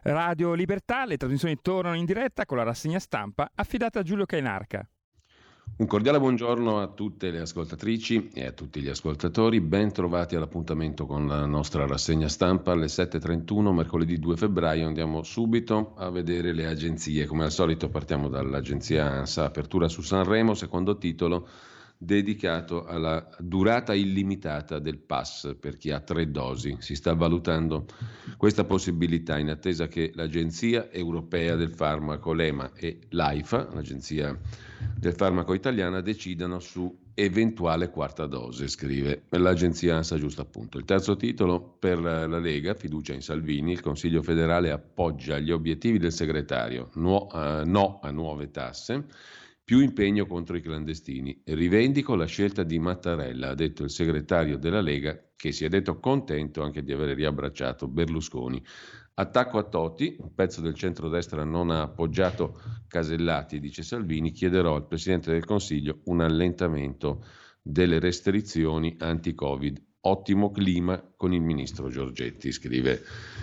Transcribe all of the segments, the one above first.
Radio Libertà, le trasmissioni tornano in diretta con la rassegna stampa affidata a Giulio Cainarca. Un cordiale buongiorno a tutte le ascoltatrici e a tutti gli ascoltatori, ben trovati all'appuntamento con la nostra rassegna stampa alle 7.31, mercoledì 2 febbraio. Andiamo subito a vedere le agenzie, come al solito partiamo dall'agenzia ANSA, apertura su Sanremo, secondo titolo dedicato alla durata illimitata del pass per chi ha 3 dosi. Si sta valutando questa possibilità in attesa che l'Agenzia Europea del Farmaco, l'EMA, e l'AIFA, l'Agenzia del Farmaco Italiana, decidano su eventuale quarta dose, scrive l'agenzia ANSA, giusto appunto. Il terzo titolo per la Lega, fiducia in Salvini, il Consiglio federale appoggia gli obiettivi del segretario, no a nuove tasse, più impegno contro i clandestini. Rivendico la scelta di Mattarella, ha detto il segretario della Lega, che si è detto contento anche di aver riabbracciato Berlusconi. Attacco a Toti, un pezzo del centrodestra non ha appoggiato Casellati, dice Salvini, chiederò al Presidente del Consiglio un allentamento delle restrizioni anti-Covid. Ottimo clima con il ministro Giorgetti, scrive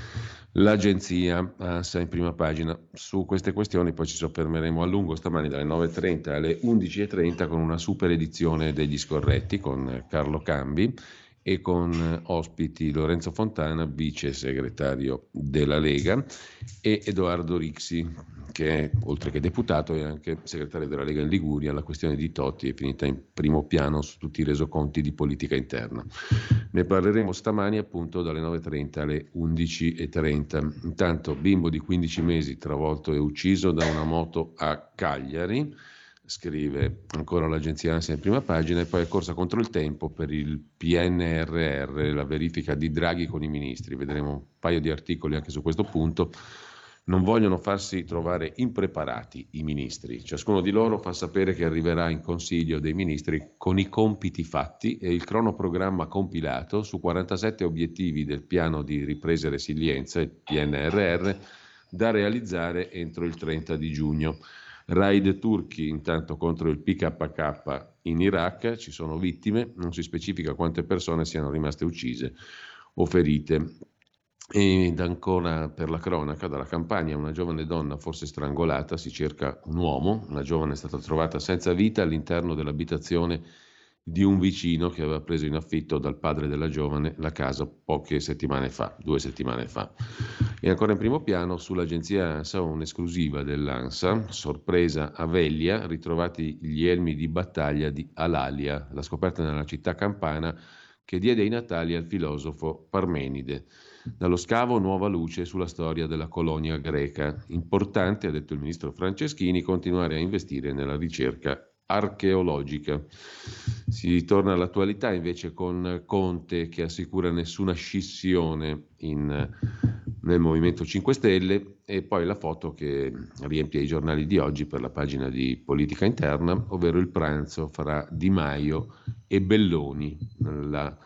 l'agenzia ANSA in prima pagina. Su queste questioni poi ci soffermeremo a lungo stamani dalle 9.30 alle 11.30 con una super edizione degli Scorretti con Carlo Cambi e con ospiti Lorenzo Fontana, vice segretario della Lega, e Edoardo Rixi, che è, oltre che deputato, è anche segretario della Lega in Liguria. La questione di Totti è finita in primo piano su tutti i resoconti di politica interna. Ne parleremo stamani appunto dalle 9.30 alle 11.30. Intanto bimbo di 15 mesi travolto e ucciso da una moto a Cagliari, scrive ancora l'agenzia ANSA in prima pagina, e poi è corsa contro il tempo per il PNRR, la verifica di Draghi con i ministri. Vedremo un paio di articoli anche su questo punto. Non vogliono farsi trovare impreparati i ministri. Ciascuno di loro fa sapere che arriverà in Consiglio dei Ministri con i compiti fatti e il cronoprogramma compilato su 47 obiettivi del piano di ripresa e resilienza, il PNRR, da realizzare entro il 30 di giugno. Raid turchi intanto contro il PKK in Iraq, ci sono vittime, non si specifica quante persone siano rimaste uccise o ferite. Ed ancora per la cronaca, dalla Campania, una giovane donna forse strangolata, si cerca un uomo, una giovane è stata trovata senza vita all'interno dell'abitazione di un vicino che aveva preso in affitto dal padre della giovane la casa poche settimane fa, 2 settimane fa. E ancora in primo piano sull'agenzia ANSA un'esclusiva dell'ANSA, sorpresa a Veglia, ritrovati gli elmi di battaglia di Alalia, la scoperta nella città campana che diede i natali al filosofo Parmenide. Dallo scavo nuova luce sulla storia della colonia greca. Importante, ha detto il ministro Franceschini, continuare a investire nella ricerca archeologica. Si torna all'attualità invece con Conte che assicura nessuna scissione nel Movimento 5 Stelle, e poi la foto che riempie i giornali di oggi per la pagina di politica interna, ovvero il pranzo fra Di Maio e Belloni, la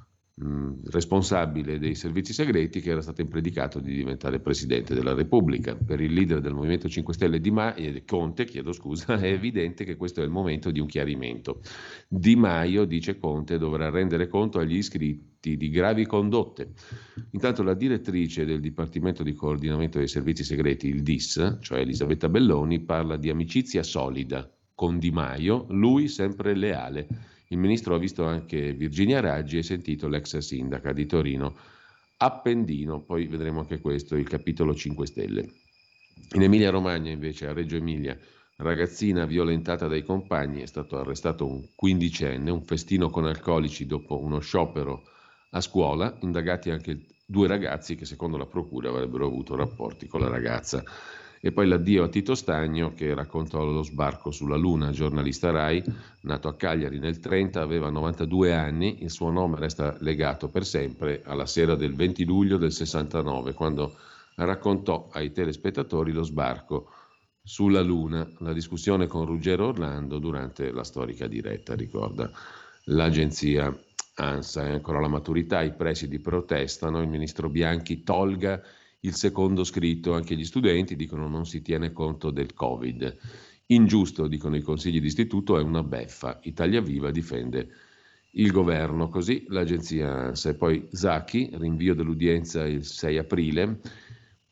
responsabile dei servizi segreti che era stato impredicato di diventare Presidente della Repubblica. Per il leader del Movimento 5 Stelle Conte, è evidente che questo è il momento di un chiarimento. Di Maio, dice Conte, dovrà rendere conto agli iscritti di gravi condotte. Intanto la direttrice del Dipartimento di Coordinamento dei Servizi Segreti, il DIS, cioè Elisabetta Belloni, parla di amicizia solida con Di Maio, lui sempre leale. Il ministro ha visto anche Virginia Raggi e sentito l'ex sindaca di Torino Appendino, poi vedremo anche questo, il capitolo 5 Stelle. In Emilia-Romagna invece, a Reggio Emilia, ragazzina violentata dai compagni, è stato arrestato un 15enne, un festino con alcolici dopo uno sciopero a scuola, indagati anche 2 ragazzi che secondo la procura avrebbero avuto rapporti con la ragazza. E poi l'addio a Tito Stagno che raccontò lo sbarco sulla Luna, giornalista Rai, nato a Cagliari nel 30, aveva 92 anni, il suo nome resta legato per sempre alla sera del 20 luglio del 69, quando raccontò ai telespettatori lo sbarco sulla Luna, la discussione con Ruggero Orlando durante la storica diretta, ricorda l'agenzia ANSA. E ancora la maturità, i presidi protestano, il ministro Bianchi tolga il secondo scritto, anche gli studenti dicono non si tiene conto del Covid. Ingiusto, dicono i consigli d'istituto, è una beffa. Italia Viva difende il governo, così l'agenzia ANSA. E poi Zaki, rinvio dell'udienza il 6 aprile,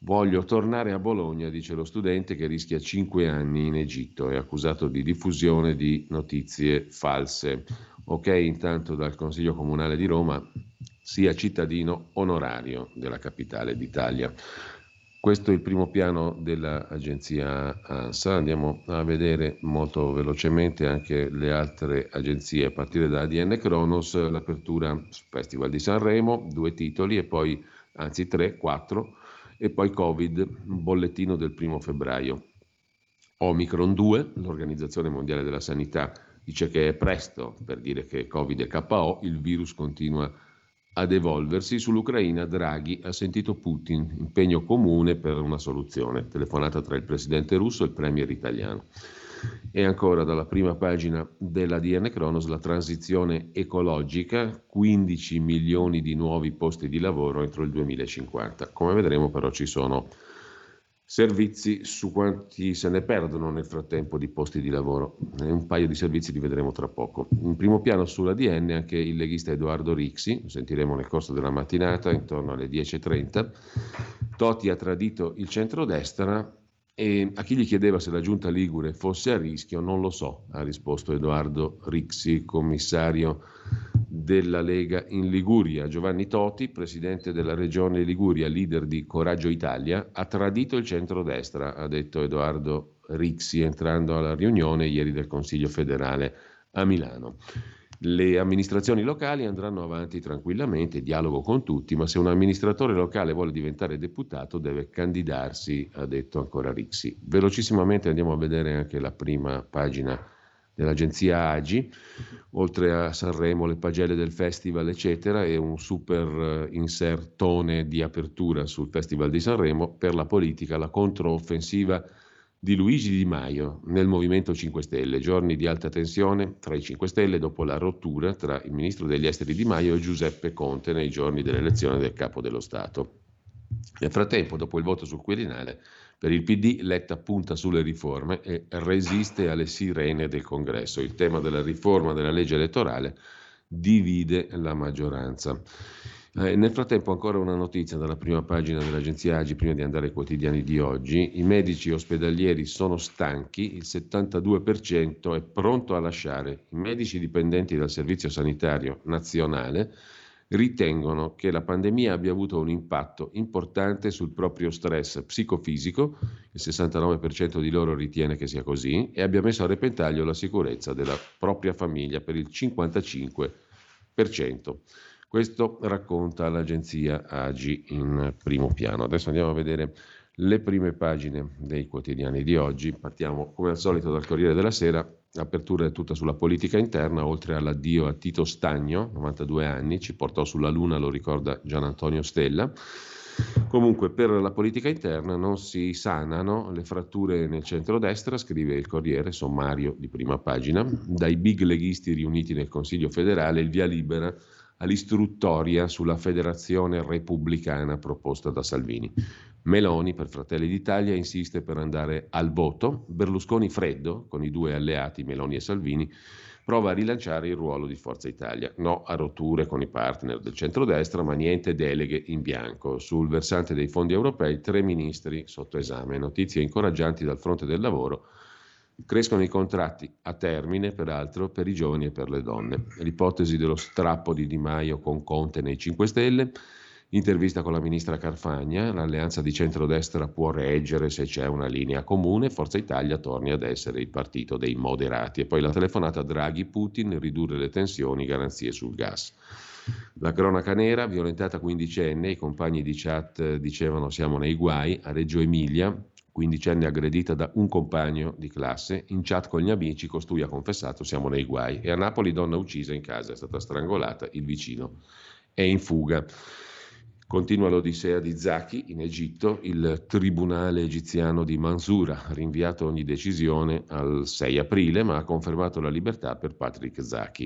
Voglio tornare a Bologna, dice lo studente che rischia 5 anni in Egitto, è accusato di diffusione di notizie false. Ok, intanto dal Consiglio Comunale di Roma, sia cittadino onorario della capitale d'Italia. Questo è il primo piano dell'agenzia ANSA. Andiamo a vedere molto velocemente anche le altre agenzie, a partire da ADN Kronos, l'apertura Festival di Sanremo, 2 titoli e poi, anzi 3, 4, e poi Covid, un bollettino del 1 febbraio. Omicron 2, l'Organizzazione Mondiale della Sanità dice che è presto per dire che Covid è KO, il virus continua ad evolversi. Sull'Ucraina Draghi ha sentito Putin, impegno comune per una soluzione, telefonata tra il presidente russo e il premier italiano. E ancora dalla prima pagina dell'ADN Kronos, la transizione ecologica, 15 milioni di nuovi posti di lavoro entro il 2050. Come vedremo però ci sono servizi su quanti se ne perdono nel frattempo di posti di lavoro. Un paio di servizi li vedremo tra poco. In primo piano sull'ADN anche il leghista Edoardo Rixi, lo sentiremo nel corso della mattinata intorno alle 10.30. Totti ha tradito il centrodestra e a chi gli chiedeva se la giunta Ligure fosse a rischio non lo so, ha risposto Edoardo Rixi, commissario della Lega in Liguria. Giovanni Toti, presidente della regione Liguria, leader di Coraggio Italia, ha tradito il centrodestra, ha detto Edoardo Rixi entrando alla riunione ieri del Consiglio federale a Milano. Le amministrazioni locali andranno avanti tranquillamente, dialogo con tutti, ma se un amministratore locale vuole diventare deputato deve candidarsi, ha detto ancora Rixi. Velocissimamente andiamo a vedere anche la prima pagina dell'agenzia AGI, oltre a Sanremo, le pagelle del festival eccetera, e un super insertone di apertura sul Festival di Sanremo. Per la politica, la controffensiva di Luigi Di Maio nel Movimento 5 Stelle, giorni di alta tensione tra i 5 Stelle dopo la rottura tra il ministro degli esteri Di Maio e Giuseppe Conte nei giorni dell'elezione del capo dello Stato. Nel frattempo, dopo il voto sul Quirinale, per il PD Letta punta sulle riforme e resiste alle sirene del Congresso. Il tema della riforma della legge elettorale divide la maggioranza. Nel frattempo ancora una notizia dalla prima pagina dell'agenzia AGI prima di andare ai quotidiani di oggi. I medici ospedalieri sono stanchi, il 72% è pronto a lasciare. I medici dipendenti dal Servizio Sanitario Nazionale ritengono che la pandemia abbia avuto un impatto importante sul proprio stress psicofisico, il 69% di loro ritiene che sia così, e abbia messo a repentaglio la sicurezza della propria famiglia per il 55%. Questo racconta l'agenzia AGI in primo piano. Adesso andiamo a vedere le prime pagine dei quotidiani di oggi. Partiamo come al solito dal Corriere della Sera. L'apertura è tutta sulla politica interna, oltre all'addio a Tito Stagno, 92 anni, ci portò sulla Luna, lo ricorda Gian Antonio Stella. Comunque per la politica interna non si sanano le fratture nel centrodestra, scrive il Corriere, sommario di prima pagina. Dai big leghisti riuniti nel Consiglio federale il via libera all'istruttoria sulla federazione repubblicana proposta da Salvini. Meloni, per Fratelli d'Italia, insiste per andare al voto. Berlusconi freddo, con i due alleati Meloni e Salvini, prova a rilanciare il ruolo di Forza Italia. No a rotture con i partner del centrodestra, ma niente deleghe in bianco. Sul versante dei fondi europei, 3 ministri sotto esame. Notizie incoraggianti dal fronte del lavoro. Crescono i contratti a termine, peraltro, per i giovani e per le donne. L'ipotesi dello strappo di Di Maio con Conte nei 5 Stelle. Intervista con la ministra Carfagna, l'alleanza di centrodestra può reggere se c'è una linea comune, Forza Italia torni ad essere il partito dei moderati. E poi la telefonata Draghi-Putin, ridurre le tensioni, garanzie sul gas. La cronaca nera, violentata quindicenne, i compagni di chat dicevano siamo nei guai, a Reggio Emilia, quindicenne aggredita da un compagno di classe, in chat con gli amici costui ha confessato siamo nei guai. E a Napoli donna uccisa in casa, è stata strangolata, il vicino è in fuga. Continua l'odissea di Zaki in Egitto, il tribunale egiziano di Mansoura ha rinviato ogni decisione al 6 aprile, ma ha confermato la libertà per Patrick Zaki.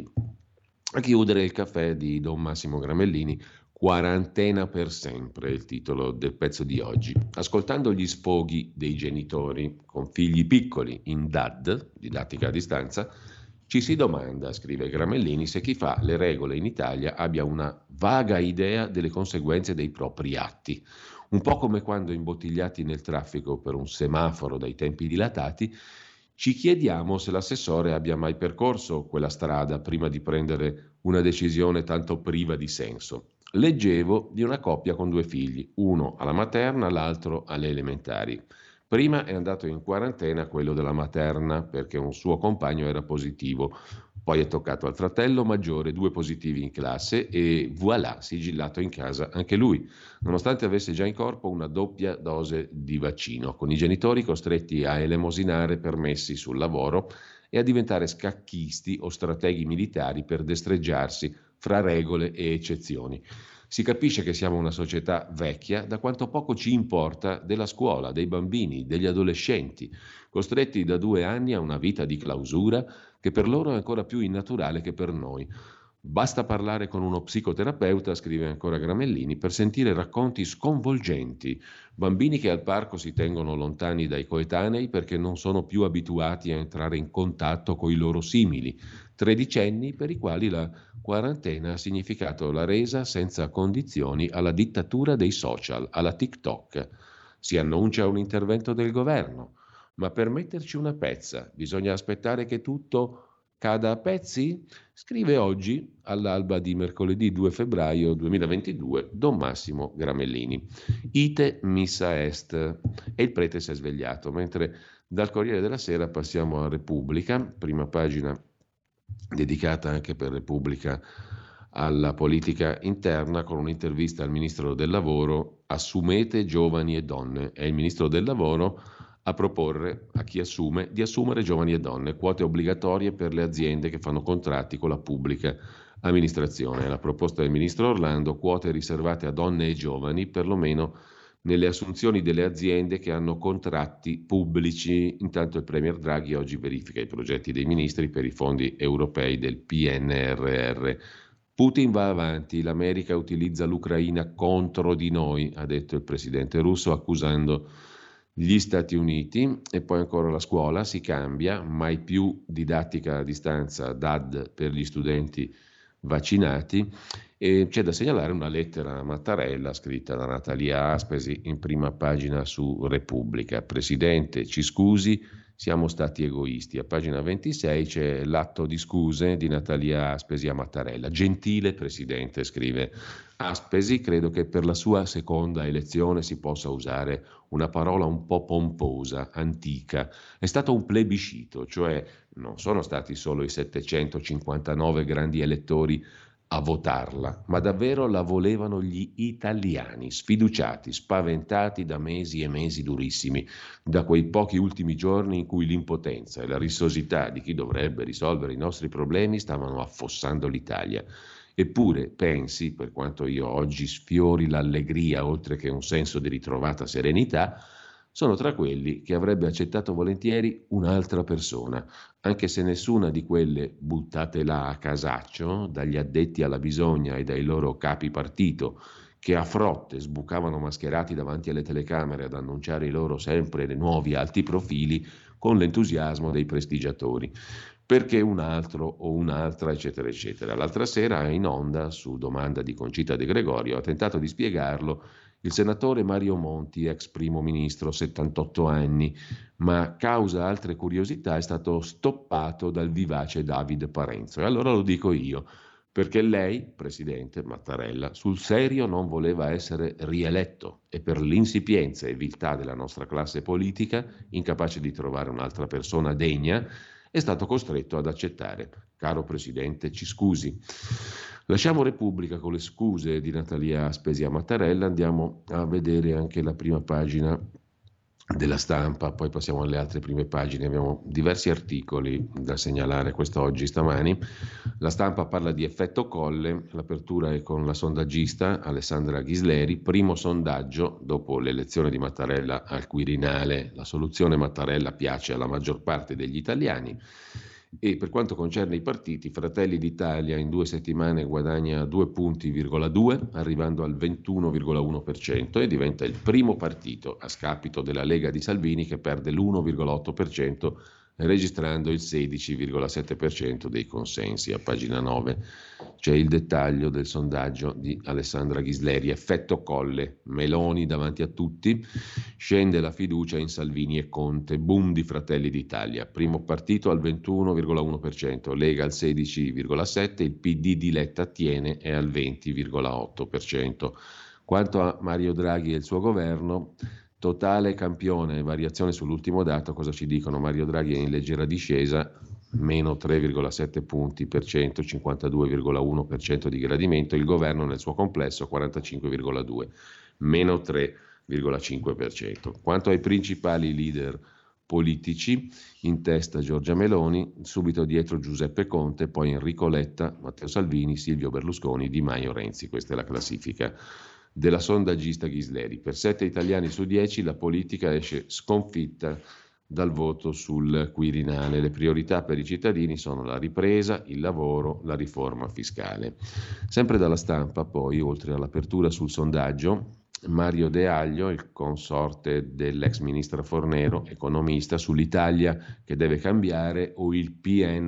A chiudere il caffè di Don Massimo Gramellini, quarantena per sempre, il titolo del pezzo di oggi. Ascoltando gli sfoghi dei genitori con figli piccoli in DAD, didattica a distanza, ci si domanda, scrive Gramellini, se chi fa le regole in Italia abbia una vaga idea delle conseguenze dei propri atti. Un po' come quando, imbottigliati nel traffico per un semaforo dai tempi dilatati, ci chiediamo se l'assessore abbia mai percorso quella strada prima di prendere una decisione tanto priva di senso. Leggevo di una coppia con 2 figli, uno alla materna, l'altro alle elementari. Prima è andato in quarantena quello della materna perché un suo compagno era positivo. Poi è toccato al fratello maggiore, 2 positivi in classe e voilà, sigillato in casa anche lui, nonostante avesse già in corpo una doppia dose di vaccino, con i genitori costretti a elemosinare permessi sul lavoro e a diventare scacchisti o strateghi militari per destreggiarsi fra regole e eccezioni. Si capisce che siamo una società vecchia da quanto poco ci importa della scuola, dei bambini, degli adolescenti, costretti da 2 anni a una vita di clausura che per loro è ancora più innaturale che per noi. Basta parlare con uno psicoterapeuta, scrive ancora Gramellini, per sentire racconti sconvolgenti. Bambini che al parco si tengono lontani dai coetanei perché non sono più abituati a entrare in contatto con i loro simili. Tredicenni per i quali la quarantena ha significato la resa senza condizioni alla dittatura dei social, alla TikTok. Si annuncia un intervento del governo, ma per metterci una pezza bisogna aspettare che tutto cada a pezzi? Scrive oggi, all'alba di mercoledì 2 febbraio 2022, Don Massimo Gramellini. Ite missa est. E il prete si è svegliato, mentre dal Corriere della Sera passiamo a Repubblica, prima pagina dedicata anche per Repubblica alla politica interna, con un'intervista al Ministro del Lavoro: assumete giovani e donne. È il Ministro del Lavoro a proporre a chi assume di assumere giovani e donne, quote obbligatorie per le aziende che fanno contratti con la pubblica amministrazione. La proposta del Ministro Orlando: quote riservate a donne e giovani, perlomeno nelle assunzioni delle aziende che hanno contratti pubblici. Intanto il Premier Draghi oggi verifica i progetti dei ministri per i fondi europei del PNRR. Putin va avanti, l'America utilizza l'Ucraina contro di noi, ha detto il presidente russo, accusando gli Stati Uniti. E poi ancora la scuola, si cambia, mai più didattica a distanza, DAD, per gli studenti vaccinati. E c'è da segnalare una lettera a Mattarella scritta da Natalia Aspesi in prima pagina su Repubblica. Presidente, ci scusi, siamo stati egoisti. A pagina 26 c'è l'atto di scuse di Natalia Aspesi a Mattarella. Gentile Presidente, scrive Aspesi, credo che per la sua seconda elezione si possa usare una parola un po' pomposa, antica. È stato un plebiscito, cioè non sono stati solo i 759 grandi elettori a votarla, ma davvero la volevano gli italiani, sfiduciati, spaventati da mesi e mesi durissimi, da quei pochi ultimi giorni in cui l'impotenza e la rissosità di chi dovrebbe risolvere i nostri problemi stavano affossando l'Italia. Eppure pensi, per quanto io oggi sfiori l'allegria oltre che un senso di ritrovata serenità, sono tra quelli che avrebbe accettato volentieri un'altra persona, anche se nessuna di quelle buttate là a casaccio dagli addetti alla bisogna e dai loro capi partito, che a frotte sbucavano mascherati davanti alle telecamere ad annunciare i loro sempre nuovi alti profili con l'entusiasmo dei prestigiatori. Perché un altro o un'altra, eccetera, eccetera. L'altra sera in onda, su domanda di Concita De Gregorio, ha tentato di spiegarlo il senatore Mario Monti, ex primo ministro, 78 anni, ma causa altre curiosità è stato stoppato dal vivace David Parenzo. E allora lo dico io, perché lei, Presidente Mattarella, sul serio non voleva essere rieletto e per l'insipienza e viltà della nostra classe politica, incapace di trovare un'altra persona degna, è stato costretto ad accettare. Caro Presidente, ci scusi. Lasciamo Repubblica con le scuse di Natalia Aspesi a Mattarella, andiamo a vedere anche la prima pagina della Stampa, poi passiamo alle altre prime pagine. Abbiamo diversi articoli da segnalare quest'oggi, stamani. La Stampa parla di effetto Colle, l'apertura è con la sondaggista Alessandra Ghisleri, primo sondaggio dopo l'elezione di Mattarella al Quirinale. La soluzione Mattarella piace alla maggior parte degli italiani. E per quanto concerne i partiti, Fratelli d'Italia in 2 settimane guadagna 2,2 punti, arrivando al 21,1% e diventa il primo partito a scapito della Lega di Salvini, che perde l'1,8%, registrando il 16,7% dei consensi. A pagina 9 C'è il dettaglio del sondaggio di Alessandra Ghisleri. Effetto Colle, Meloni davanti a tutti, scende la fiducia in Salvini e Conte, boom di Fratelli d'Italia, primo partito al 21,1%, Lega al 16,7%, il PD di Letta tiene è al 20,8%. Quanto a Mario Draghi e il suo governo, totale campione, variazione sull'ultimo dato, cosa ci dicono? Mario Draghi è in leggera discesa, meno 3,7 punti per cento, 52,1% di gradimento, il governo nel suo complesso 45,2, meno 3,5%. Quanto ai principali leader politici, in testa Giorgia Meloni, subito dietro Giuseppe Conte, poi Enrico Letta, Matteo Salvini, Silvio Berlusconi, Di Maio, Renzi. Questa è la classifica della sondaggista Ghisleri. Per 7 italiani su 10 la politica esce sconfitta dal voto sul Quirinale. Le priorità per i cittadini sono la ripresa, il lavoro, la riforma fiscale. Sempre dalla Stampa, poi, oltre all'apertura sul sondaggio, Mario De Aglio, il consorte dell'ex ministro Fornero, economista, sull'Italia che deve cambiare o il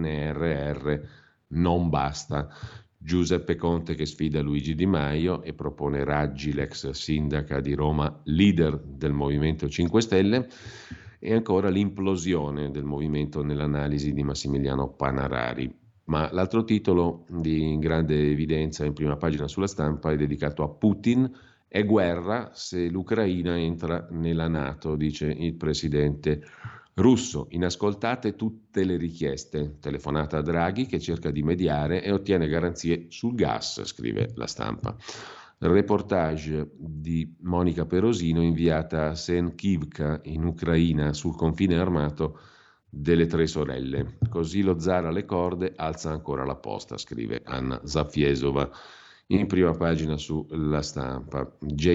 PNRR non basta. Giuseppe Conte che sfida Luigi Di Maio e propone Raggi, l'ex sindaca di Roma, leader del Movimento 5 Stelle. E ancora l'implosione del movimento nell'analisi di Massimiliano Panarari. Ma l'altro titolo di grande evidenza in prima pagina sulla Stampa è dedicato a Putin. È guerra se l'Ucraina entra nella NATO, dice il presidente russo. Inascoltate tutte le richieste. Telefonata a Draghi che cerca di mediare e ottiene garanzie sul gas, scrive la Stampa. Reportage di Monica Perosino inviata a Senkivka in Ucraina sul confine armato delle Tre Sorelle. Così lo zar alle corde alza ancora la posta, scrive Anna Zafiesova in prima pagina sulla Stampa.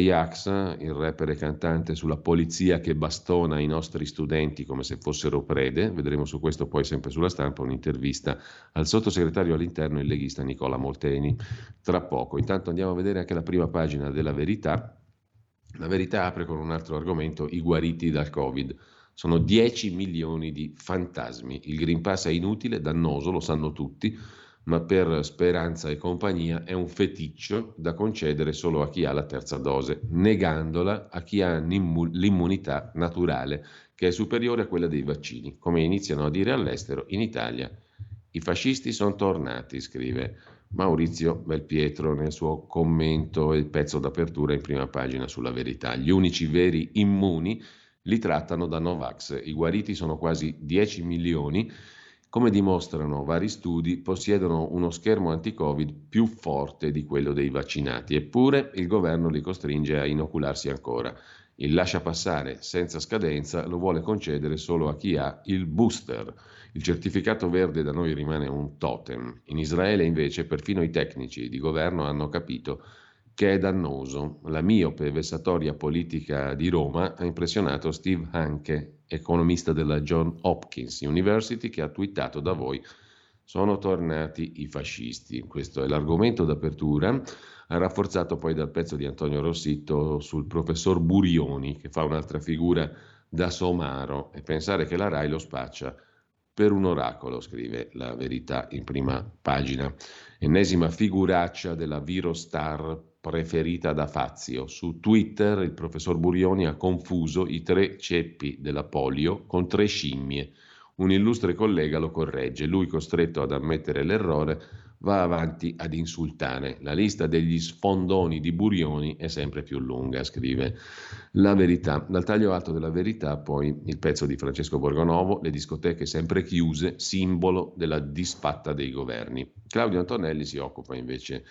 J-Ax, il rapper e cantante sulla polizia che bastona i nostri studenti come se fossero prede. Vedremo su questo poi sempre sulla Stampa un'intervista al sottosegretario all'interno, il leghista Nicola Molteni, tra poco. Intanto andiamo a vedere anche la prima pagina della Verità. La Verità apre con un altro argomento, i guariti dal Covid. Sono 10 milioni di fantasmi. Il Green Pass è inutile, dannoso, lo sanno tutti, ma per Speranza e compagnia è un feticcio da concedere solo a chi ha la terza dose, negandola a chi ha l'immunità naturale, che è superiore a quella dei vaccini. Come iniziano a dire all'estero, in Italia i fascisti sono tornati, scrive Maurizio Belpietro nel suo commento e il pezzo d'apertura in prima pagina sulla Verità. Gli unici veri immuni li trattano da Novax. I guariti sono quasi 10 milioni. Come dimostrano vari studi, possiedono uno schermo anti-Covid più forte di quello dei vaccinati, eppure il governo li costringe a inocularsi ancora. Il lasciapassare senza scadenza lo vuole concedere solo a chi ha il booster. Il certificato verde da noi rimane un totem. In Israele invece perfino i tecnici di governo hanno capito che è dannoso. La miope vessatoria politica di Roma ha impressionato Steve Hanke, economista della Johns Hopkins University, che ha twittato: da voi sono tornati i fascisti. Questo è l'argomento d'apertura, rafforzato poi dal pezzo di Antonio Rossitto sul professor Burioni, che fa un'altra figura da somaro, e pensare che la RAI lo spaccia per un oracolo, scrive la Verità in prima pagina. Ennesima figuraccia della Virostar preferita da Fazio. Su Twitter il professor Burioni ha confuso i 3 ceppi della polio con 3 scimmie. Un illustre collega lo corregge. Lui, costretto ad ammettere l'errore, va avanti ad insultare. La lista degli sfondoni di Burioni è sempre più lunga, scrive la Verità. Dal taglio alto della Verità poi il pezzo di Francesco Borgonovo, le discoteche sempre chiuse, simbolo della disfatta dei governi. Claudio Antonelli si occupa invece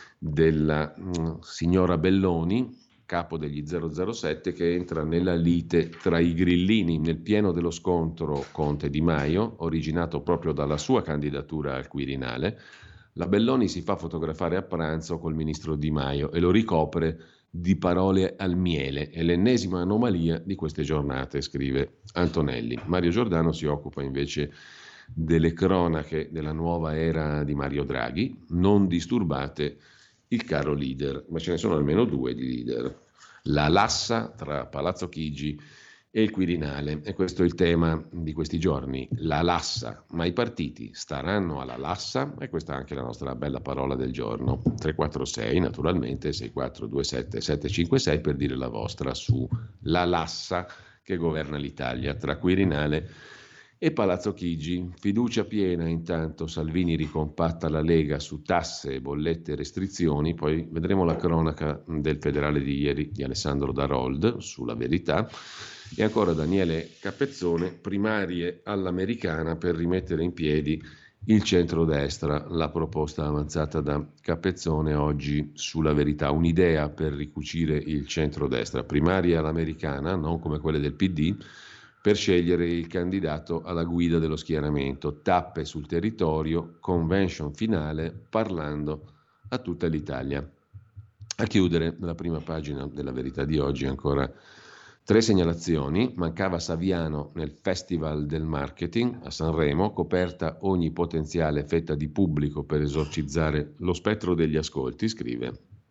della signora Belloni, capo degli 007, che entra nella lite tra i grillini nel pieno dello scontro Conte-Di Maio, originato proprio dalla sua candidatura al Quirinale. La Belloni si fa fotografare a pranzo col ministro Di Maio e lo ricopre di parole al miele. È l'ennesima anomalia di queste giornate, scrive Antonelli. Mario Giordano si occupa invece delle cronache della nuova era di Mario Draghi. Non disturbate il caro leader, ma ce ne sono almeno 2 di leader. La Lassa tra Palazzo Chigi e il Quirinale. E questo è il tema di questi giorni, la lassa. Ma i partiti staranno alla lassa? E questa è anche la nostra bella parola del giorno. 346 naturalmente, 6427 756 per dire la vostra su la lassa che governa l'Italia tra Quirinale e Palazzo Chigi. Fiducia piena intanto, Salvini ricompatta la Lega su tasse, bollette e restrizioni, poi vedremo la cronaca del federale di ieri di Alessandro Darold sulla Verità. E ancora Daniele Capezzone, primarie all'americana per rimettere in piedi il centrodestra, la proposta avanzata da Capezzone oggi sulla Verità, un'idea per ricucire il centrodestra, primarie all'americana, non come quelle del PD, per scegliere il candidato alla guida dello schieramento, tappe sul territorio, convention finale, parlando a tutta l'Italia. A chiudere la prima pagina della Verità di oggi ancora 3 segnalazioni. Mancava Saviano nel Festival del Marketing a Sanremo, coperta ogni potenziale fetta di pubblico per esorcizzare lo spettro degli ascolti, scrive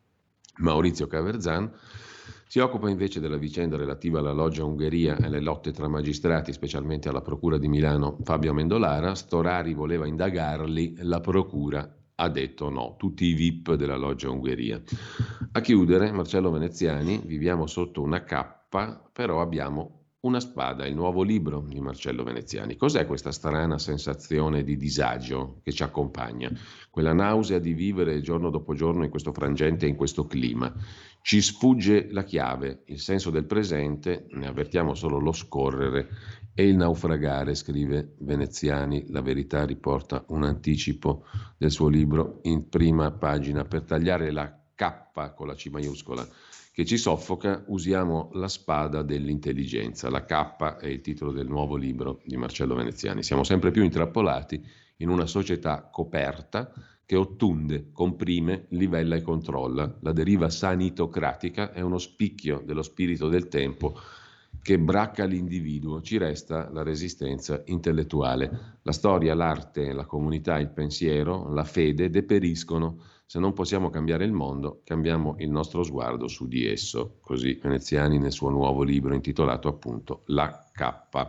Maurizio Caverzan. Si occupa invece della vicenda relativa alla loggia Ungheria e alle lotte tra magistrati, specialmente alla Procura di Milano Fabio Amendolara. Storari voleva indagarli, la Procura ha detto no, tutti i VIP della loggia Ungheria. A chiudere, Marcello Veneziani, viviamo sotto una cappa, però abbiamo una spada, il nuovo libro di Marcello Veneziani. Cos'è questa strana sensazione di disagio che ci accompagna? Quella nausea di vivere giorno dopo giorno in questo frangente e in questo clima. Ci sfugge la chiave, il senso del presente, ne avvertiamo solo lo scorrere e il naufragare, scrive Veneziani. La Verità riporta un anticipo del suo libro in prima pagina. Per tagliare la K con la C maiuscola che ci soffoca, usiamo la spada dell'intelligenza. La K è il titolo del nuovo libro di Marcello Veneziani. Siamo sempre più intrappolati in una società coperta che ottunde, comprime, livella e controlla. La deriva sanitocratica è uno spicchio dello spirito del tempo che bracca l'individuo. Ci resta la resistenza intellettuale. La storia, l'arte, la comunità, il pensiero, la fede deperiscono. Se non possiamo cambiare il mondo, cambiamo il nostro sguardo su di esso. Così Veneziani nel suo nuovo libro intitolato appunto La K.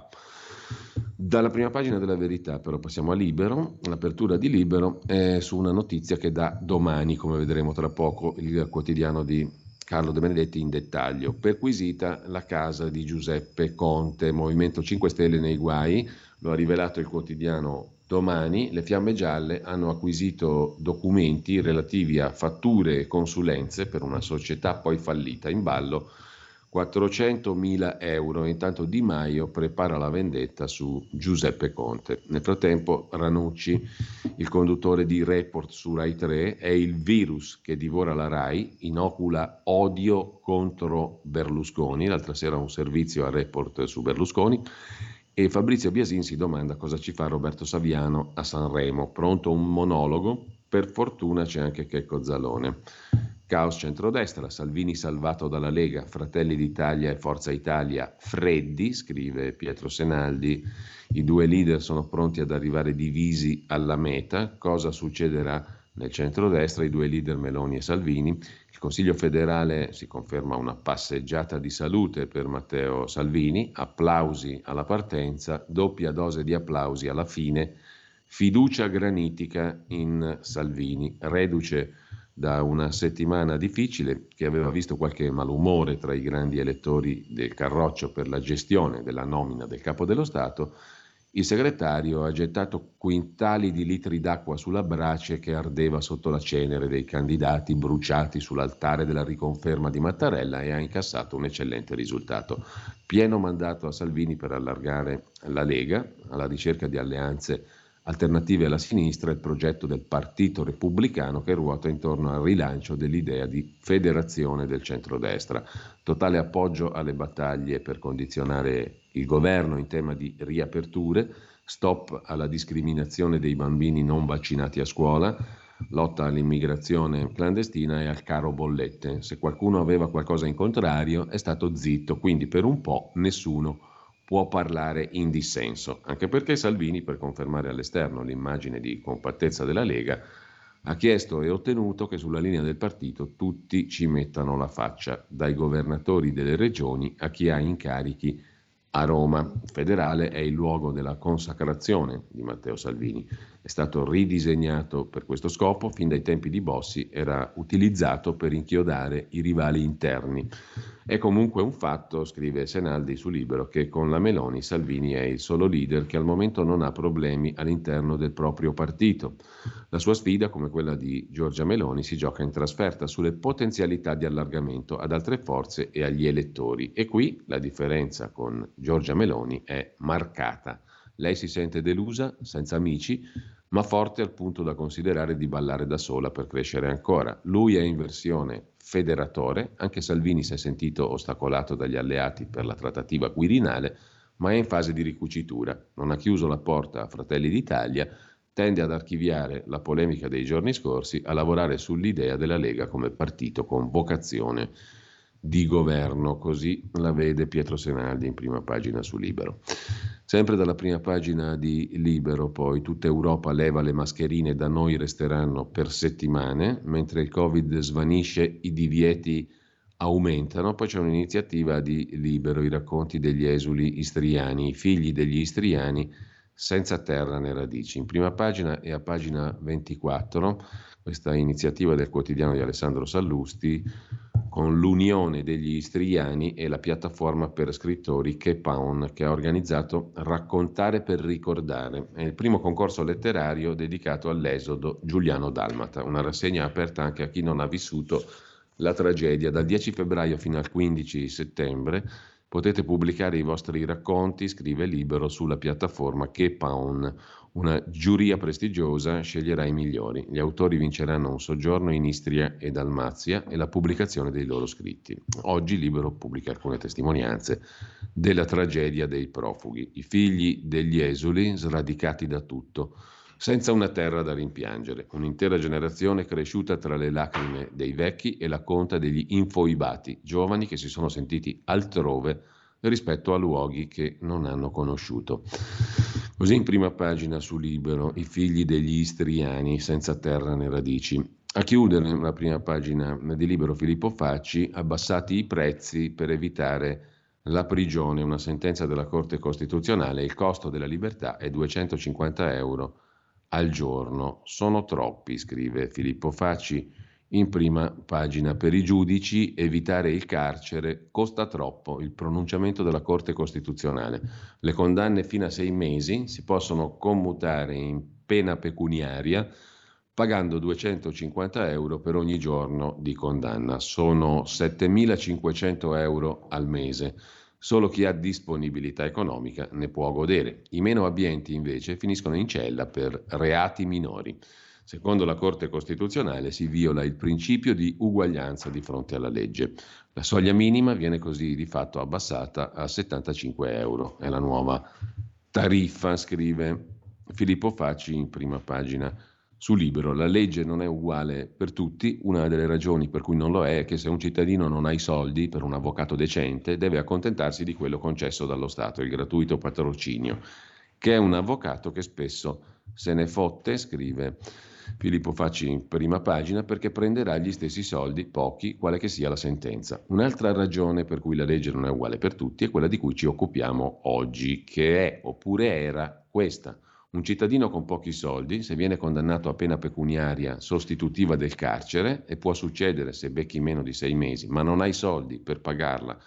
Dalla prima pagina della Verità però passiamo a Libero. L'apertura di Libero è su una notizia che dà Domani, come vedremo tra poco, il quotidiano di Carlo De Benedetti in dettaglio. Perquisita la casa di Giuseppe Conte, Movimento 5 Stelle nei guai, lo ha rivelato il quotidiano Domani. Le Fiamme Gialle hanno acquisito documenti relativi a fatture e consulenze per una società poi fallita. In ballo 400.000 euro. Intanto Di Maio prepara la vendetta su Giuseppe Conte. Nel frattempo Ranucci, il conduttore di Report su Rai 3, è il virus che divora la Rai, inocula odio contro Berlusconi. L'altra sera un servizio a Report su Berlusconi. E Fabrizio Biasin si domanda cosa ci fa Roberto Saviano a Sanremo. Pronto un monologo? Per fortuna c'è anche Checco Zalone. Caos centrodestra, Salvini salvato dalla Lega, Fratelli d'Italia e Forza Italia freddi, scrive Pietro Senaldi. I due leader sono pronti ad arrivare divisi alla meta. Cosa succederà nel centrodestra? I due leader Meloni e Salvini. Il Consiglio federale si conferma una passeggiata di salute per Matteo Salvini. Applausi alla partenza, doppia dose di applausi alla fine. Fiducia granitica in Salvini, reduce da una settimana difficile che aveva visto qualche malumore tra i grandi elettori del Carroccio per la gestione della nomina del Capo dello Stato. Il segretario ha gettato quintali di litri d'acqua sulla brace che ardeva sotto la cenere dei candidati bruciati sull'altare della riconferma di Mattarella e ha incassato un eccellente risultato. Pieno mandato a Salvini per allargare la Lega alla ricerca di alleanze alternative alla sinistra, il progetto del Partito Repubblicano che ruota intorno al rilancio dell'idea di federazione del centrodestra. Totale appoggio alle battaglie per condizionare il governo in tema di riaperture, stop alla discriminazione dei bambini non vaccinati a scuola, lotta all'immigrazione clandestina e al caro bollette. Se qualcuno aveva qualcosa in contrario è stato zitto, quindi per un po' nessuno può parlare in dissenso, anche perché Salvini, per confermare all'esterno l'immagine di compattezza della Lega, ha chiesto e ottenuto che sulla linea del partito tutti ci mettano la faccia, dai governatori delle regioni a chi ha incarichi a Roma. Federale è il luogo della consacrazione di Matteo Salvini. È stato ridisegnato per questo scopo, fin dai tempi di Bossi era utilizzato per inchiodare i rivali interni. È comunque un fatto, scrive Senaldi su Libero, che con la Meloni Salvini è il solo leader che al momento non ha problemi all'interno del proprio partito. La sua sfida, come quella di Giorgia Meloni, si gioca in trasferta sulle potenzialità di allargamento ad altre forze e agli elettori. E qui la differenza con Giorgia Meloni è marcata. Lei si sente delusa, senza amici, ma forte al punto da considerare di ballare da sola per crescere ancora. Lui è in versione federatore, anche Salvini si è sentito ostacolato dagli alleati per la trattativa Quirinale, ma è in fase di ricucitura. Non ha chiuso la porta a Fratelli d'Italia, tende ad archiviare la polemica dei giorni scorsi, a lavorare sull'idea della Lega come partito con vocazione di governo, così la vede Pietro Senaldi in prima pagina su Libero. Sempre dalla prima pagina di Libero, poi, tutta Europa leva le mascherine, da noi resteranno per settimane, mentre il Covid svanisce, i divieti aumentano. Poi c'è un'iniziativa di Libero, i racconti degli esuli istriani, i figli degli istriani senza terra né radici. In prima pagina e a pagina 24, questa iniziativa del quotidiano di Alessandro Sallusti, con l'Unione degli Istriani e la piattaforma per scrittori Kepaun, che ha organizzato Raccontare per ricordare. È il primo concorso letterario dedicato all'esodo giuliano-dalmata, una rassegna aperta anche a chi non ha vissuto la tragedia. Dal 10 febbraio fino al 15 settembre potete pubblicare i vostri racconti, scrive Libero, sulla piattaforma Kepaun. Una giuria prestigiosa sceglierà i migliori. Gli autori vinceranno un soggiorno in Istria e Dalmazia e la pubblicazione dei loro scritti. Oggi Libero pubblica alcune testimonianze della tragedia dei profughi, i figli degli esuli sradicati da tutto, senza una terra da rimpiangere. Un'intera generazione cresciuta tra le lacrime dei vecchi e la conta degli infoibati, giovani che si sono sentiti altrove rispetto a luoghi che non hanno conosciuto. Così in prima pagina su Libero, i figli degli istriani senza terra né radici. A chiudere la prima pagina di Libero Filippo Facci, abbassati i prezzi per evitare la prigione, una sentenza della Corte Costituzionale, il costo della libertà è 250 euro al giorno. Sono troppi, scrive Filippo Facci in prima pagina. Per i giudici evitare il carcere costa troppo, il pronunciamento della Corte Costituzionale. Le condanne fino a 6 mesi si possono commutare in pena pecuniaria pagando 250 euro per ogni giorno di condanna. Sono 7.500 euro al mese. Solo chi ha disponibilità economica ne può godere. I meno abbienti invece finiscono in cella per reati minori. Secondo la Corte Costituzionale si viola il principio di uguaglianza di fronte alla legge. La soglia minima viene così di fatto abbassata a 75 euro. È la nuova tariffa, scrive Filippo Facci in prima pagina su Libero. La legge non è uguale per tutti. Una delle ragioni per cui non lo è che se un cittadino non ha i soldi per un avvocato decente deve accontentarsi di quello concesso dallo Stato, il gratuito patrocinio, che è un avvocato che spesso se ne fotte, scrive Filippo Facci in prima pagina, perché prenderà gli stessi soldi, pochi, quale che sia la sentenza. Un'altra ragione per cui la legge non è uguale per tutti è quella di cui ci occupiamo oggi, che è, oppure era, questa. Un cittadino con pochi soldi, se viene condannato a pena pecuniaria sostitutiva del carcere, e può succedere se becchi meno di 6 mesi, ma non hai soldi per pagarla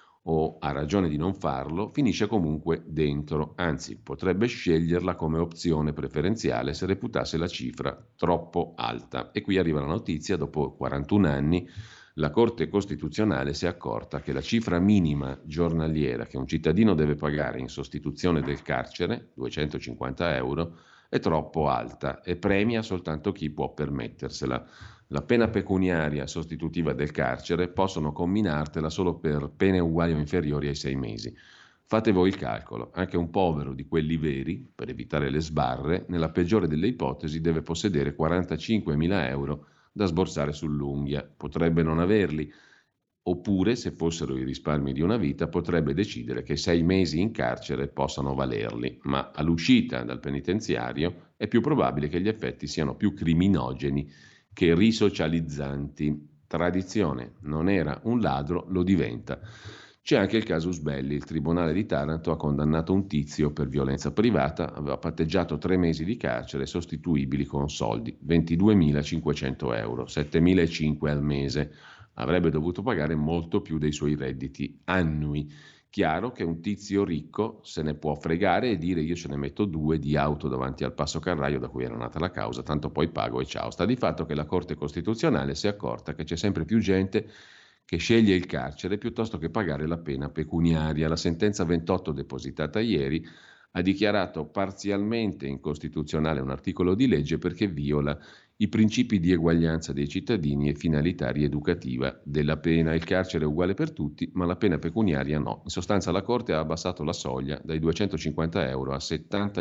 o ha ragione di non farlo, finisce comunque dentro, anzi potrebbe sceglierla come opzione preferenziale se reputasse la cifra troppo alta. E qui arriva la notizia: dopo 41 anni la Corte Costituzionale si è accorta che la cifra minima giornaliera che un cittadino deve pagare in sostituzione del carcere, 250 euro, è troppo alta e premia soltanto chi può permettersela. La pena pecuniaria sostitutiva del carcere possono comminartela solo per pene uguali o inferiori ai 6 mesi. Fate voi il calcolo, anche un povero di quelli veri, per evitare le sbarre, nella peggiore delle ipotesi deve possedere 45.000 euro da sborsare sull'unghia. Potrebbe non averli, oppure, se fossero i risparmi di una vita, potrebbe decidere che 6 mesi in carcere possano valerli, ma all'uscita dal penitenziario è più probabile che gli effetti siano più criminogeni che risocializzanti. Tradizione: non era un ladro, lo diventa. C'è anche il casus belli. Il Tribunale di Taranto ha condannato un tizio per violenza privata, aveva patteggiato 3 mesi di carcere sostituibili con soldi, 22.500 euro, 7.500 al mese. Avrebbe dovuto pagare molto più dei suoi redditi annui. Chiaro che un tizio ricco se ne può fregare e dire io ce ne metto 2 di auto davanti al passo carraio da cui era nata la causa, tanto poi pago e ciao. Sta di fatto che la Corte Costituzionale si è accorta che c'è sempre più gente che sceglie il carcere piuttosto che pagare la pena pecuniaria. La sentenza 28 depositata ieri ha dichiarato parzialmente incostituzionale un articolo di legge perché viola i principi di eguaglianza dei cittadini e finalità rieducativa della pena. Il carcere è uguale per tutti, ma la pena pecuniaria no. In sostanza la Corte ha abbassato la soglia dai 250 euro a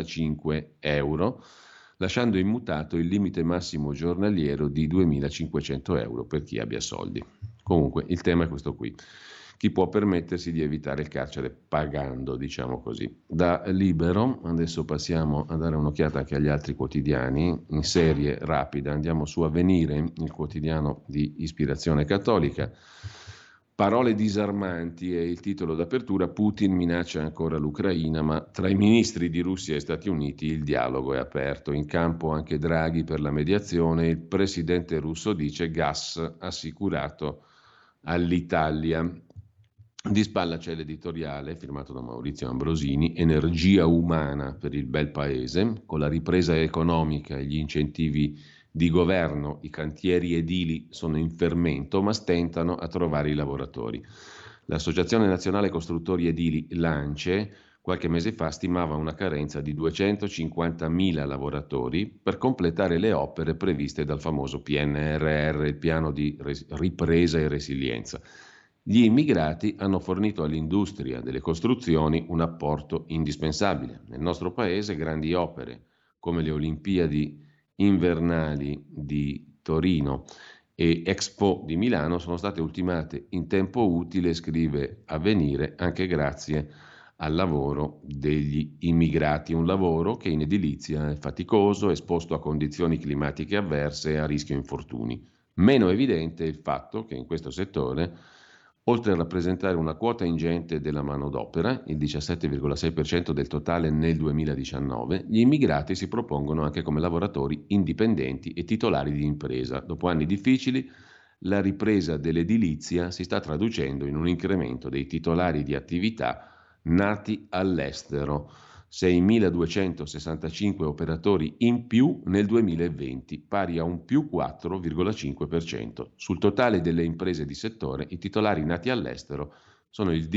75 euro, lasciando immutato il limite massimo giornaliero di 2.500 euro per chi abbia soldi. Comunque il tema è questo qui. Chi può permettersi di evitare il carcere pagando, diciamo così. Da Libero adesso passiamo a dare un'occhiata anche agli altri quotidiani. In serie rapida andiamo su Avvenire, il quotidiano di ispirazione cattolica. Parole disarmanti è il titolo d'apertura. Putin minaccia ancora l'Ucraina, ma tra i ministri di Russia e Stati Uniti il dialogo è aperto. In campo anche Draghi per la mediazione. Il presidente russo dice gas assicurato all'Italia. Di spalla c'è l'editoriale firmato da Maurizio Ambrosini, Energia umana per il bel paese, con la ripresa economica e gli incentivi di governo, i cantieri edili sono in fermento ma stentano a trovare i lavoratori. L'Associazione Nazionale Costruttori Edili, l'ANCE, qualche mese fa stimava una carenza di 250.000 lavoratori per completare le opere previste dal famoso PNRR, il piano di ripresa e resilienza. Gli immigrati hanno fornito all'industria delle costruzioni un apporto indispensabile. Nel nostro paese grandi opere come le Olimpiadi invernali di Torino e Expo di Milano sono state ultimate in tempo utile, scrive Avvenire, anche grazie al lavoro degli immigrati, un lavoro che in edilizia è faticoso, esposto a condizioni climatiche avverse e a rischio infortuni. Meno evidente è il fatto che in questo settore, oltre a rappresentare una quota ingente della manodopera, il 17,6% del totale nel 2019, gli immigrati si propongono anche come lavoratori indipendenti e titolari di impresa. Dopo anni difficili, la ripresa dell'edilizia si sta traducendo in un incremento dei titolari di attività nati all'estero. 6.265 operatori in più nel 2020, pari a un più 4,5%. Sul totale delle imprese di settore, i titolari nati all'estero sono il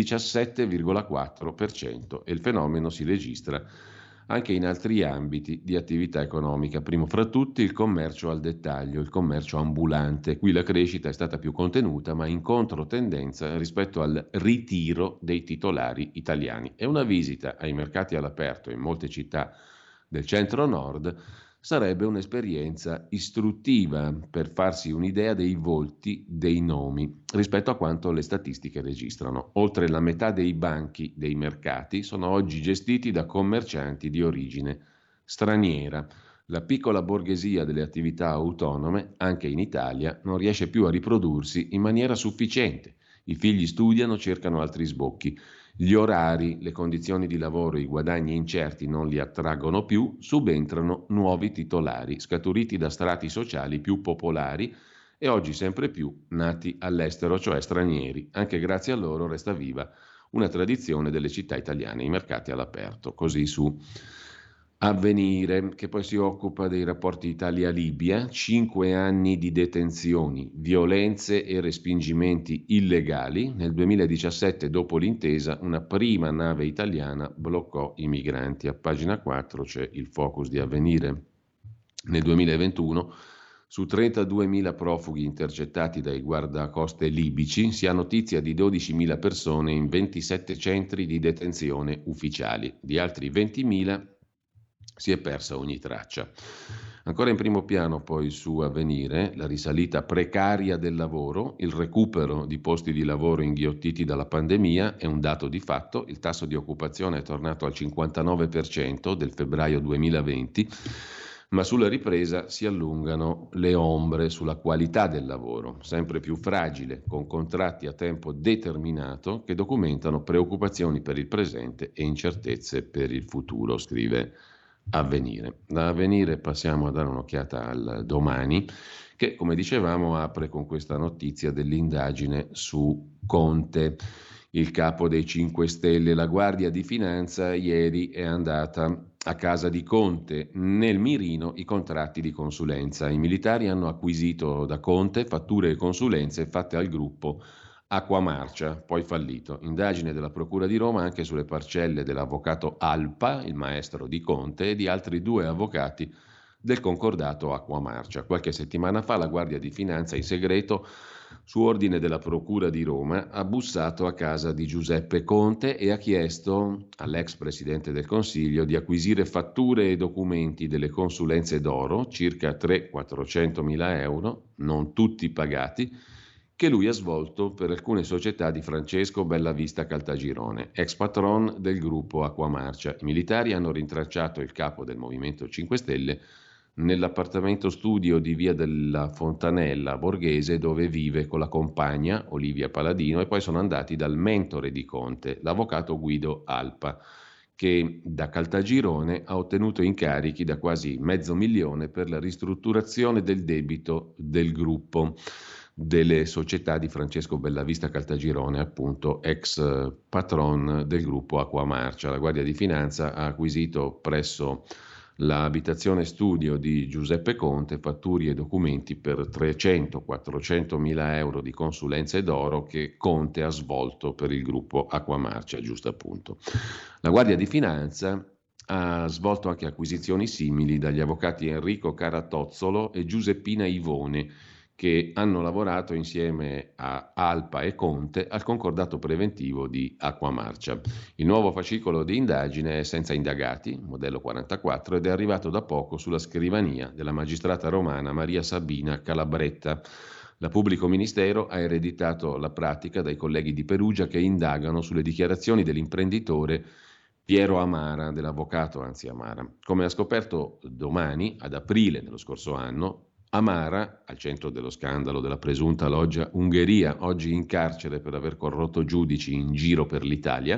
17,4% e il fenomeno si registra anche in altri ambiti di attività economica, primo fra tutti il commercio al dettaglio, il commercio ambulante. Qui la crescita è stata più contenuta, ma in controtendenza rispetto al ritiro dei titolari italiani. E una visita ai mercati all'aperto in molte città del centro-nord sarebbe un'esperienza istruttiva per farsi un'idea dei volti, dei nomi, rispetto a quanto le statistiche registrano. Oltre la metà dei banchi dei mercati sono oggi gestiti da commercianti di origine straniera. La piccola borghesia delle attività autonome, anche in Italia, non riesce più a riprodursi in maniera sufficiente. I figli studiano, cercano altri sbocchi. Gli orari, le condizioni di lavoro, i guadagni incerti non li attraggono più, subentrano nuovi titolari, scaturiti da strati sociali più popolari e oggi sempre più nati all'estero, cioè stranieri. Anche grazie a loro resta viva una tradizione delle città italiane, i mercati all'aperto, così su Avvenire, che poi si occupa dei rapporti Italia-Libia, 5 anni di detenzioni, violenze e respingimenti illegali. Nel 2017, dopo l'intesa, una prima nave italiana bloccò i migranti. A pagina 4 c'è il focus di Avvenire. Nel 2021, su 32.000 profughi intercettati dai guardacoste libici, si ha notizia di 12.000 persone in 27 centri di detenzione ufficiali. Di altri 20.000 si è persa ogni traccia. Ancora in primo piano poi su Avvenire, la risalita precaria del lavoro, il recupero di posti di lavoro inghiottiti dalla pandemia è un dato di fatto. Il tasso di occupazione è tornato al 59% del febbraio 2020, ma sulla ripresa si allungano le ombre sulla qualità del lavoro, sempre più fragile, con contratti a tempo determinato che documentano preoccupazioni per il presente e incertezze per il futuro, scrive Avvenire. Da Avvenire passiamo a dare un'occhiata al Domani, che come dicevamo apre con questa notizia dell'indagine su Conte, il capo dei 5 Stelle. La Guardia di Finanza ieri è andata a casa di Conte, nel mirino i contratti di consulenza. I militari hanno acquisito da Conte fatture e consulenze fatte al gruppo Acquamarcia, poi fallito. Indagine della Procura di Roma anche sulle parcelle dell'avvocato Alpa, il maestro di Conte, e di altri 2 avvocati del concordato Acquamarcia. Qualche settimana fa la Guardia di Finanza in segreto, su ordine della Procura di Roma, ha bussato a casa di Giuseppe Conte e ha chiesto all'ex Presidente del Consiglio di acquisire fatture e documenti delle consulenze d'oro, circa 300-400 mila euro, non tutti pagati, che lui ha svolto per alcune società di Francesco Bellavista Caltagirone, ex patron del gruppo Acquamarcia. I militari hanno rintracciato il capo del Movimento 5 Stelle nell'appartamento studio di via della Fontanella Borghese, dove vive con la compagna Olivia Paladino, e poi sono andati dal mentore di Conte, l'avvocato Guido Alpa, che da Caltagirone ha ottenuto incarichi da quasi $500,000 per la ristrutturazione del debito del gruppo delle società di Francesco Bellavista Caltagirone, appunto ex patron del gruppo Acquamarcia. La Guardia di Finanza ha acquisito presso l'abitazione studio di Giuseppe Conte fatture e documenti per 300-400 mila euro di consulenze d'oro che Conte ha svolto per il gruppo Acquamarcia, giusto appunto. La Guardia di Finanza ha svolto anche acquisizioni simili dagli avvocati Enrico Caratozzolo e Giuseppina Ivone, che hanno lavorato insieme a Alpa e Conte al concordato preventivo di Acquamarcia. Il nuovo fascicolo di indagine è senza indagati, modello 44, ed è arrivato da poco sulla scrivania della magistrata romana Maria Sabina Calabretta. La Pubblico Ministero ha ereditato la pratica dai colleghi di Perugia che indagano sulle dichiarazioni dell'imprenditore Piero Amara, dell'avvocato Amara. Come ha scoperto Domani, ad aprile dello scorso anno, Amara, al centro dello scandalo della presunta loggia Ungheria, oggi in carcere per aver corrotto giudici in giro per l'Italia,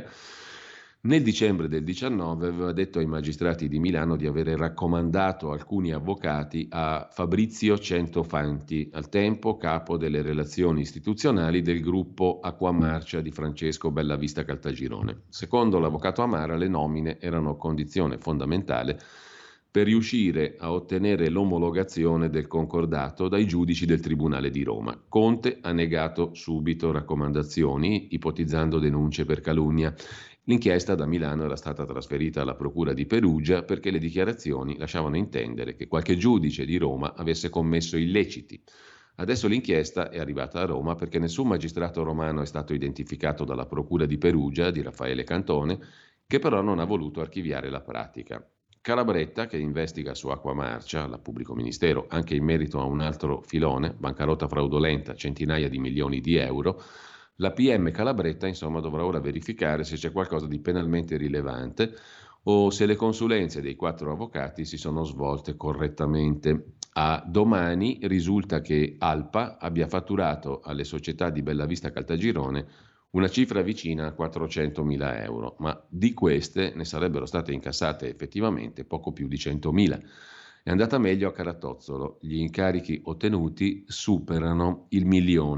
nel dicembre del 19 aveva detto ai magistrati di Milano di avere raccomandato alcuni avvocati a Fabrizio Centofanti, al tempo capo delle relazioni istituzionali del gruppo Acquamarcia di Francesco Bellavista Caltagirone. Secondo l'avvocato Amara, le nomine erano condizione fondamentale per riuscire a ottenere l'omologazione del concordato dai giudici del Tribunale di Roma. Conte ha negato subito raccomandazioni, ipotizzando denunce per calunnia. L'inchiesta da Milano era stata trasferita alla Procura di Perugia perché le dichiarazioni lasciavano intendere che qualche giudice di Roma avesse commesso illeciti. Adesso l'inchiesta è arrivata a Roma perché nessun magistrato romano è stato identificato dalla Procura di Perugia, di Raffaele Cantone, che però non ha voluto archiviare la pratica. Calabretta, che investiga su Acquamarcia, la Pubblico Ministero, anche in merito a un altro filone, bancarotta fraudolenta, centinaia di milioni di euro, la PM Calabretta, insomma, dovrà ora verificare se c'è qualcosa di penalmente rilevante o se le consulenze dei 4 avvocati si sono svolte correttamente. A Domani risulta che Alpa abbia fatturato alle società di Bellavista Caltagirone una cifra vicina a 400.000 euro, ma di queste ne sarebbero state incassate effettivamente poco più di 100.000. È andata meglio a Caratozzolo, gli incarichi ottenuti superano il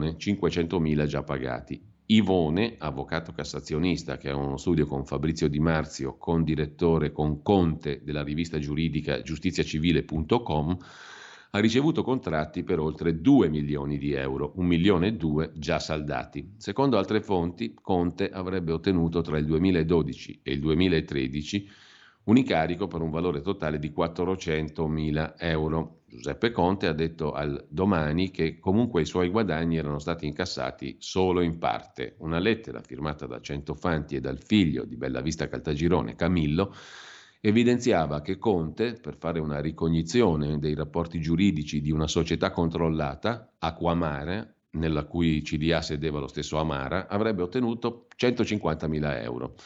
1.500.000 già pagati. Ivone, avvocato cassazionista che ha uno studio con Fabrizio Di Marzio, con direttore con Conte della rivista giuridica giustiziacivile.com, ha ricevuto contratti per oltre 2 milioni di euro, 1,2 milioni già saldati. Secondo altre fonti, Conte avrebbe ottenuto tra il 2012 e il 2013 un incarico per un valore totale di 400.000 euro. Giuseppe Conte ha detto al Domani che comunque i suoi guadagni erano stati incassati solo in parte. Una lettera firmata da Centofanti e dal figlio di Bellavista Caltagirone, Camillo, evidenziava che Conte, per fare una ricognizione dei rapporti giuridici di una società controllata, Acquamare, nella cui CDA sedeva lo stesso Amara, avrebbe ottenuto 150.000 euro.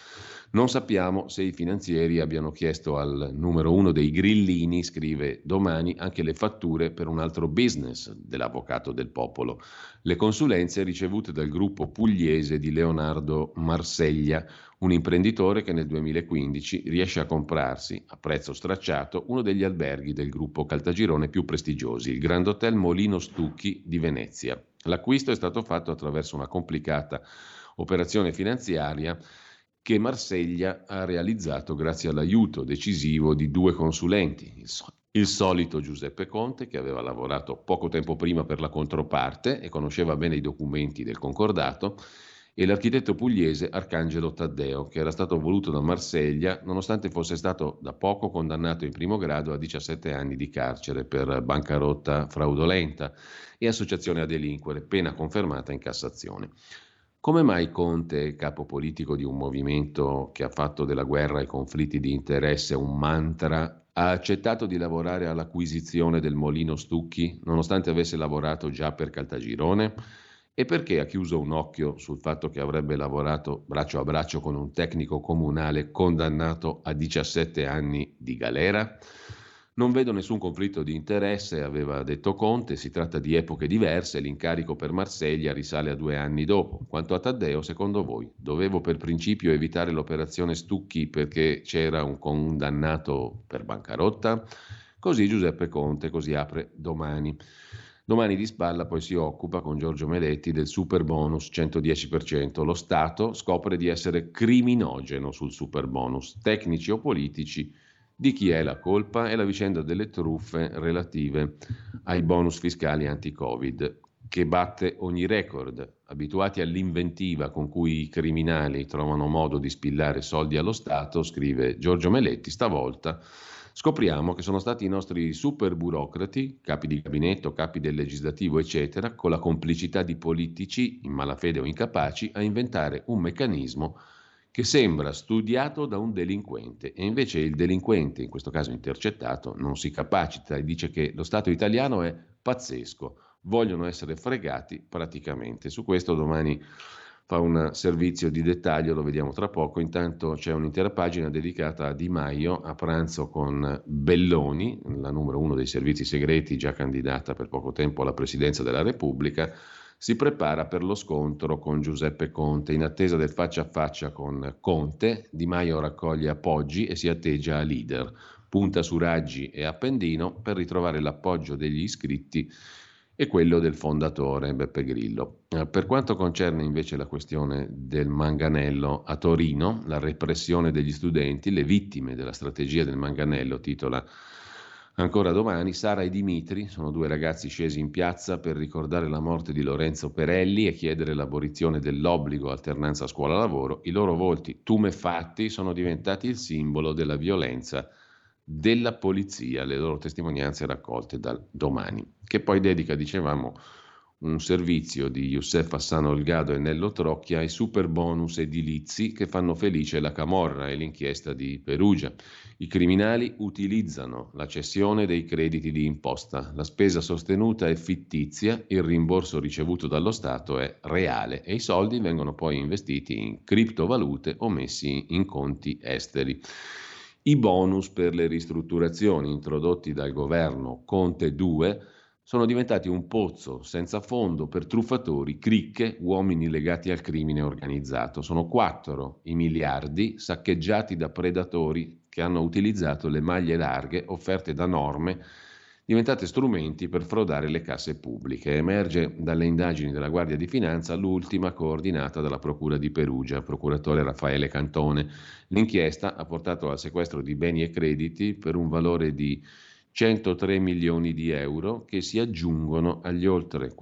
Non sappiamo se i finanzieri abbiano chiesto al numero uno dei grillini, scrive Domani, anche le fatture per un altro business dell'avvocato del popolo. Le consulenze ricevute dal gruppo pugliese di Leonardo Marseglia, un imprenditore che nel 2015 riesce a comprarsi, a prezzo stracciato, uno degli alberghi del gruppo Caltagirone più prestigiosi, il Grand Hotel Molino Stucchi di Venezia. L'acquisto è stato fatto attraverso una complicata operazione finanziaria che Marseglia ha realizzato grazie all'aiuto decisivo di due consulenti, il solito Giuseppe Conte, che aveva lavorato poco tempo prima per la controparte e conosceva bene i documenti del concordato, e l'architetto pugliese Arcangelo Taddeo, che era stato voluto da Marseglia nonostante fosse stato da poco condannato in primo grado a 17 anni di carcere per bancarotta fraudolenta e associazione a delinquere, pena confermata in Cassazione. Come mai Conte, capo politico di un movimento che ha fatto della guerra e conflitti di interesse un mantra, ha accettato di lavorare all'acquisizione del Molino Stucchi, nonostante avesse lavorato già per Caltagirone? E perché ha chiuso un occhio sul fatto che avrebbe lavorato braccio a braccio con un tecnico comunale condannato a 17 anni di galera? Non vedo nessun conflitto di interesse, aveva detto Conte, si tratta di epoche diverse, l'incarico per Marseglia risale a 2 anni dopo. Quanto a Taddeo, secondo voi, dovevo per principio evitare l'operazione Stucchi perché c'era un condannato per bancarotta? Così Giuseppe Conte, così apre Domani. Domani di spalla poi si occupa con Giorgio Meletti del super bonus 110%. Lo Stato scopre di essere criminogeno sul super bonus, tecnici o politici. Di chi è la colpa? È la vicenda delle truffe relative ai bonus fiscali anti-Covid, che batte ogni record. Abituati all'inventiva con cui i criminali trovano modo di spillare soldi allo Stato, scrive Giorgio Meletti, stavolta scopriamo che sono stati i nostri super burocrati, capi di gabinetto, capi del legislativo, eccetera, con la complicità di politici in malafede o incapaci, a inventare un meccanismo che sembra studiato da un delinquente e invece il delinquente, in questo caso intercettato, non si capacita e dice che lo Stato italiano è pazzesco, vogliono essere fregati praticamente. Su questo domani fa un servizio di dettaglio, lo vediamo tra poco. Intanto c'è un'intera pagina dedicata a Di Maio a pranzo con Belloni, la numero uno dei servizi segreti, già candidata per poco tempo alla presidenza della Repubblica. Si prepara per lo scontro con Giuseppe Conte. In attesa del faccia a faccia con Conte, Di Maio raccoglie appoggi e si atteggia a leader. Punta su Raggi e Appendino per ritrovare l'appoggio degli iscritti e quello del fondatore Beppe Grillo. Per quanto concerne invece la questione del manganello a Torino, la repressione degli studenti, le vittime della strategia del manganello, titola ancora Domani, Sara e Dimitri sono due ragazzi scesi in piazza per ricordare la morte di Lorenzo Perelli e chiedere l'abolizione dell'obbligo alternanza scuola-lavoro. I loro volti tumefatti sono diventati il simbolo della violenza della polizia, le loro testimonianze raccolte dal Domani, che poi dedica, dicevamo, un servizio di Youssef Hassan Olgado e Nello Trocchia ai super bonus edilizi che fanno felice la camorra e l'inchiesta di Perugia. I criminali utilizzano la cessione dei crediti di imposta, la spesa sostenuta è fittizia, il rimborso ricevuto dallo Stato è reale e i soldi vengono poi investiti in criptovalute o messi in conti esteri. I bonus per le ristrutturazioni introdotti dal governo Conte 2 sono diventati un pozzo senza fondo per truffatori, cricche, uomini legati al crimine organizzato. Sono 4 i miliardi saccheggiati da predatori che hanno utilizzato le maglie larghe offerte da norme diventate strumenti per frodare le casse pubbliche. Emerge dalle indagini della Guardia di Finanza, l'ultima coordinata dalla Procura di Perugia, procuratore Raffaele Cantone. L'inchiesta ha portato al sequestro di beni e crediti per un valore di 103 milioni di euro che si aggiungono agli oltre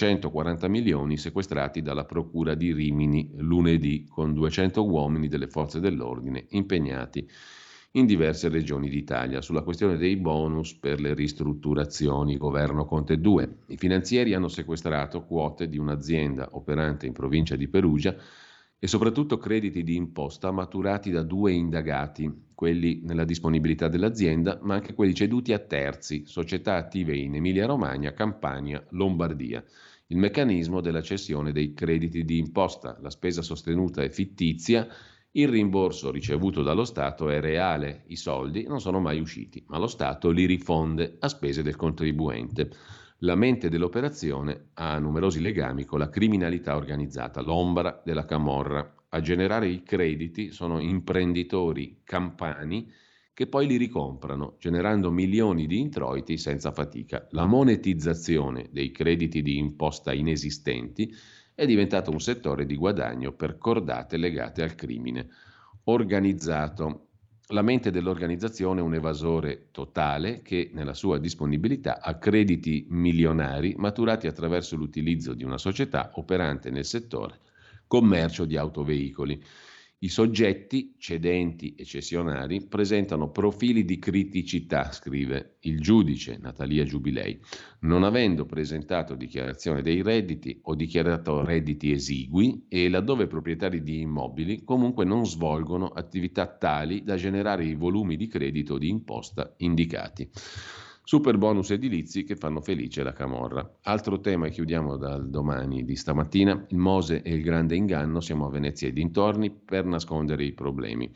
440 milioni sequestrati dalla Procura di Rimini lunedì, con 200 uomini delle forze dell'ordine impegnati in diverse regioni d'Italia. Sulla questione dei bonus per le ristrutturazioni, governo Conte 2. I finanzieri hanno sequestrato quote di un'azienda operante in provincia di Perugia e soprattutto crediti di imposta maturati da 2 indagati, quelli nella disponibilità dell'azienda, ma anche quelli ceduti a terzi, società attive in Emilia-Romagna, Campania, Lombardia. Il meccanismo della cessione dei crediti di imposta, la spesa sostenuta è fittizia, Il rimborso ricevuto dallo Stato è reale, i soldi non sono mai usciti, ma lo Stato li rifonde a spese del contribuente. La mente dell'operazione ha numerosi legami con la criminalità organizzata, l'ombra della camorra. A generare i crediti sono imprenditori campani che poi li ricomprano, generando milioni di introiti senza fatica. La monetizzazione dei crediti di imposta inesistenti è diventato un settore di guadagno per cordate legate al crimine organizzato. La mente dell'organizzazione è un evasore totale che nella sua disponibilità ha crediti milionari maturati attraverso l'utilizzo di una società operante nel settore commercio di autoveicoli. I soggetti cedenti e cessionari presentano profili di criticità, scrive il giudice Natalia Giubilei, non avendo presentato dichiarazione dei redditi o dichiarato redditi esigui e laddove proprietari di immobili comunque non svolgono attività tali da generare i volumi di credito di imposta indicati. Super bonus edilizi che fanno felice la camorra. Altro tema e chiudiamo dal Domani di stamattina, il Mose e il grande inganno, siamo a Venezia e dintorni per nascondere i problemi.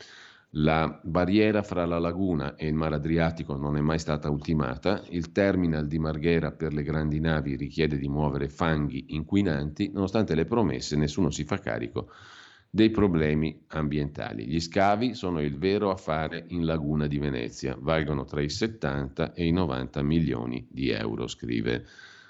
La barriera fra la laguna e il Mar Adriatico non è mai stata ultimata, il terminal di Marghera per le grandi navi richiede di muovere fanghi inquinanti, nonostante le promesse nessuno si fa carico dei problemi ambientali. Gli scavi sono il vero affare in laguna di Venezia, valgono tra i 70 e i 90 milioni di euro, scrive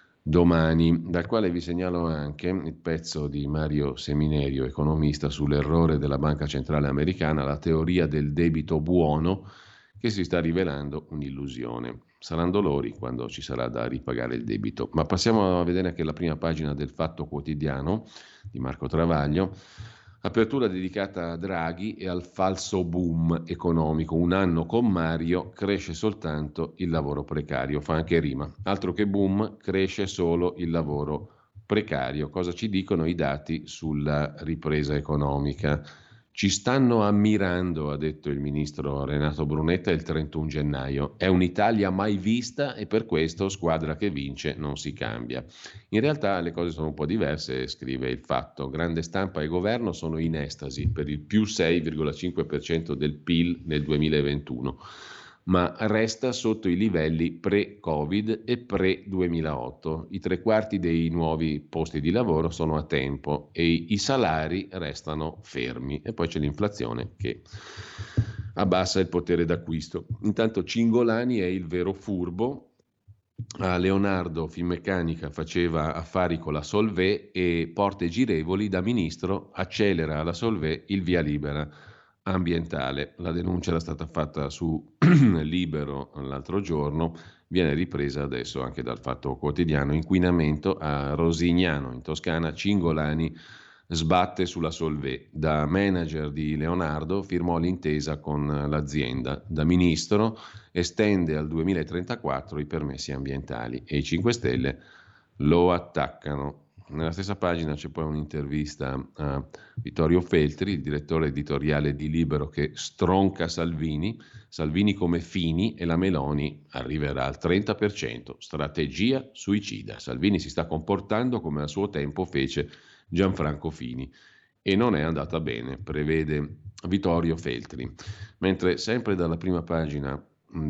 Domani, dal quale vi segnalo anche il pezzo di Mario Seminerio, economista, sull'errore della Banca Centrale Americana, la teoria del debito buono, che si sta rivelando un'illusione. Saranno dolori quando ci sarà da ripagare il debito. Ma passiamo a vedere anche la prima pagina del Fatto Quotidiano di Marco Travaglio. Apertura dedicata a Draghi e al falso boom economico. Un anno con Mario cresce soltanto il lavoro precario. Fa anche rima. Altro che boom, cresce solo il lavoro precario. Cosa ci dicono i dati sulla ripresa economica? Ci stanno ammirando, ha detto il ministro Renato Brunetta il 31 gennaio. È un'Italia mai vista e per questo squadra che vince non si cambia. In realtà le cose sono un po' diverse, scrive il Fatto. Grande stampa e governo sono in estasi per il più 6,5% del PIL nel 2021, ma resta sotto i livelli pre-Covid e pre-2008. I 3/4 dei nuovi posti di lavoro sono a tempo e i salari restano fermi. E poi c'è l'inflazione che abbassa il potere d'acquisto. Intanto Cingolani è il vero furbo. A Leonardo Finmeccanica faceva affari con la Solvay e Porte Girevoli da ministro accelera alla Solvay il via libera ambientale. La denuncia era stata fatta su Libero l'altro giorno, viene ripresa adesso anche dal Fatto Quotidiano. Inquinamento a Rosignano in Toscana, Cingolani sbatte sulla Solvay. Da manager di Leonardo firmò l'intesa con l'azienda. Da ministro estende al 2034 i permessi ambientali e i 5 Stelle lo attaccano. Nella stessa pagina c'è poi un'intervista a Vittorio Feltri, il direttore editoriale di Libero, che stronca Salvini come Fini e la Meloni arriverà al 30%, strategia suicida. Salvini si sta comportando come a suo tempo fece Gianfranco Fini e non è andata bene, prevede Vittorio Feltri. Mentre sempre dalla prima pagina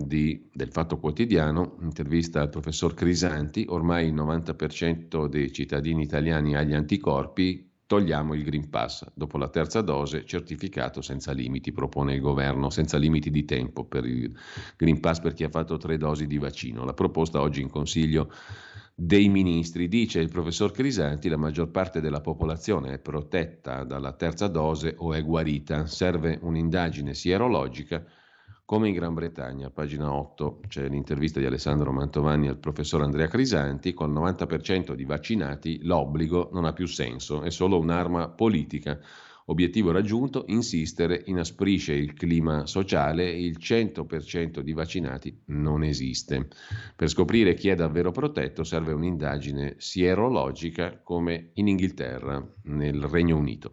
del Fatto Quotidiano, intervista al professor Crisanti, ormai il 90% dei cittadini italiani ha gli anticorpi, togliamo il Green Pass, dopo la terza dose certificato senza limiti, propone il governo, senza limiti di tempo per il Green Pass per chi ha fatto 3 dosi di vaccino. La proposta oggi in Consiglio dei Ministri, dice il professor Crisanti, la maggior parte della popolazione è protetta dalla terza dose o è guarita, serve un'indagine sierologica come in Gran Bretagna. Pagina 8 c'è l'intervista di Alessandro Mantovani al professor Andrea Crisanti. Col 90% di vaccinati l'obbligo non ha più senso, è solo un'arma politica. Obiettivo raggiunto, insistere inasprisce il clima sociale, il 100% di vaccinati non esiste. Per scoprire chi è davvero protetto serve un'indagine sierologica come in Inghilterra, nel Regno Unito.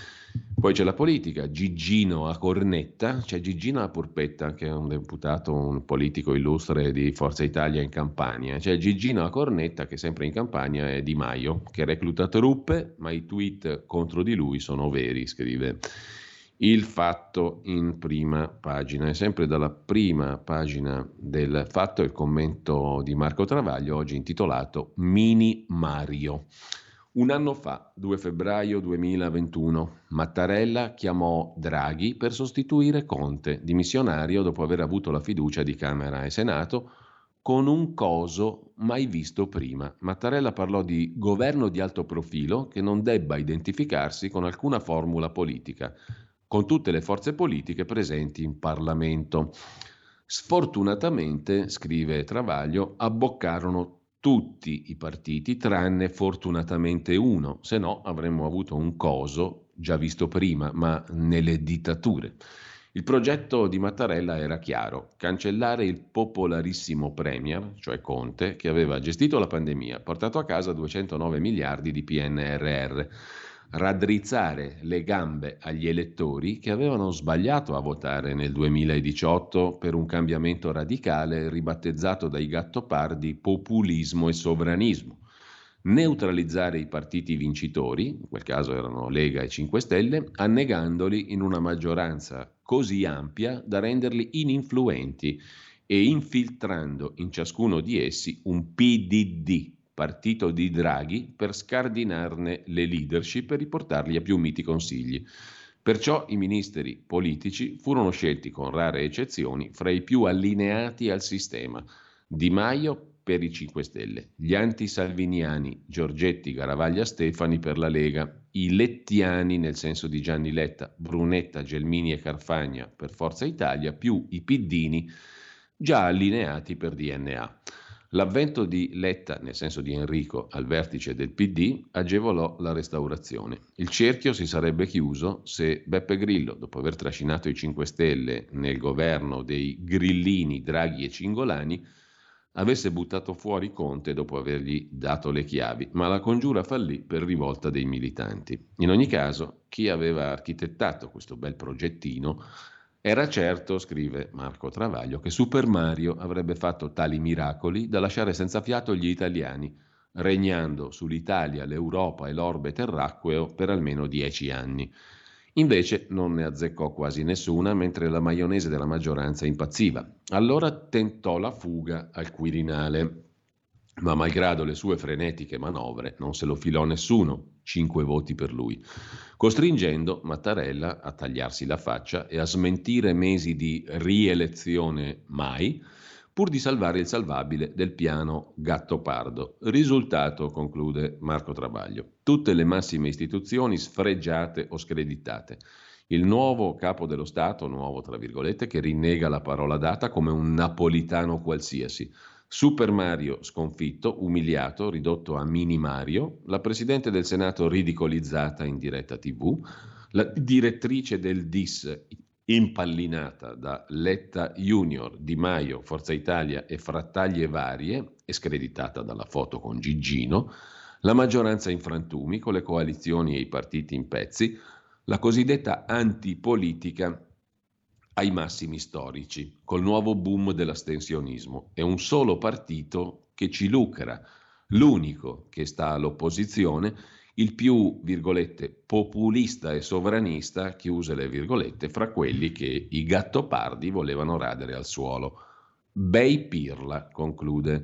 Poi c'è la politica, Gigino a cornetta, c'è Gigino a Purpetta, che è un deputato, un politico illustre di Forza Italia in Campania. C'è Gigino a cornetta, che sempre in Campania è Di Maio, che recluta truppe, ma i tweet contro di lui sono veri, scrive Il Fatto in prima pagina. E sempre dalla prima pagina del Fatto il commento di Marco Travaglio, oggi intitolato Mini Mario. Un anno fa, 2 febbraio 2021, Mattarella chiamò Draghi per sostituire Conte, dimissionario dopo aver avuto la fiducia di Camera e Senato, con un coso mai visto prima. Mattarella parlò di governo di alto profilo che non debba identificarsi con alcuna formula politica, con tutte le forze politiche presenti in Parlamento. Sfortunatamente, scrive Travaglio, abboccarono tutti i partiti tranne fortunatamente uno, se no avremmo avuto un coso già visto prima, ma nelle dittature. Il progetto di Mattarella era chiaro: cancellare il popolarissimo Premier, cioè Conte, che aveva gestito la pandemia, portato a casa 209 miliardi di PNRR, raddrizzare le gambe agli elettori che avevano sbagliato a votare nel 2018 per un cambiamento radicale ribattezzato dai Gattopardi populismo e sovranismo. Neutralizzare i partiti vincitori, in quel caso erano Lega e 5 Stelle, annegandoli in una maggioranza così ampia da renderli ininfluenti e infiltrando in ciascuno di essi un PDD, partito di Draghi, per scardinarne le leadership e riportarli a più miti consigli. Perciò i ministeri politici furono scelti con rare eccezioni fra i più allineati al sistema. Di Maio per i 5 Stelle, gli anti-salviniani Giorgetti, Garavaglia, Stefani per la Lega, i lettiani nel senso di Gianni Letta, Brunetta, Gelmini e Carfagna per Forza Italia, più i piddini già allineati per DNA. L'avvento di Letta, nel senso di Enrico, al vertice del PD agevolò la restaurazione. Il cerchio si sarebbe chiuso se Beppe Grillo, dopo aver trascinato i 5 Stelle nel governo dei grillini Draghi e Cingolani, avesse buttato fuori Conte dopo avergli dato le chiavi, ma la congiura fallì per rivolta dei militanti. In ogni caso, chi aveva architettato questo bel progettino era certo, scrive Marco Travaglio, che Super Mario avrebbe fatto tali miracoli da lasciare senza fiato gli italiani, regnando sull'Italia, l'Europa e l'orbe terracqueo per almeno 10 anni. Invece non ne azzeccò quasi nessuna, mentre la maionese della maggioranza impazziva. Allora tentò la fuga al Quirinale, ma malgrado le sue frenetiche manovre non se lo filò nessuno, 5 voti per lui, costringendo Mattarella a tagliarsi la faccia e a smentire mesi di rielezione mai, pur di salvare il salvabile del piano Gattopardo. Risultato, conclude Marco Travaglio, tutte le massime istituzioni sfregiate o screditate. Il nuovo capo dello Stato, nuovo tra virgolette, che rinnega la parola data come un napolitano qualsiasi. Super Mario sconfitto, umiliato, ridotto a mini Mario, la Presidente del Senato ridicolizzata in diretta TV, la direttrice del DIS impallinata da Letta Junior, Di Maio, Forza Italia e frattaglie varie, e screditata dalla foto con Giggino, la maggioranza in frantumi con le coalizioni e i partiti in pezzi, la cosiddetta antipolitica ai massimi storici, col nuovo boom dell'astensionismo. È un solo partito che ci lucra, l'unico che sta all'opposizione, il più, virgolette, populista e sovranista, chiuse le virgolette, fra quelli che i Gattopardi volevano radere al suolo. Bei pirla, conclude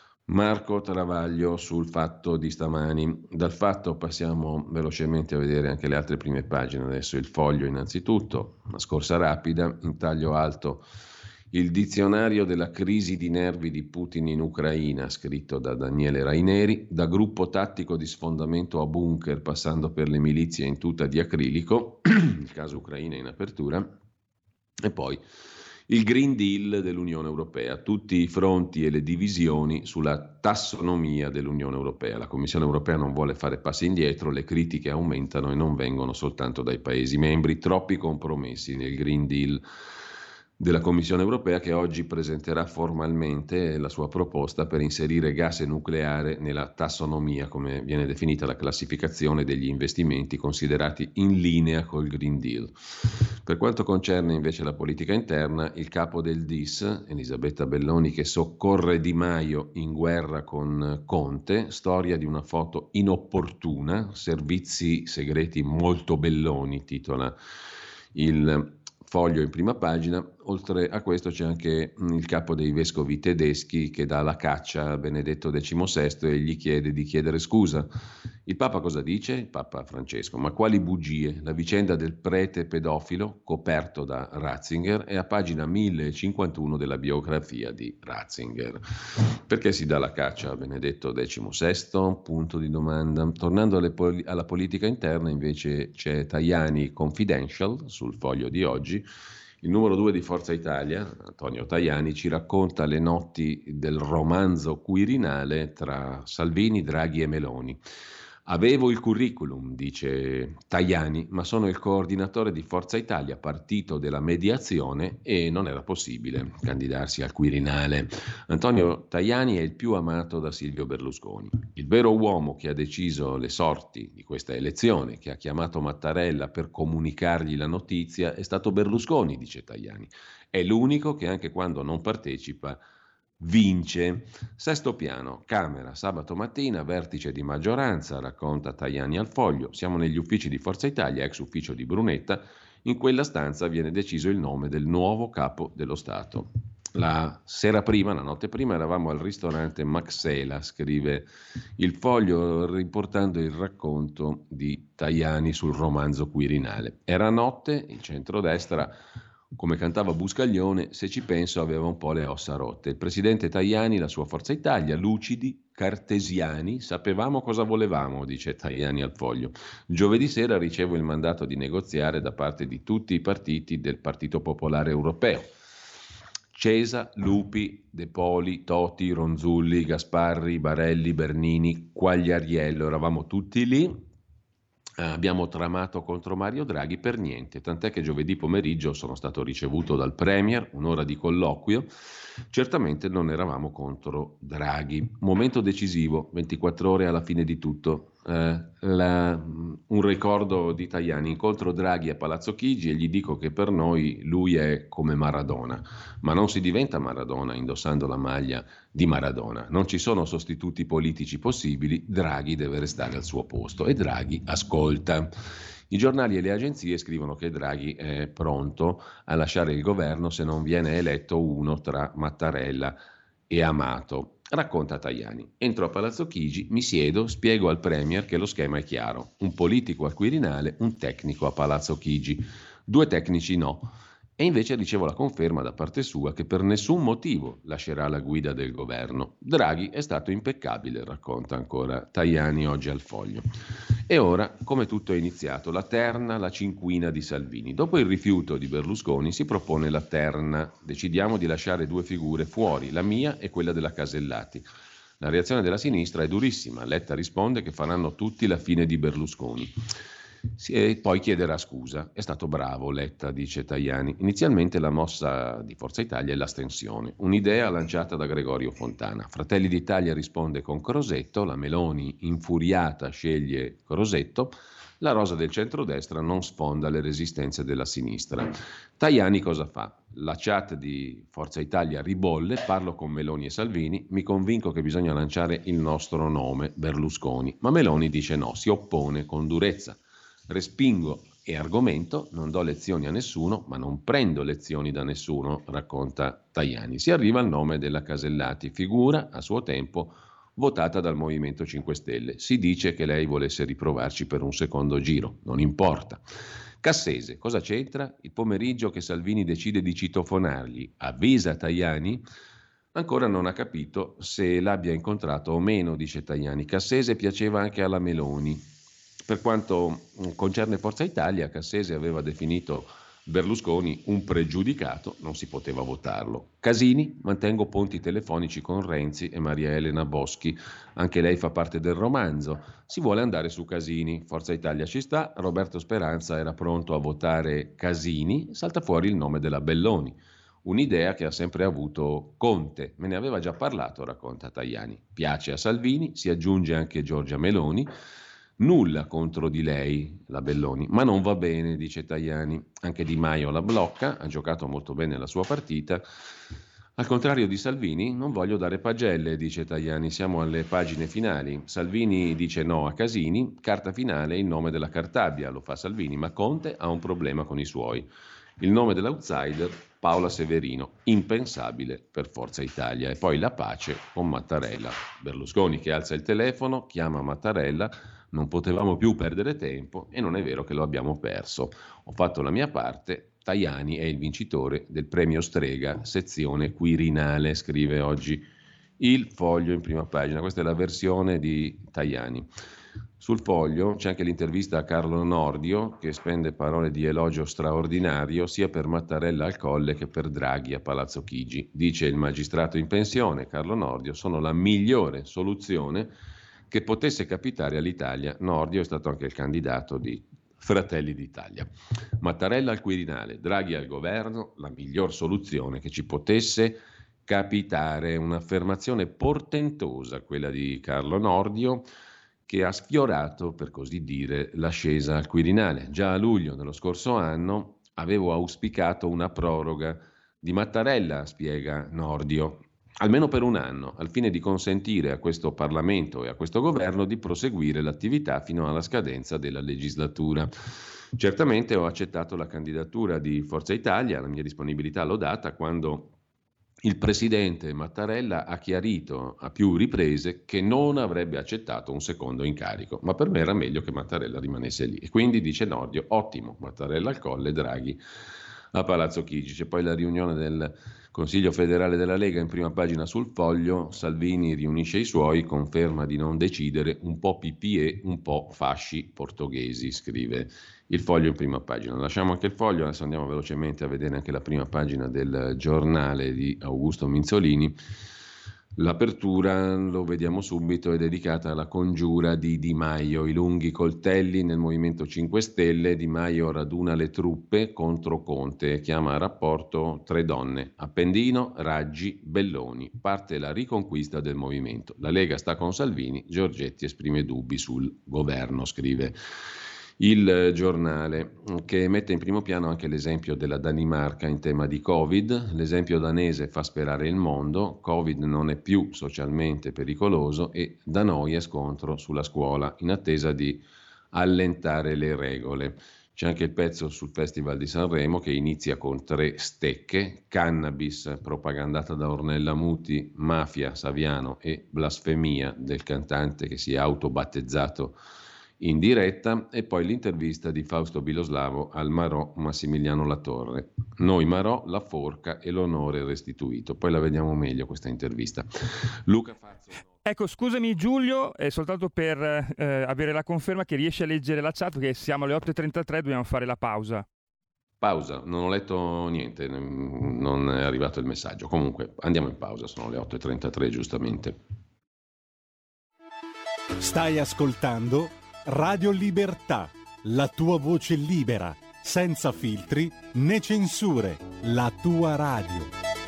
Marco Travaglio sul Fatto di stamani. Dal Fatto passiamo velocemente a vedere anche le altre prime pagine. Adesso il Foglio innanzitutto, una scorsa rapida, in taglio alto, il dizionario della crisi di nervi di Putin in Ucraina, scritto da Daniele Raineri, da gruppo tattico di sfondamento a bunker passando per le milizie in tuta di acrilico, il caso Ucraina in apertura, e poi il Green Deal dell'Unione Europea, tutti i fronti e le divisioni sulla tassonomia dell'Unione Europea. La Commissione Europea non vuole fare passi indietro, le critiche aumentano e non vengono soltanto dai Paesi membri, troppi compromessi nel Green Deal della Commissione Europea, che oggi presenterà formalmente la sua proposta per inserire gas e nucleare nella tassonomia, come viene definita la classificazione degli investimenti considerati in linea col Green Deal. Per quanto concerne invece la politica interna, il capo del DIS, Elisabetta Belloni, che soccorre Di Maio in guerra con Conte, storia di una foto inopportuna, servizi segreti molto Belloni, titola il Foglio in prima pagina. Oltre a questo c'è anche il capo dei vescovi tedeschi che dà la caccia a Benedetto XVI e gli chiede di chiedere scusa. Il Papa cosa dice? Il Papa Francesco: ma quali bugie? La vicenda del prete pedofilo coperto da Ratzinger è a pagina 1051 della biografia di Ratzinger. Perché si dà la caccia a Benedetto XVI? Punto di domanda. Tornando alla politica interna, invece, c'è Tajani Confidential sul Foglio di oggi. Il numero 2 di Forza Italia, Antonio Tajani, ci racconta le notti del romanzo quirinale tra Salvini, Draghi e Meloni. Avevo il curriculum, dice Tajani, ma sono il coordinatore di Forza Italia, partito della mediazione, e non era possibile candidarsi al Quirinale. Antonio Tajani è il più amato da Silvio Berlusconi. Il vero uomo che ha deciso le sorti di questa elezione, che ha chiamato Mattarella per comunicargli la notizia, è stato Berlusconi, dice Tajani. È l'unico che anche quando non partecipa vince. Sesto piano, Camera, sabato mattina, vertice di maggioranza, racconta Tajani al Foglio. Siamo negli uffici di Forza Italia, ex ufficio di Brunetta. In quella stanza viene deciso il nome del nuovo capo dello Stato. La sera prima, la notte prima, eravamo al ristorante Maxela, scrive il Foglio riportando il racconto di Tajani sul romanzo Quirinale. Era notte, il centrodestra, come cantava Buscaglione, se ci penso aveva un po' le ossa rotte. Il presidente Tajani, la sua Forza Italia, lucidi, cartesiani, sapevamo cosa volevamo, dice Tajani al Foglio. Giovedì sera ricevo il mandato di negoziare da parte di tutti i partiti del Partito Popolare Europeo. Cesa, Lupi, De Poli, Toti, Ronzulli, Gasparri, Barelli, Bernini, Quagliariello, eravamo tutti lì. Abbiamo tramato contro Mario Draghi per niente, tant'è che giovedì pomeriggio sono stato ricevuto dal Premier, un'ora di colloquio. Certamente non eravamo contro Draghi. Momento decisivo, 24 ore alla fine di tutto. Un ricordo di Tajani: incontro Draghi a Palazzo Chigi e gli dico che per noi lui è come Maradona, ma non si diventa Maradona indossando la maglia di Maradona, non ci sono sostituti politici possibili, Draghi deve restare al suo posto e Draghi ascolta. I giornali e le agenzie scrivono che Draghi è pronto a lasciare il governo se non viene eletto uno tra Mattarella e Amato. Racconta Tajani: entro a Palazzo Chigi, mi siedo, spiego al Premier che lo schema è chiaro. Un politico al Quirinale, un tecnico a Palazzo Chigi. 2 tecnici no. E invece ricevo la conferma da parte sua che per nessun motivo lascerà la guida del governo. Draghi è stato impeccabile, racconta ancora Tajani oggi al Foglio. E ora, come tutto è iniziato, la terna, la cinquina di Salvini. Dopo il rifiuto di Berlusconi si propone la terna. Decidiamo di lasciare 2 figure fuori, la mia e quella della Casellati. La reazione della sinistra è durissima. Letta risponde che faranno tutti la fine di Berlusconi. E poi chiederà scusa. È stato bravo Letta, dice Tajani. Inizialmente la mossa di Forza Italia è l'astensione, un'idea lanciata da Gregorio Fontana. Fratelli d'Italia risponde con Crosetto, la Meloni infuriata sceglie Crosetto, la rosa del centrodestra non sfonda le resistenze della sinistra. Tajani cosa fa? La chat di Forza Italia ribolle, parlo con Meloni e Salvini, mi convinco che bisogna lanciare il nostro nome, Berlusconi, ma Meloni dice no, si oppone con durezza. Respingo e argomento, non do lezioni a nessuno, ma non prendo lezioni da nessuno, racconta Tajani. Si arriva al nome della Casellati, figura a suo tempo votata dal Movimento 5 Stelle. Si dice che lei volesse riprovarci per un secondo giro, non importa. Cassese, cosa c'entra? Il pomeriggio che Salvini decide di citofonargli, avvisa Tajani? Ancora non ha capito se l'abbia incontrato o meno, dice Tajani. Cassese piaceva anche alla Meloni. Per quanto concerne Forza Italia, Cassese aveva definito Berlusconi un pregiudicato, non si poteva votarlo. Casini, mantengo ponti telefonici con Renzi e Maria Elena Boschi, anche lei fa parte del romanzo, si vuole andare su Casini, Forza Italia ci sta, Roberto Speranza era pronto a votare Casini, salta fuori il nome della Belloni, un'idea che ha sempre avuto Conte, me ne aveva già parlato, racconta Tajani, piace a Salvini, si aggiunge anche Giorgia Meloni. Nulla contro di lei, la Belloni, ma non va bene, dice Tajani. Anche Di Maio la blocca, ha giocato molto bene la sua partita. Al contrario di Salvini, non voglio dare pagelle, dice Tajani, siamo alle pagine finali. Salvini dice no a Casini, carta finale il nome della Cartabia, lo fa Salvini, ma Conte ha un problema con i suoi. Il nome dell'outsider, Paola Severino, impensabile per Forza Italia. E poi la pace con Mattarella. Berlusconi che alza il telefono, chiama Mattarella, non potevamo più perdere tempo e non è vero che lo abbiamo perso. Ho fatto la mia parte, Tajani è il vincitore del premio Strega, sezione Quirinale, scrive oggi il Foglio in prima pagina. Questa è la versione di Tajani. Sul Foglio c'è anche l'intervista a Carlo Nordio, che spende parole di elogio straordinario sia per Mattarella al Colle che per Draghi a Palazzo Chigi. Dice il magistrato in pensione, Carlo Nordio, sono la migliore soluzione che potesse capitare all'Italia. Nordio è stato anche il candidato di Fratelli d'Italia. Mattarella al Quirinale, Draghi al governo, la miglior soluzione che ci potesse capitare. Un'affermazione portentosa, quella di Carlo Nordio, che ha sfiorato, per così dire, l'ascesa al Quirinale. Già a luglio dello scorso anno avevo auspicato una proroga di Mattarella, spiega Nordio, almeno per un anno, al fine di consentire a questo Parlamento e a questo governo di proseguire l'attività fino alla scadenza della legislatura. Certamente ho accettato la candidatura di Forza Italia, la mia disponibilità l'ho data quando il presidente Mattarella ha chiarito a più riprese che non avrebbe accettato un secondo incarico, ma per me era meglio che Mattarella rimanesse lì. E quindi dice Nordio, ottimo, Mattarella al Colle, Draghi a Palazzo Chigi. C'è poi la riunione del Consiglio federale della Lega in prima pagina sul Foglio, Salvini riunisce i suoi, conferma di non decidere, un po' PPE, un po' fasci portoghesi, scrive il Foglio in prima pagina. Lasciamo anche il Foglio, adesso andiamo velocemente a vedere anche la prima pagina del Giornale di Augusto Minzolini. L'apertura, lo vediamo subito, è dedicata alla congiura di Di Maio, i lunghi coltelli nel Movimento 5 Stelle. Di Maio raduna le truppe contro Conte e chiama a rapporto 3 donne, Appendino, Raggi, Belloni. Parte la riconquista del movimento. La Lega sta con Salvini, Giorgetti esprime dubbi sul governo, scrive il Giornale, che mette in primo piano anche l'esempio della Danimarca in tema di Covid. L'esempio danese fa sperare il mondo, Covid non è più socialmente pericoloso e da noi è scontro sulla scuola, in attesa di allentare le regole. C'è anche il pezzo sul Festival di Sanremo che inizia con 3 stecche, cannabis propagandata da Ornella Muti, mafia, Saviano e blasfemia del cantante che si è autobattezzato in diretta, e poi l'intervista di Fausto Biloslavo al Marò Massimiliano Latorre. Noi Marò, la forca e l'onore restituito. Poi la vediamo meglio questa intervista. Luca Fazzo. Ecco, scusami Giulio, è soltanto per avere la conferma che riesci a leggere la chat, che siamo alle 8.33, dobbiamo fare la pausa. Pausa, non ho letto niente, non è arrivato il messaggio. Comunque andiamo in pausa, sono le 8.33 giustamente. Stai ascoltando Radio Libertà, la tua voce libera, senza filtri né censure, la tua radio.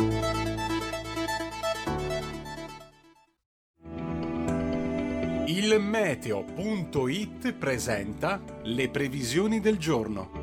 Il meteo.it presenta le previsioni del giorno.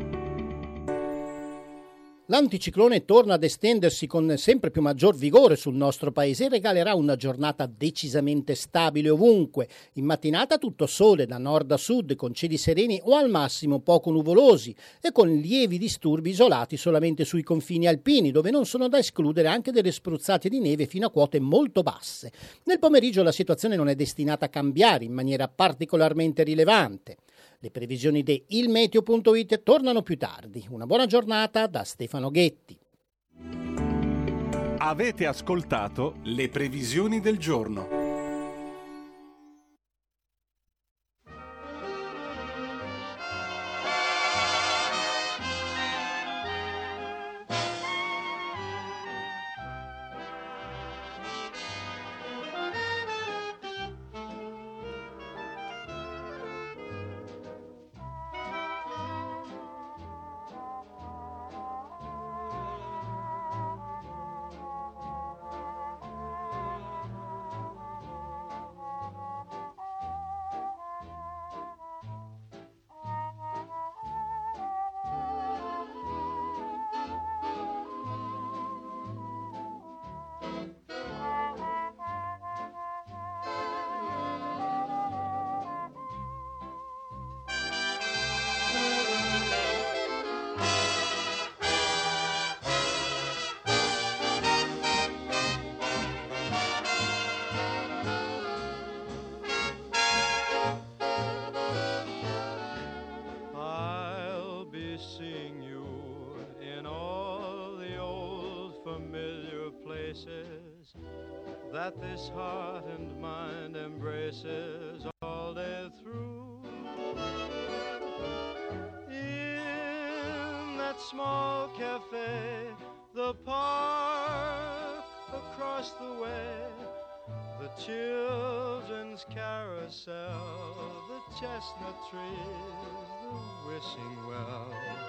L'anticiclone torna ad estendersi con sempre più maggior vigore sul nostro paese e regalerà una giornata decisamente stabile ovunque. In mattinata tutto sole da nord a sud, con cieli sereni o al massimo poco nuvolosi e con lievi disturbi isolati solamente sui confini alpini, dove non sono da escludere anche delle spruzzate di neve fino a quote molto basse. Nel pomeriggio la situazione non è destinata a cambiare in maniera particolarmente rilevante. Le previsioni di ilmeteo.it tornano più tardi. Una buona giornata da Stefano Ghetti. Avete ascoltato le previsioni del giorno. that this heart and mind embraces all day through. In that small cafe, the park across the way, the children's carousel, the chestnut trees, the wishing well.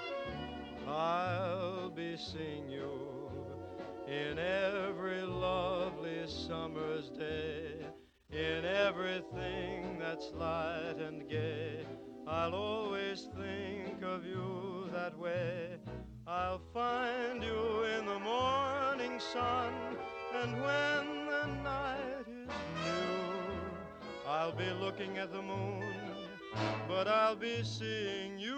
I'll be seeing you in every lovely summer's day, in everything that's light and gay. I'll always think of you that way. I'll find you in the morning sun, and when the night is new, I'll be looking at the moon, but I'll be seeing you.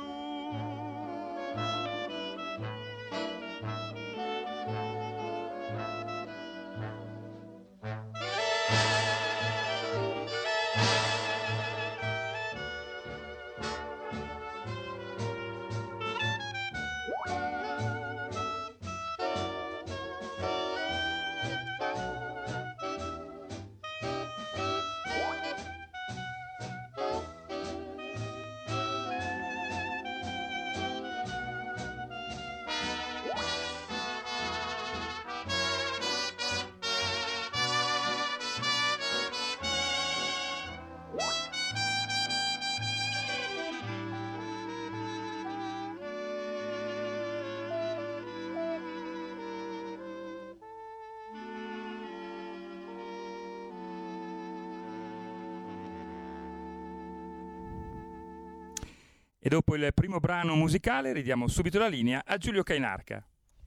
E dopo il primo brano musicale ridiamo subito la linea a Giulio Cainarca.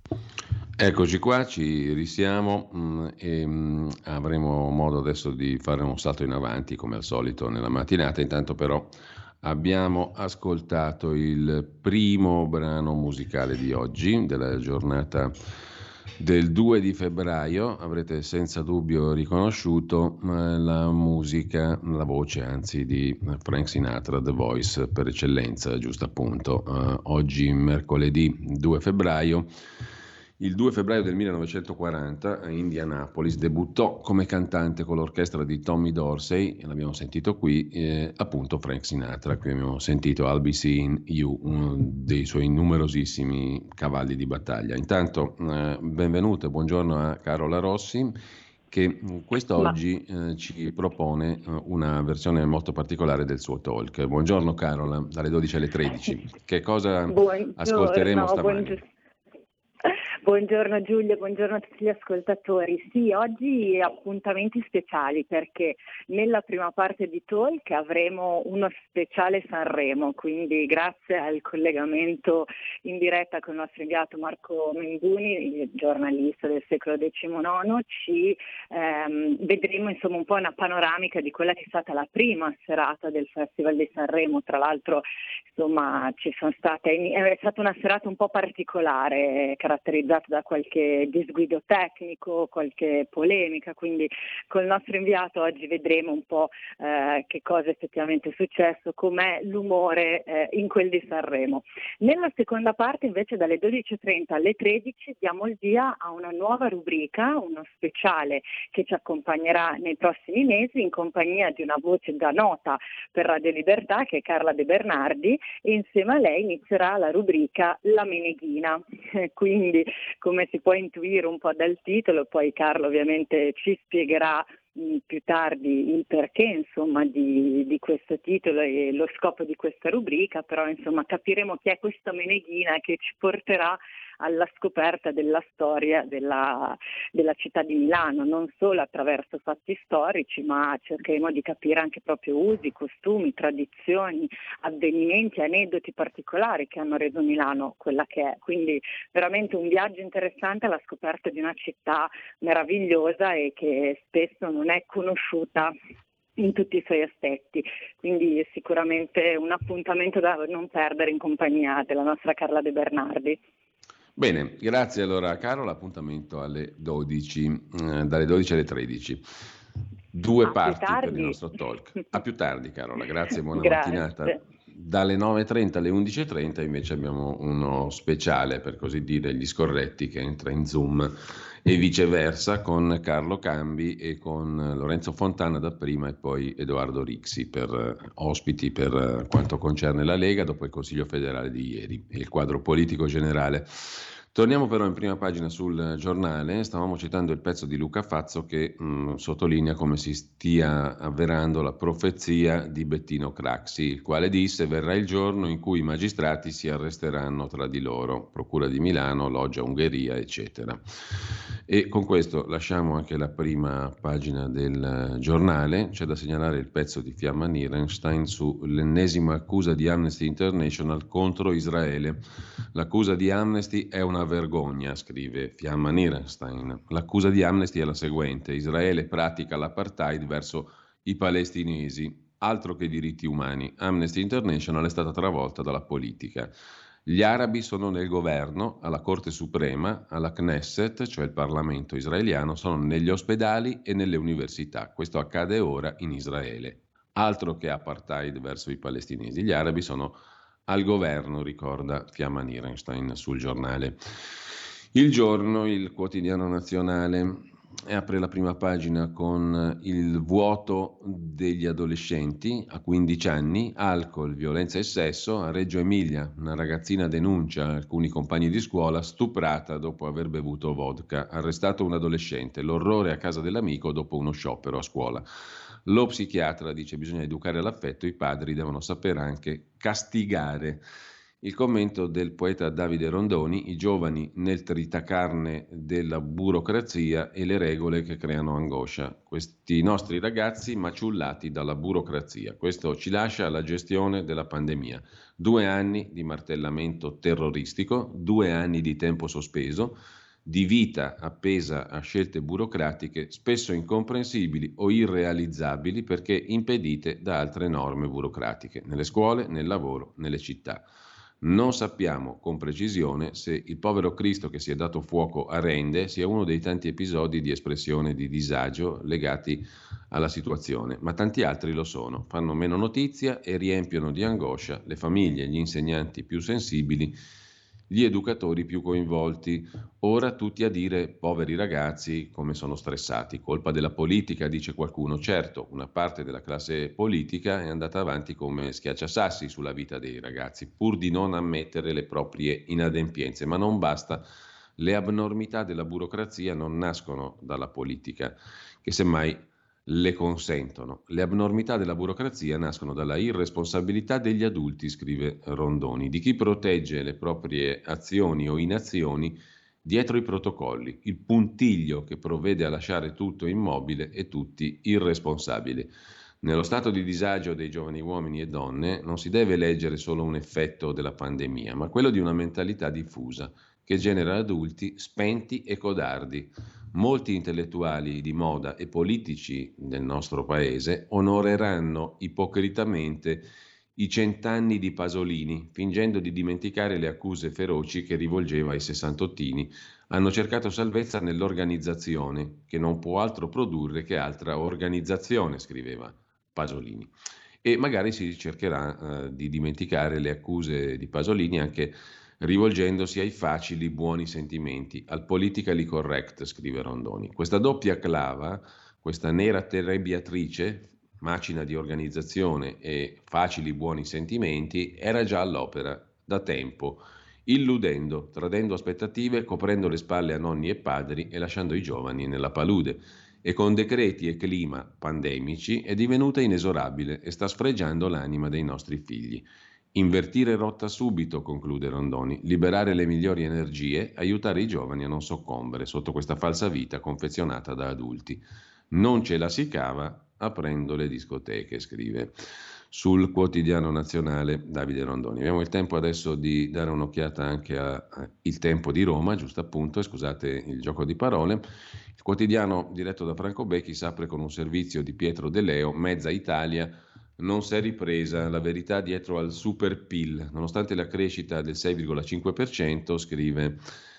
Eccoci qua, ci risiamo e avremo modo adesso di fare un salto in avanti come al solito nella mattinata. Intanto però abbiamo ascoltato il primo brano musicale di oggi, della giornata del 2 di febbraio. Avrete senza dubbio riconosciuto la musica, la voce anzi di Frank Sinatra, The Voice per eccellenza, giusto appunto. Oggi mercoledì 2 febbraio. Il 2 febbraio del 1940 a Indianapolis debuttò come cantante con l'orchestra di Tommy Dorsey, l'abbiamo sentito qui, appunto Frank Sinatra. Qui abbiamo sentito I'll Be Seeing You, uno dei suoi numerosissimi cavalli di battaglia. Intanto benvenuto e buongiorno a Carola Rossi, che quest'oggi ci propone una versione molto particolare del suo talk. Buongiorno Carola, dalle 12 alle 13. Che cosa ascolteremo stamani? Buongiorno Giulia, buongiorno a tutti gli ascoltatori. Sì, oggi appuntamenti speciali perché nella prima parte di Talk avremo uno speciale Sanremo, quindi grazie al collegamento in diretta con il nostro inviato Marco Menduni, il giornalista del secolo XIX, ci vedremo insomma un po' una panoramica di quella che è stata la prima serata del Festival di Sanremo. Tra l'altro insomma è stata una serata un po' particolare, caratterizzata da qualche disguido tecnico, qualche polemica, quindi col nostro inviato oggi vedremo un po' che cosa effettivamente è successo, com'è l'umore in quel di Sanremo. Nella seconda parte invece dalle 12.30 alle 13 diamo il via a una nuova rubrica, uno speciale che ci accompagnerà nei prossimi mesi in compagnia di una voce da nota per Radio Libertà che è Carla De Bernardi, e insieme a lei inizierà la rubrica La Meneghina. Quindi come si può intuire un po' dal titolo, poi Carlo ovviamente ci spiegherà più tardi il perché insomma di questo titolo e lo scopo di questa rubrica, però insomma capiremo chi è questa Meneghina che ci porterà alla scoperta della storia della città di Milano, non solo attraverso fatti storici, ma cercheremo di capire anche proprio usi, costumi, tradizioni, avvenimenti, aneddoti particolari che hanno reso Milano quella che è. Quindi veramente un viaggio interessante alla scoperta di una città meravigliosa e che spesso non è conosciuta in tutti i suoi aspetti, quindi sicuramente un appuntamento da non perdere in compagnia della nostra Carla De Bernardi. Bene, grazie allora Carola, appuntamento alle 12, dalle 12 alle 13. Due parti per il nostro talk. A più tardi Carola, grazie, buona mattinata. Dalle 9.30 alle 11.30 invece abbiamo uno speciale, per così dire, gli scorretti, che entra in Zoom e viceversa, con Carlo Cambi e con Lorenzo Fontana dapprima e poi Edoardo Rixi per ospiti per quanto concerne la Lega dopo il Consiglio federale di ieri e il quadro politico generale. Torniamo però in prima pagina sul giornale. Stavamo citando il pezzo di Luca Fazzo che sottolinea come si stia avverando la profezia di Bettino Craxi, il quale disse: verrà il giorno in cui i magistrati si arresteranno tra di loro, Procura di Milano, Loggia Ungheria, eccetera. E con questo lasciamo anche la prima pagina del giornale. C'è da segnalare il pezzo di Fiamma Nierenstein sull'ennesima accusa di Amnesty International contro Israele. L'accusa di Amnesty è una vergogna, scrive Fiamma Nierenstein. L'accusa di Amnesty è la seguente: Israele pratica l'apartheid verso i palestinesi, altro che diritti umani. Amnesty International è stata travolta dalla politica. Gli arabi sono nel governo, alla Corte Suprema, alla Knesset, cioè il Parlamento israeliano, sono negli ospedali e nelle università. Questo accade ora in Israele. Altro che apartheid verso i palestinesi. Gli arabi sono al governo, ricorda Fiamma Nierenstein sul giornale. Il Giorno, il quotidiano nazionale, apre la prima pagina con il vuoto degli adolescenti a 15 anni, alcol, violenza e sesso. A Reggio Emilia una ragazzina denuncia alcuni compagni di scuola stuprata dopo aver bevuto vodka. Arrestato un adolescente, l'orrore a casa dell'amico dopo uno sciopero a scuola. Lo psichiatra dice: bisogna educare all'affetto, i padri devono saper anche castigare. Il commento del poeta Davide Rondoni: i giovani nel tritacarne della burocrazia e le regole che creano angoscia. Questi nostri ragazzi maciullati dalla burocrazia. Questo ci lascia la gestione della pandemia. 2 anni di martellamento terroristico, 2 anni di tempo sospeso, di vita appesa a scelte burocratiche spesso incomprensibili o irrealizzabili perché impedite da altre norme burocratiche, nelle scuole, nel lavoro, nelle città. Non sappiamo con precisione se il povero Cristo che si è dato fuoco a rende sia uno dei tanti episodi di espressione di disagio legati alla situazione, ma tanti altri lo sono, fanno meno notizia e riempiono di angoscia le famiglie, gli insegnanti più sensibili, gli educatori più coinvolti. Ora tutti a dire: poveri ragazzi, come sono stressati, colpa della politica, dice qualcuno. Certo, una parte della classe politica è andata avanti come schiacciasassi sulla vita dei ragazzi, pur di non ammettere le proprie inadempienze, ma non basta. Le abnormità della burocrazia non nascono dalla politica, che semmai le consentono. Le abnormità della burocrazia nascono dalla irresponsabilità degli adulti, scrive Rondoni, di chi protegge le proprie azioni o inazioni dietro i protocolli, il puntiglio che provvede a lasciare tutto immobile e tutti irresponsabili. Nello stato di disagio dei giovani uomini e donne non si deve leggere solo un effetto della pandemia, ma quello di una mentalità diffusa che genera adulti spenti e codardi. Molti intellettuali di moda e politici del nostro paese onoreranno ipocritamente i 100 anni di Pasolini, fingendo di dimenticare le accuse feroci che rivolgeva ai sessantottini. Hanno cercato salvezza nell'organizzazione, che non può altro produrre che altra organizzazione, scriveva Pasolini. E magari si cercherà di dimenticare le accuse di Pasolini anche rivolgendosi ai facili buoni sentimenti, al politically correct, scrive Rondoni. Questa doppia clava, questa nera terebbiatrice, macina di organizzazione e facili buoni sentimenti, era già all'opera da tempo, illudendo, tradendo aspettative, coprendo le spalle a nonni e padri e lasciando i giovani nella palude. E con decreti e clima pandemici è divenuta inesorabile e sta sfregiando l'anima dei nostri figli. Invertire rotta subito, conclude Rondoni, liberare le migliori energie, aiutare i giovani a non soccombere sotto questa falsa vita confezionata da adulti. Non ce la si cava aprendo le discoteche, scrive sul quotidiano nazionale Davide Rondoni. Abbiamo il tempo adesso di dare un'occhiata anche a Il Tempo di Roma, giusto appunto, e scusate il gioco di parole. Il quotidiano diretto da Franco Becchi si apre con un servizio di Pietro De Leo: mezza Italia non si è ripresa, la verità dietro al super PIL, nonostante la crescita del 6,5%, scrive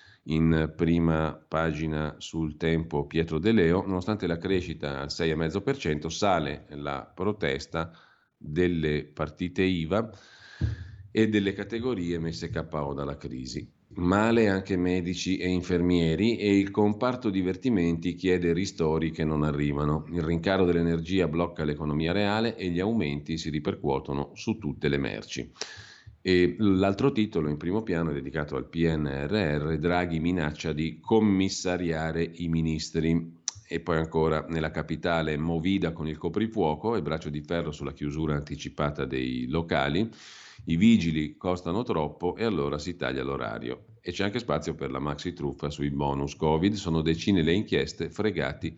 in prima pagina sul Tempo Pietro De Leo, nonostante la crescita al 6,5%, sale la protesta delle partite IVA e delle categorie messe KO dalla crisi. Male anche medici e infermieri, e il comparto divertimenti chiede ristori che non arrivano. Il rincaro dell'energia blocca l'economia reale e gli aumenti si ripercuotono su tutte le merci. E l'altro titolo in primo piano è dedicato al PNRR. Draghi minaccia di commissariare i ministri. E poi ancora, nella capitale, movida con il coprifuoco e braccio di ferro sulla chiusura anticipata dei locali. I vigili costano troppo e allora si taglia l'orario. E c'è anche spazio per la maxi truffa sui bonus Covid. Sono decine le inchieste, fregati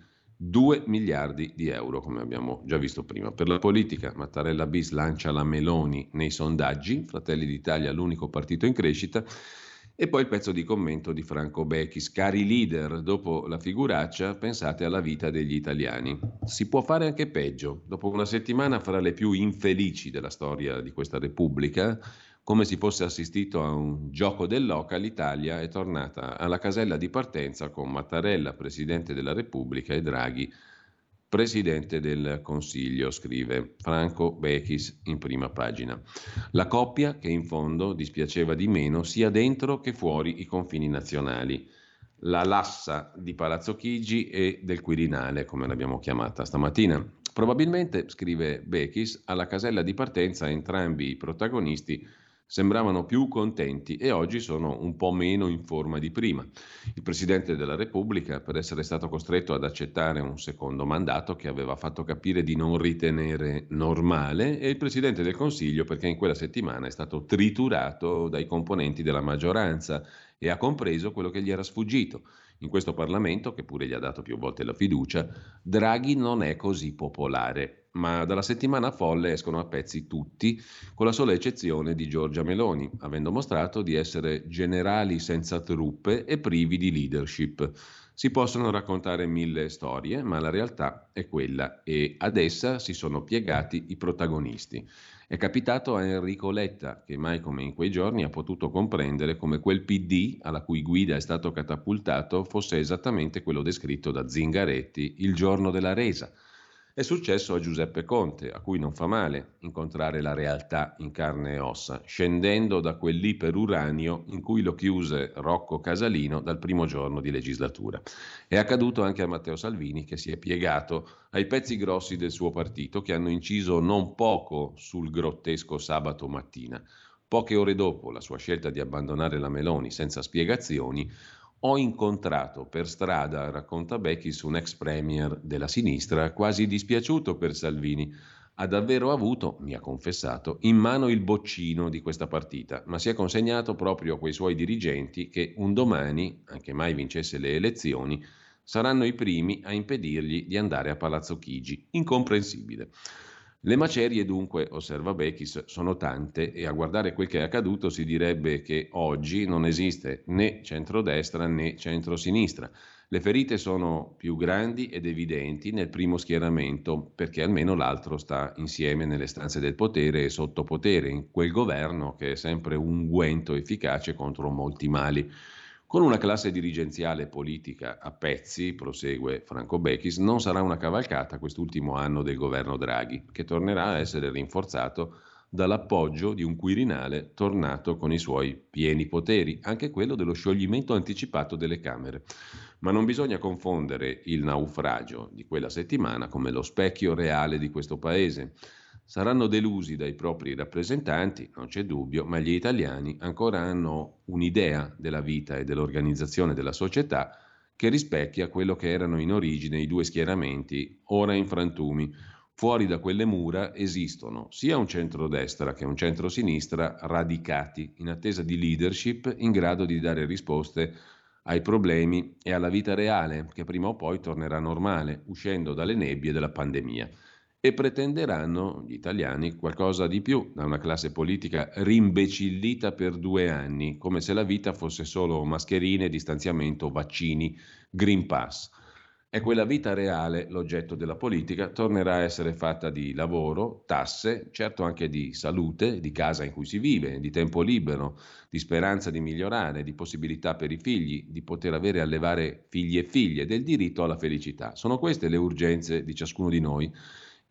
2 miliardi di euro, come abbiamo già visto prima. Per la politica, Mattarella bis lancia la Meloni nei sondaggi, Fratelli d'Italia l'unico partito in crescita. E poi il pezzo di commento di Franco Bechis. Cari leader, dopo la figuraccia pensate alla vita degli italiani. Si può fare anche peggio. Dopo una settimana fra le più infelici della storia di questa Repubblica, come si fosse assistito a un gioco dell'oca, l'Italia è tornata alla casella di partenza con Mattarella, Presidente della Repubblica, e Draghi, Presidente del Consiglio, scrive Franco Bechis in prima pagina. La coppia che in fondo dispiaceva di meno sia dentro che fuori i confini nazionali. La Lassa di Palazzo Chigi e del Quirinale, come l'abbiamo chiamata stamattina. Probabilmente, scrive Bechis, alla casella di partenza entrambi i protagonisti sembravano più contenti e oggi sono un po' meno in forma di prima. Il Presidente della Repubblica per essere stato costretto ad accettare un secondo mandato che aveva fatto capire di non ritenere normale, e il Presidente del Consiglio perché in quella settimana è stato triturato dai componenti della maggioranza e ha compreso quello che gli era sfuggito. In questo Parlamento, che pure gli ha dato più volte la fiducia, Draghi non è così popolare, ma dalla settimana folle escono a pezzi tutti, con la sola eccezione di Giorgia Meloni, avendo mostrato di essere generali senza truppe e privi di leadership. Si possono raccontare 1000 storie, ma la realtà è quella, e ad essa si sono piegati i protagonisti. È capitato a Enrico Letta, che mai come in quei giorni ha potuto comprendere come quel PD, alla cui guida è stato catapultato, fosse esattamente quello descritto da Zingaretti il giorno della resa. È successo a Giuseppe Conte, a cui non fa male incontrare la realtà in carne e ossa, scendendo da quell'iperuranio in cui lo chiuse Rocco Casalino dal primo giorno di legislatura. È accaduto anche a Matteo Salvini, che si è piegato ai pezzi grossi del suo partito, che hanno inciso non poco sul grottesco sabato mattina. Poche ore dopo la sua scelta di abbandonare la Meloni senza spiegazioni, ho incontrato per strada, racconta Bechis, un ex premier della sinistra quasi dispiaciuto per Salvini. Ha davvero avuto, mi ha confessato, in mano il boccino di questa partita, ma si è consegnato proprio a quei suoi dirigenti che un domani, anche mai vincesse le elezioni, saranno i primi a impedirgli di andare a Palazzo Chigi. Incomprensibile. Le macerie dunque, osserva Bechis, sono tante, e a guardare quel che è accaduto si direbbe che oggi non esiste né centrodestra né centrosinistra. Le ferite sono più grandi ed evidenti nel primo schieramento, perché almeno l'altro sta insieme nelle stanze del potere e sotto potere, in quel governo che è sempre un unguento efficace contro molti mali. Con una classe dirigenziale politica a pezzi, prosegue Franco Bechis, non sarà una cavalcata quest'ultimo anno del governo Draghi, che tornerà a essere rinforzato dall'appoggio di un Quirinale tornato con i suoi pieni poteri, anche quello dello scioglimento anticipato delle Camere. Ma non bisogna confondere il naufragio di quella settimana come lo specchio reale di questo Paese. Saranno delusi dai propri rappresentanti, non c'è dubbio, ma gli italiani ancora hanno un'idea della vita e dell'organizzazione della società che rispecchia quello che erano in origine i due schieramenti, ora in frantumi. Fuori da quelle mura esistono sia un centrodestra che un centrosinistra radicati, in attesa di leadership in grado di dare risposte ai problemi e alla vita reale, che prima o poi tornerà normale, uscendo dalle nebbie della pandemia. E pretenderanno gli italiani qualcosa di più da una classe politica rimbecillita per 2 anni, come se la vita fosse solo mascherine, distanziamento, vaccini, Green Pass. È quella vita reale l'oggetto della politica, tornerà a essere fatta di lavoro, tasse, certo anche di salute, di casa in cui si vive, di tempo libero, di speranza di migliorare, di possibilità per i figli, di poter avere e allevare figli e figlie, del diritto alla felicità. Sono queste le urgenze di ciascuno di noi.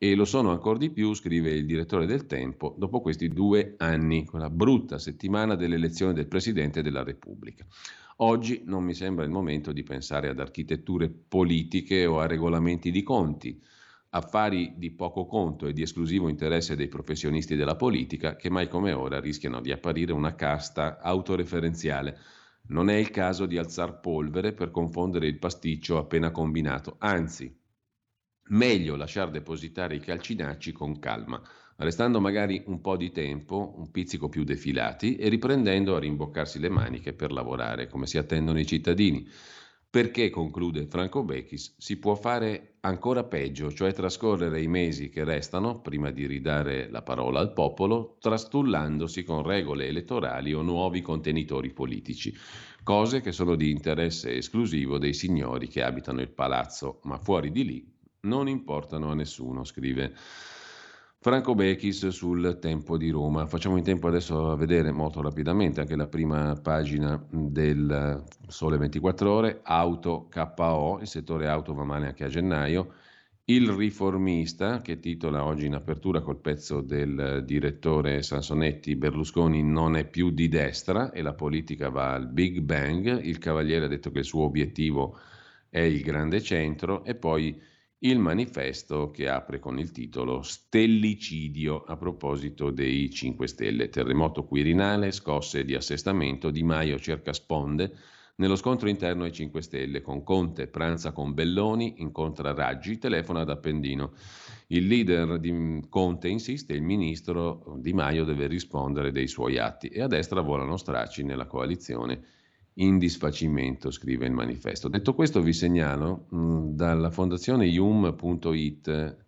E lo sono ancora di più, scrive il direttore del Tempo, dopo questi 2 anni, quella brutta settimana dell'elezione del Presidente della Repubblica. Oggi non mi sembra il momento di pensare ad architetture politiche o a regolamenti di conti, affari di poco conto e di esclusivo interesse dei professionisti della politica che mai come ora rischiano di apparire una casta autoreferenziale. Non è il caso di alzar polvere per confondere il pasticcio appena combinato, anzi, meglio lasciar depositare i calcinacci con calma, restando magari un po' di tempo, un pizzico più defilati e riprendendo a rimboccarsi le maniche per lavorare come si attendono i cittadini. Perché, conclude Franco Bechis, si può fare ancora peggio, cioè trascorrere i mesi che restano prima di ridare la parola al popolo, trastullandosi con regole elettorali o nuovi contenitori politici, cose che sono di interesse esclusivo dei signori che abitano il palazzo, ma fuori di lì non importano a nessuno, scrive Franco Bechis sul Tempo di Roma. Facciamo in tempo adesso a vedere molto rapidamente anche la prima pagina del Sole 24 Ore, auto KO, il settore auto va male anche a gennaio, il Riformista che titola oggi in apertura col pezzo del direttore Sansonetti, Berlusconi non è più di destra e la politica va al Big Bang, il Cavaliere ha detto che il suo obiettivo è il grande centro e poi il Manifesto che apre con il titolo Stellicidio a proposito dei 5 Stelle. Terremoto Quirinale, scosse di assestamento, Di Maio cerca sponde nello scontro interno ai 5 Stelle. Con Conte pranza con Belloni, incontra Raggi, telefona ad Appendino. Il leader di Conte insiste, il ministro Di Maio deve rispondere dei suoi atti e a destra volano stracci nella coalizione in disfacimento, scrive il Manifesto. Detto questo vi segnalo dalla fondazione Yum.it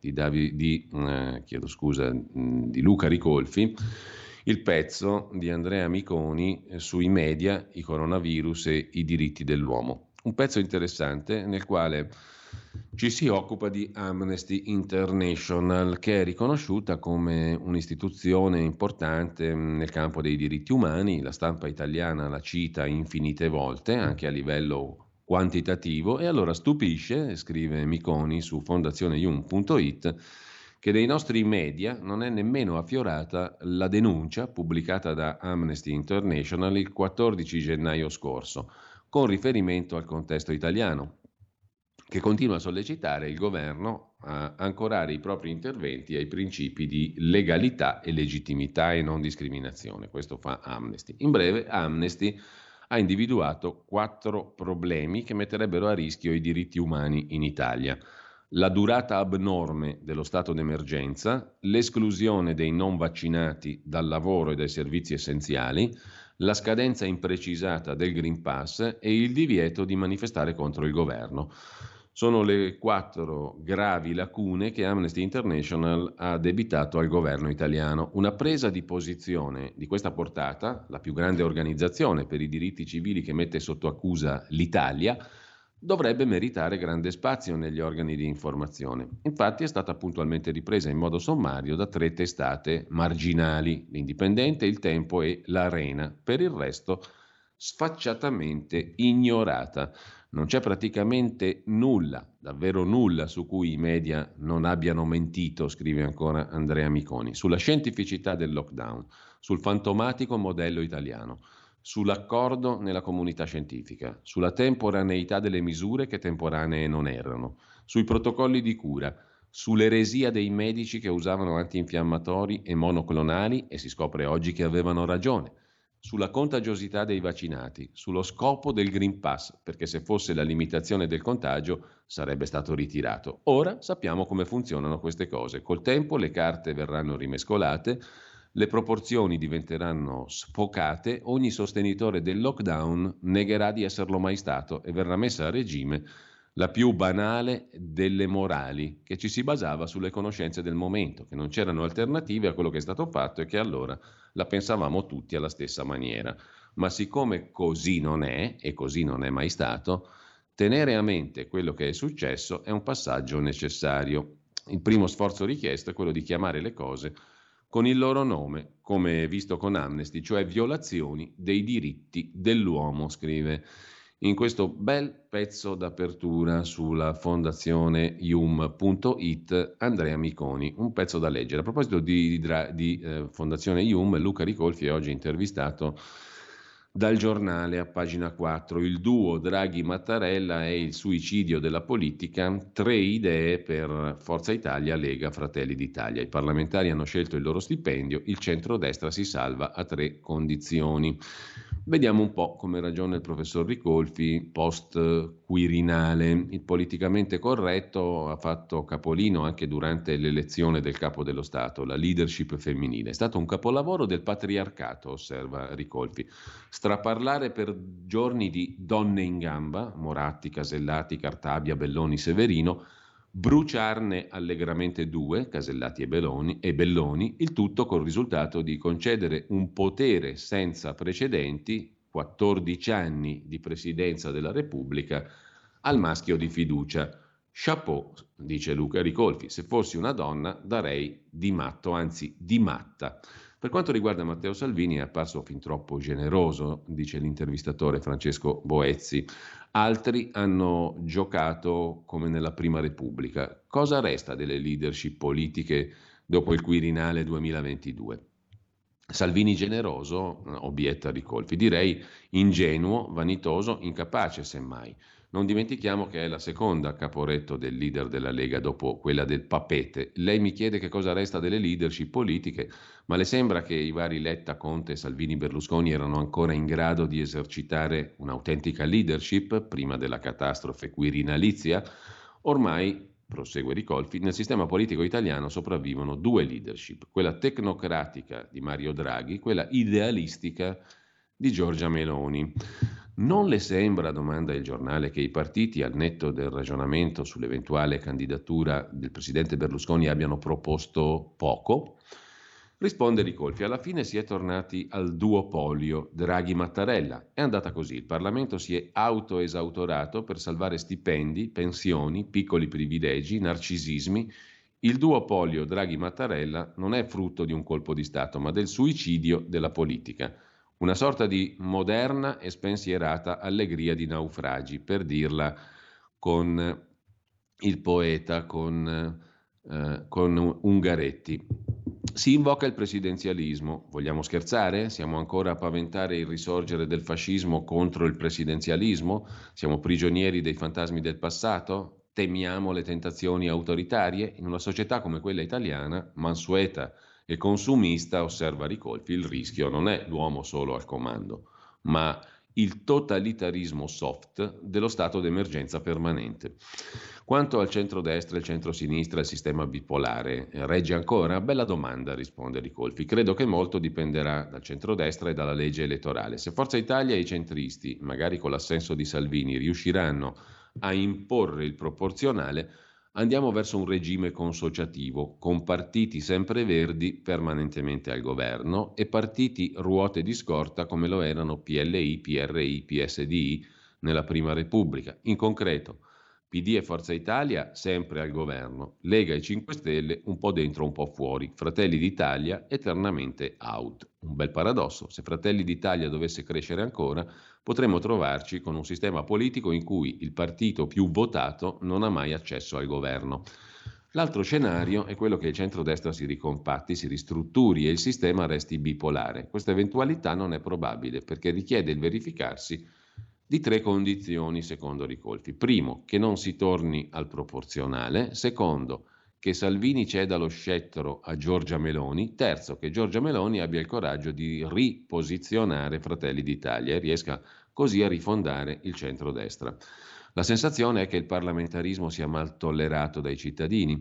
di Luca Ricolfi il pezzo di Andrea Miconi sui media, i coronavirus e i diritti dell'uomo. Un pezzo interessante nel quale ci si occupa di Amnesty International, che è riconosciuta come un'istituzione importante nel campo dei diritti umani. La stampa italiana la cita infinite volte, anche a livello quantitativo, e allora stupisce, scrive Miconi su fondazioneyum.it, che dei nostri media non è nemmeno affiorata la denuncia pubblicata da Amnesty International il 14 gennaio scorso, con riferimento al contesto italiano, che continua a sollecitare il governo a ancorare i propri interventi ai principi di legalità e legittimità e non discriminazione. Questo fa Amnesty. In breve, Amnesty ha individuato 4 problemi che metterebbero a rischio i diritti umani in Italia. La durata abnorme dello stato d'emergenza, l'esclusione dei non vaccinati dal lavoro e dai servizi essenziali, la scadenza imprecisata del Green Pass e il divieto di manifestare contro il governo. Sono le 4 gravi lacune che Amnesty International ha addebitato al governo italiano. Una presa di posizione di questa portata, la più grande organizzazione per i diritti civili che mette sotto accusa l'Italia, dovrebbe meritare grande spazio negli organi di informazione. Infatti è stata puntualmente ripresa in modo sommario da 3 testate marginali, l'Indipendente, il Tempo e l'Arena. Per il resto sfacciatamente ignorata. Non c'è praticamente nulla, davvero nulla, su cui i media non abbiano mentito, scrive ancora Andrea Miconi, sulla scientificità del lockdown, sul fantomatico modello italiano, sull'accordo nella comunità scientifica, sulla temporaneità delle misure che temporanee non erano, sui protocolli di cura, sull'eresia dei medici che usavano antinfiammatori e monoclonali e si scopre oggi che avevano ragione, sulla contagiosità dei vaccinati, sullo scopo del Green Pass, perché se fosse la limitazione del contagio sarebbe stato ritirato. Ora sappiamo come funzionano queste cose. Col tempo le carte verranno rimescolate, le proporzioni diventeranno sfocate, ogni sostenitore del lockdown negherà di esserlo mai stato e verrà messa a regime la più banale delle morali, che ci si basava sulle conoscenze del momento, che non c'erano alternative a quello che è stato fatto e che allora la pensavamo tutti alla stessa maniera. Ma siccome così non è, e così non è mai stato, tenere a mente quello che è successo è un passaggio necessario. Il primo sforzo richiesto è quello di chiamare le cose con il loro nome, come visto con Amnesty, cioè violazioni dei diritti dell'uomo, scrive in questo bel pezzo d'apertura sulla fondazione Ium.it, Andrea Miconi, un pezzo da leggere. A proposito di fondazione Ium, Luca Ricolfi è oggi intervistato dal Giornale a pagina 4, il duo Draghi-Mattarella e il suicidio della politica, 3 idee per Forza Italia, Lega, Fratelli d'Italia. I parlamentari hanno scelto il loro stipendio, il centrodestra si salva a 3 condizioni. Vediamo un po' come ragiona il professor Ricolfi post Quirinale. Il politicamente corretto ha fatto capolino anche durante l'elezione del capo dello Stato, la leadership femminile. È stato un capolavoro del patriarcato, osserva Ricolfi. Straparlare per giorni di donne in gamba, Moratti, Casellati, Cartabia, Belloni, Severino, bruciarne allegramente 2, Casellati e Belloni, il tutto col risultato di concedere un potere senza precedenti, 14 anni di presidenza della Repubblica, al maschio di fiducia. Chapeau, dice Luca Ricolfi, se fossi una donna darei di matto, anzi di matta. Per quanto riguarda Matteo Salvini è apparso fin troppo generoso, dice l'intervistatore Francesco Boezzi. Altri hanno giocato come nella Prima Repubblica. Cosa resta delle leadership politiche dopo il Quirinale 2022? Salvini generoso, obietta Ricolfi, direi ingenuo, vanitoso, incapace semmai. Non dimentichiamo che è la seconda caporetto del leader della Lega dopo quella del Papete. Lei mi chiede che cosa resta delle leadership politiche, ma le sembra che i vari Letta, Conte, Salvini, Berlusconi erano ancora in grado di esercitare un'autentica leadership prima della catastrofe quirinalizia? Ormai, prosegue Ricolfi, nel sistema politico italiano sopravvivono 2 leadership, quella tecnocratica di Mario Draghi, quella idealistica di Giorgia Meloni. Non le sembra, domanda il giornale, che i partiti, al netto del ragionamento sull'eventuale candidatura del presidente Berlusconi, abbiano proposto poco? Risponde Ricolfi, alla fine si è tornati al duopolio Draghi-Mattarella. È andata così, il Parlamento si è autoesautorato per salvare stipendi, pensioni, piccoli privilegi, narcisismi. Il duopolio Draghi-Mattarella non è frutto di un colpo di Stato, ma del suicidio della politica. Una sorta di moderna e spensierata allegria di naufragi, per dirla con il poeta, con Ungaretti. Si invoca il presidenzialismo. Vogliamo scherzare? Siamo ancora a paventare il risorgere del fascismo contro il presidenzialismo? Siamo prigionieri dei fantasmi del passato? Temiamo le tentazioni autoritarie? In una società come quella italiana, mansueta e consumista, osserva Ricolfi, il rischio non è l'uomo solo al comando, ma il totalitarismo soft dello stato d'emergenza permanente. Quanto al centrodestra e il centrosinistra, il sistema bipolare regge ancora? Bella domanda, risponde Ricolfi. Credo che molto dipenderà dal centrodestra e dalla legge elettorale. Se Forza Italia e i centristi, magari con l'assenso di Salvini, riusciranno a imporre il proporzionale, andiamo verso un regime consociativo, con partiti sempreverdi permanentemente al governo e partiti ruote di scorta come lo erano PLI, PRI, PSDI nella Prima Repubblica. In concreto, PD e Forza Italia sempre al governo, Lega e 5 Stelle un po' dentro un po' fuori, Fratelli d'Italia eternamente out. Un bel paradosso, se Fratelli d'Italia dovesse crescere ancora, potremmo trovarci con un sistema politico in cui il partito più votato non ha mai accesso al governo. L'altro scenario è quello che il centrodestra si ricompatti, si ristrutturi e il sistema resti bipolare. Questa eventualità non è probabile perché richiede il verificarsi di 3 condizioni, secondo Ricolfi. Primo, che non si torni al proporzionale. Secondo, che Salvini ceda lo scettro a Giorgia Meloni. Terzo, che Giorgia Meloni abbia il coraggio di riposizionare Fratelli d'Italia e riesca così a rifondare il centrodestra. La sensazione è che il parlamentarismo sia mal tollerato dai cittadini.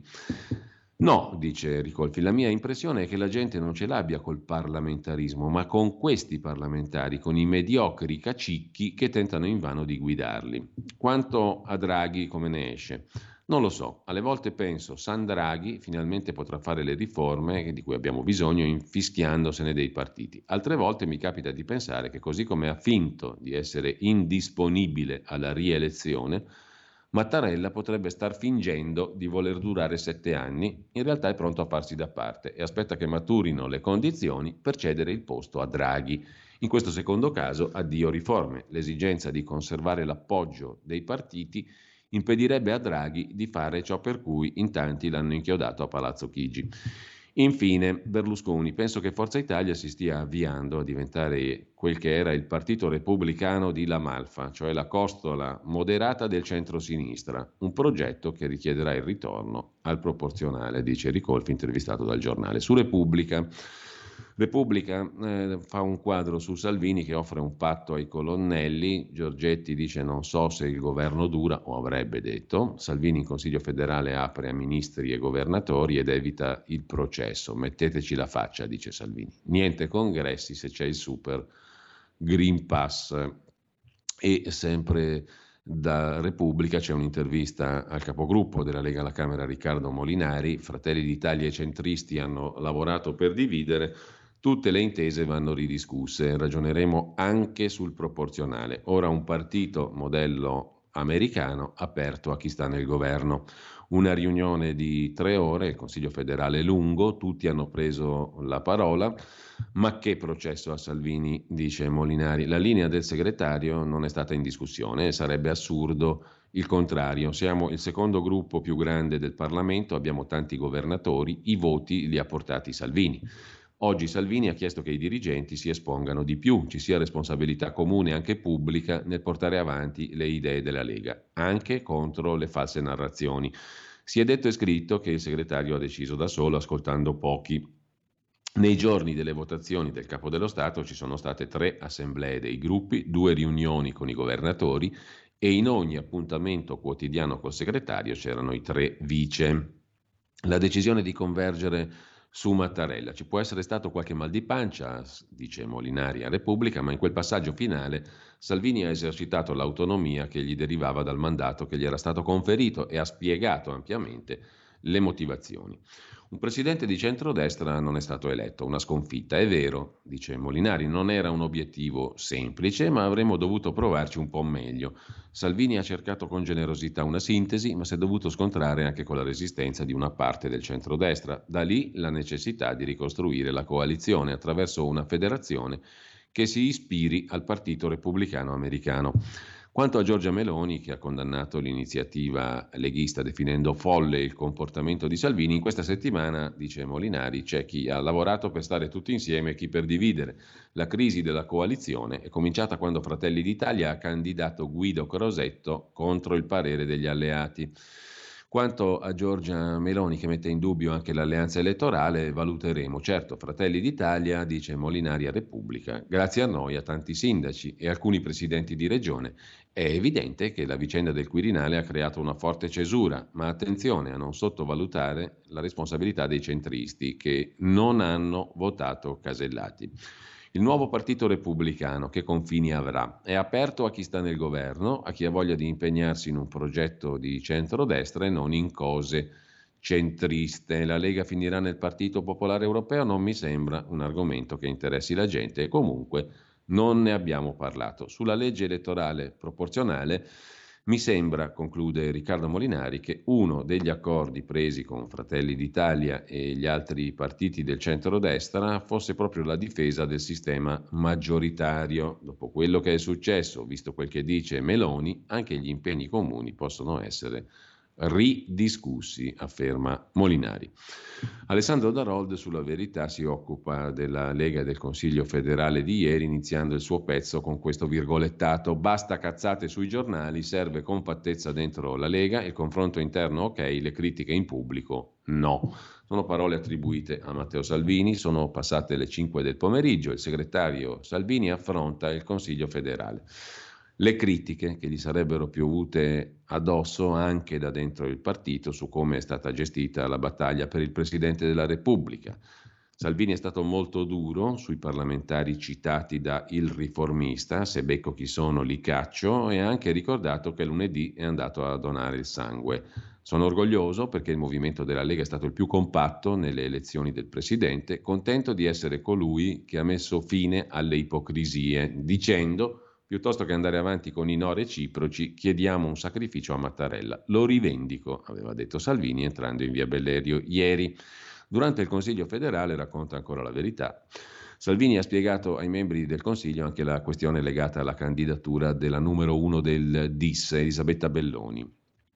No, dice Ricolfi, la mia impressione è che la gente non ce l'abbia col parlamentarismo, ma con questi parlamentari, con i mediocri cacicchi che tentano invano di guidarli. Quanto a Draghi, come ne esce? Non lo so, alle volte penso San Draghi finalmente potrà fare le riforme di cui abbiamo bisogno infischiandosene dei partiti. Altre volte mi capita di pensare che così come ha finto di essere indisponibile alla rielezione, Mattarella potrebbe star fingendo di voler durare 7 anni, in realtà è pronto a farsi da parte e aspetta che maturino le condizioni per cedere il posto a Draghi. In questo secondo caso, addio riforme. L'esigenza di conservare l'appoggio dei partiti impedirebbe a Draghi di fare ciò per cui in tanti l'hanno inchiodato a Palazzo Chigi. Infine, Berlusconi. Penso che Forza Italia si stia avviando a diventare quel che era il partito repubblicano di La Malfa, cioè la costola moderata del centro-sinistra, un progetto che richiederà il ritorno al proporzionale, dice Ricolfi, intervistato dal giornale. Su Repubblica fa un quadro su Salvini che offre un patto ai colonnelli. Giorgetti dice non so se il governo dura, o avrebbe detto. Salvini in Consiglio federale apre a ministri e governatori ed evita il processo. Metteteci la faccia, dice Salvini. Niente congressi se c'è il super Green Pass. E sempre da Repubblica c'è un'intervista al capogruppo della Lega alla Camera, Riccardo Molinari. Fratelli d'Italia e centristi hanno lavorato per dividere. Tutte le intese vanno ridiscusse, ragioneremo anche sul proporzionale. Ora un partito modello americano aperto a chi sta nel governo. Una riunione di 3 ore, il Consiglio federale è lungo, tutti hanno preso la parola, ma che processo a Salvini, dice Molinari. La linea del segretario non è stata in discussione, sarebbe assurdo il contrario. Siamo il secondo gruppo più grande del Parlamento, abbiamo tanti governatori, i voti li ha portati Salvini. Oggi Salvini ha chiesto che i dirigenti si espongano di più, ci sia responsabilità comune anche pubblica nel portare avanti le idee della Lega, anche contro le false narrazioni. Si è detto e scritto che il segretario ha deciso da solo, ascoltando pochi. Nei giorni delle votazioni del Capo dello Stato ci sono state 3 assemblee dei gruppi, 2 riunioni con i governatori e in ogni appuntamento quotidiano col segretario c'erano i 3 vice. La decisione di convergere su Mattarella. Ci può essere stato qualche mal di pancia, dice Molinari a Repubblica, ma in quel passaggio finale Salvini ha esercitato l'autonomia che gli derivava dal mandato che gli era stato conferito e ha spiegato ampiamente le motivazioni. Un presidente di centrodestra non è stato eletto, una sconfitta, è vero, dice Molinari, non era un obiettivo semplice, ma avremmo dovuto provarci un po' meglio. Salvini ha cercato con generosità una sintesi, ma si è dovuto scontrare anche con la resistenza di una parte del centrodestra. Da lì la necessità di ricostruire la coalizione attraverso una federazione che si ispiri al Partito Repubblicano Americano. Quanto a Giorgia Meloni, che ha condannato l'iniziativa leghista definendo folle il comportamento di Salvini, in questa settimana, dice Molinari, c'è chi ha lavorato per stare tutti insieme e chi per dividere. La crisi della coalizione è cominciata quando Fratelli d'Italia ha candidato Guido Crosetto contro il parere degli alleati. Quanto a Giorgia Meloni, che mette in dubbio anche l'alleanza elettorale, valuteremo. Certo, Fratelli d'Italia, dice Molinari a Repubblica, grazie a noi, a tanti sindaci e alcuni presidenti di regione, è evidente che la vicenda del Quirinale ha creato una forte cesura, ma attenzione a non sottovalutare la responsabilità dei centristi che non hanno votato Casellati. Il nuovo partito repubblicano, che confini avrà? È aperto a chi sta nel governo, a chi ha voglia di impegnarsi in un progetto di centrodestra e non in cose centriste. La Lega finirà nel Partito Popolare Europeo? Non mi sembra un argomento che interessi la gente e comunque non ne abbiamo parlato. Sulla legge elettorale proporzionale mi sembra, conclude Riccardo Molinari, che uno degli accordi presi con Fratelli d'Italia e gli altri partiti del centrodestra fosse proprio la difesa del sistema maggioritario. Dopo quello che è successo, visto quel che dice Meloni, anche gli impegni comuni possono essere ridiscussi, afferma Molinari. Alessandro Darold sulla Verità si occupa della Lega e del Consiglio federale di ieri, iniziando il suo pezzo con questo virgolettato: basta cazzate sui giornali, serve compattezza dentro la Lega, il confronto interno ok, le critiche in pubblico no. Sono parole attribuite a Matteo Salvini, sono passate le 5 del pomeriggio, il segretario Salvini affronta il Consiglio federale. Le critiche che gli sarebbero piovute addosso anche da dentro il partito su come è stata gestita la battaglia per il Presidente della Repubblica. Salvini è stato molto duro sui parlamentari citati da Il Riformista, se becco chi sono li caccio, e ha anche ricordato che lunedì è andato a donare il sangue. Sono orgoglioso perché il movimento della Lega è stato il più compatto nelle elezioni del Presidente, contento di essere colui che ha messo fine alle ipocrisie, dicendo Piuttosto che andare avanti con i no reciproci, chiediamo un sacrificio a Mattarella. Lo rivendico, aveva detto Salvini entrando in via Bellerio ieri. Durante il Consiglio federale, racconta ancora La Verità, Salvini ha spiegato ai membri del Consiglio anche la questione legata alla candidatura della numero 1 del DIS, Elisabetta Belloni.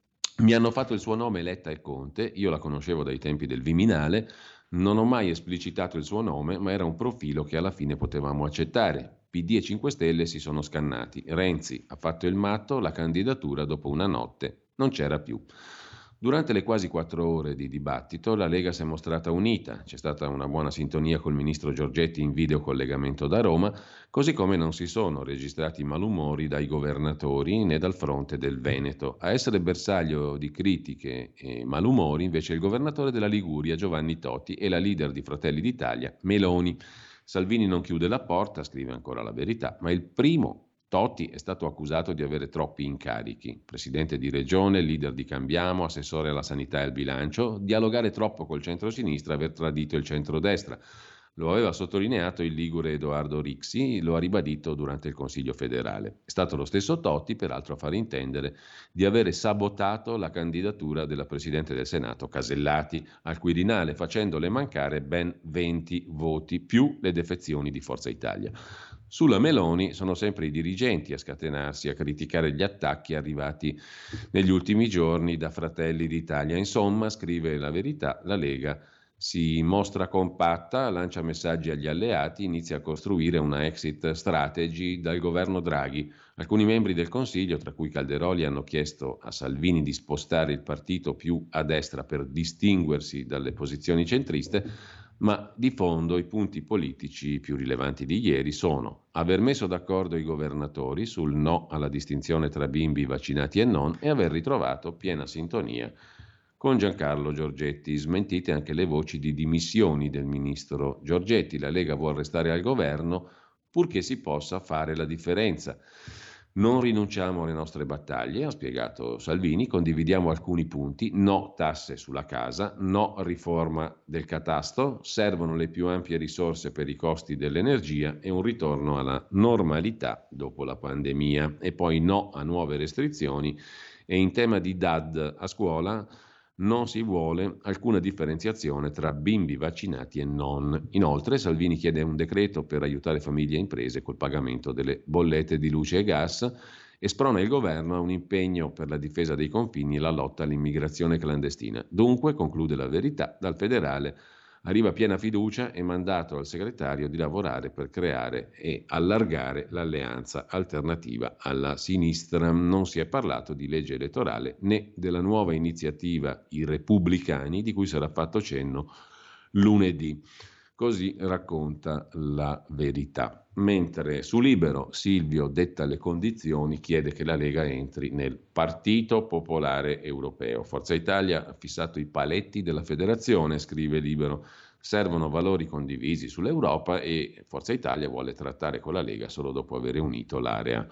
Mi hanno fatto il suo nome Letta e Conte, io la conoscevo dai tempi del Viminale, non ho mai esplicitato il suo nome, ma era un profilo che alla fine potevamo accettare. PD e 5 Stelle si sono scannati. Renzi ha fatto il matto, la candidatura dopo una notte non c'era più. Durante le quasi 4 ore di dibattito la Lega si è mostrata unita, c'è stata una buona sintonia col ministro Giorgetti in videocollegamento da Roma, così come non si sono registrati malumori dai governatori né dal fronte del Veneto. A essere bersaglio di critiche e malumori invece il governatore della Liguria Giovanni Toti e la leader di Fratelli d'Italia Meloni. Salvini non chiude la porta, scrive ancora La Verità, ma il primo Toti è stato accusato di avere troppi incarichi, presidente di regione, leader di Cambiamo, assessore alla sanità e al bilancio, dialogare troppo col centro-sinistra, aver tradito il centrodestra. Lo aveva sottolineato il ligure Edoardo Rixi, lo ha ribadito durante il Consiglio federale. È stato lo stesso Toti, peraltro, a far intendere di avere sabotato la candidatura della Presidente del Senato Casellati al Quirinale, facendole mancare ben 20 voti, più le defezioni di Forza Italia. Sulla Meloni sono sempre i dirigenti a scatenarsi, a criticare gli attacchi arrivati negli ultimi giorni da Fratelli d'Italia. Insomma, scrive La Verità, la Lega si mostra compatta, lancia messaggi agli alleati, inizia a costruire una exit strategy dal governo Draghi. Alcuni membri del Consiglio, tra cui Calderoli, hanno chiesto a Salvini di spostare il partito più a destra per distinguersi dalle posizioni centriste, ma di fondo i punti politici più rilevanti di ieri sono aver messo d'accordo i governatori sul no alla distinzione tra bimbi vaccinati e non e aver ritrovato piena sintonia con Giancarlo Giorgetti. Smentite anche le voci di dimissioni del ministro Giorgetti. La Lega vuole restare al governo purché si possa fare la differenza. Non rinunciamo alle nostre battaglie, ha spiegato Salvini, condividiamo alcuni punti, no tasse sulla casa, no riforma del catasto, servono le più ampie risorse per i costi dell'energia e un ritorno alla normalità dopo la pandemia, e poi no a nuove restrizioni, e in tema di DAD a scuola non si vuole alcuna differenziazione tra bimbi vaccinati e non. Inoltre Salvini chiede un decreto per aiutare famiglie e imprese col pagamento delle bollette di luce e gas e sprona il governo a un impegno per la difesa dei confini e la lotta all'immigrazione clandestina. Dunque, conclude La Verità, dal federale arriva piena fiducia e mandato al segretario di lavorare per creare e allargare l'alleanza alternativa alla sinistra. Non si è parlato di legge elettorale né della nuova iniziativa I Repubblicani, di cui sarà fatto cenno lunedì. Così racconta La Verità. Mentre su Libero Silvio detta le condizioni, chiede che la Lega entri nel Partito Popolare Europeo. Forza Italia ha fissato i paletti della federazione, scrive Libero. Servono valori condivisi sull'Europa e Forza Italia vuole trattare con la Lega solo dopo aver unito l'area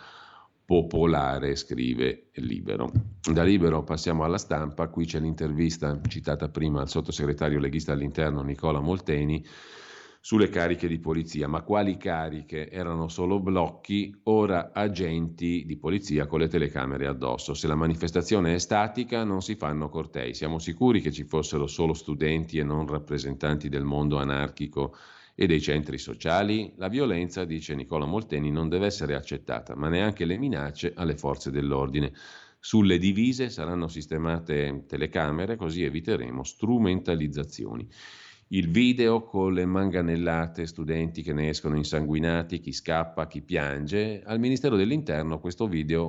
popolare, scrive Libero. Da Libero passiamo alla Stampa, qui c'è l'intervista citata prima al sottosegretario leghista all'interno Nicola Molteni sulle cariche di polizia. Ma quali cariche? Erano solo blocchi, ora agenti di polizia con le telecamere addosso. Se la manifestazione è statica non si fanno cortei. Siamo sicuri che ci fossero solo studenti e non rappresentanti del mondo anarchico e dei centri sociali? La violenza, dice Nicola Molteni, non deve essere accettata, ma neanche le minacce alle forze dell'ordine. Sulle divise saranno sistemate telecamere, così eviteremo strumentalizzazioni. Il video con le manganellate, studenti che ne escono insanguinati, chi scappa, chi piange. Al Ministero dell'Interno questi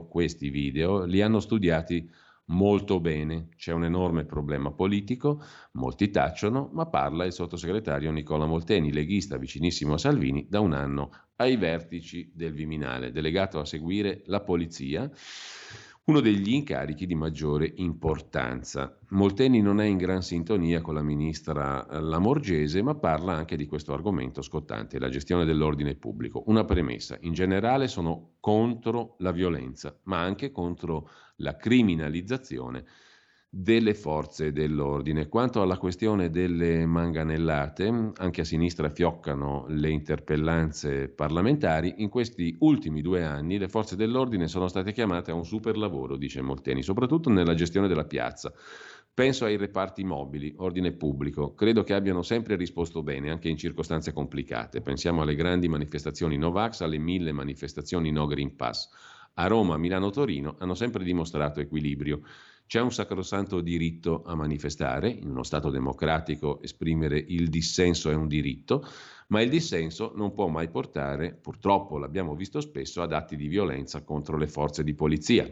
video li hanno studiati molto bene. C'è un enorme problema politico, molti tacciono, ma parla il sottosegretario Nicola Molteni, leghista vicinissimo a Salvini da un anno ai vertici del Viminale, delegato a seguire la polizia, uno degli incarichi di maggiore importanza. Molteni non è in gran sintonia con la ministra Lamorgese, ma parla anche di questo argomento scottante, la gestione dell'ordine pubblico. Una premessa: in generale sono contro la violenza, ma anche contro la criminalizzazione delle forze dell'ordine. Quanto alla questione delle manganellate, anche a sinistra fioccano le interpellanze parlamentari. In questi ultimi 2 anni le forze dell'ordine sono state chiamate a un super lavoro, dice Molteni, soprattutto nella gestione della piazza. Penso ai reparti mobili, ordine pubblico. Credo che abbiano sempre risposto bene, anche in circostanze complicate. Pensiamo alle grandi manifestazioni Novax, alle 1000 manifestazioni no Green Pass. A Roma, Milano, Torino hanno sempre dimostrato equilibrio. C'è un sacrosanto diritto a manifestare, in uno Stato democratico esprimere il dissenso è un diritto, ma il dissenso non può mai portare, purtroppo l'abbiamo visto spesso, ad atti di violenza contro le forze di polizia.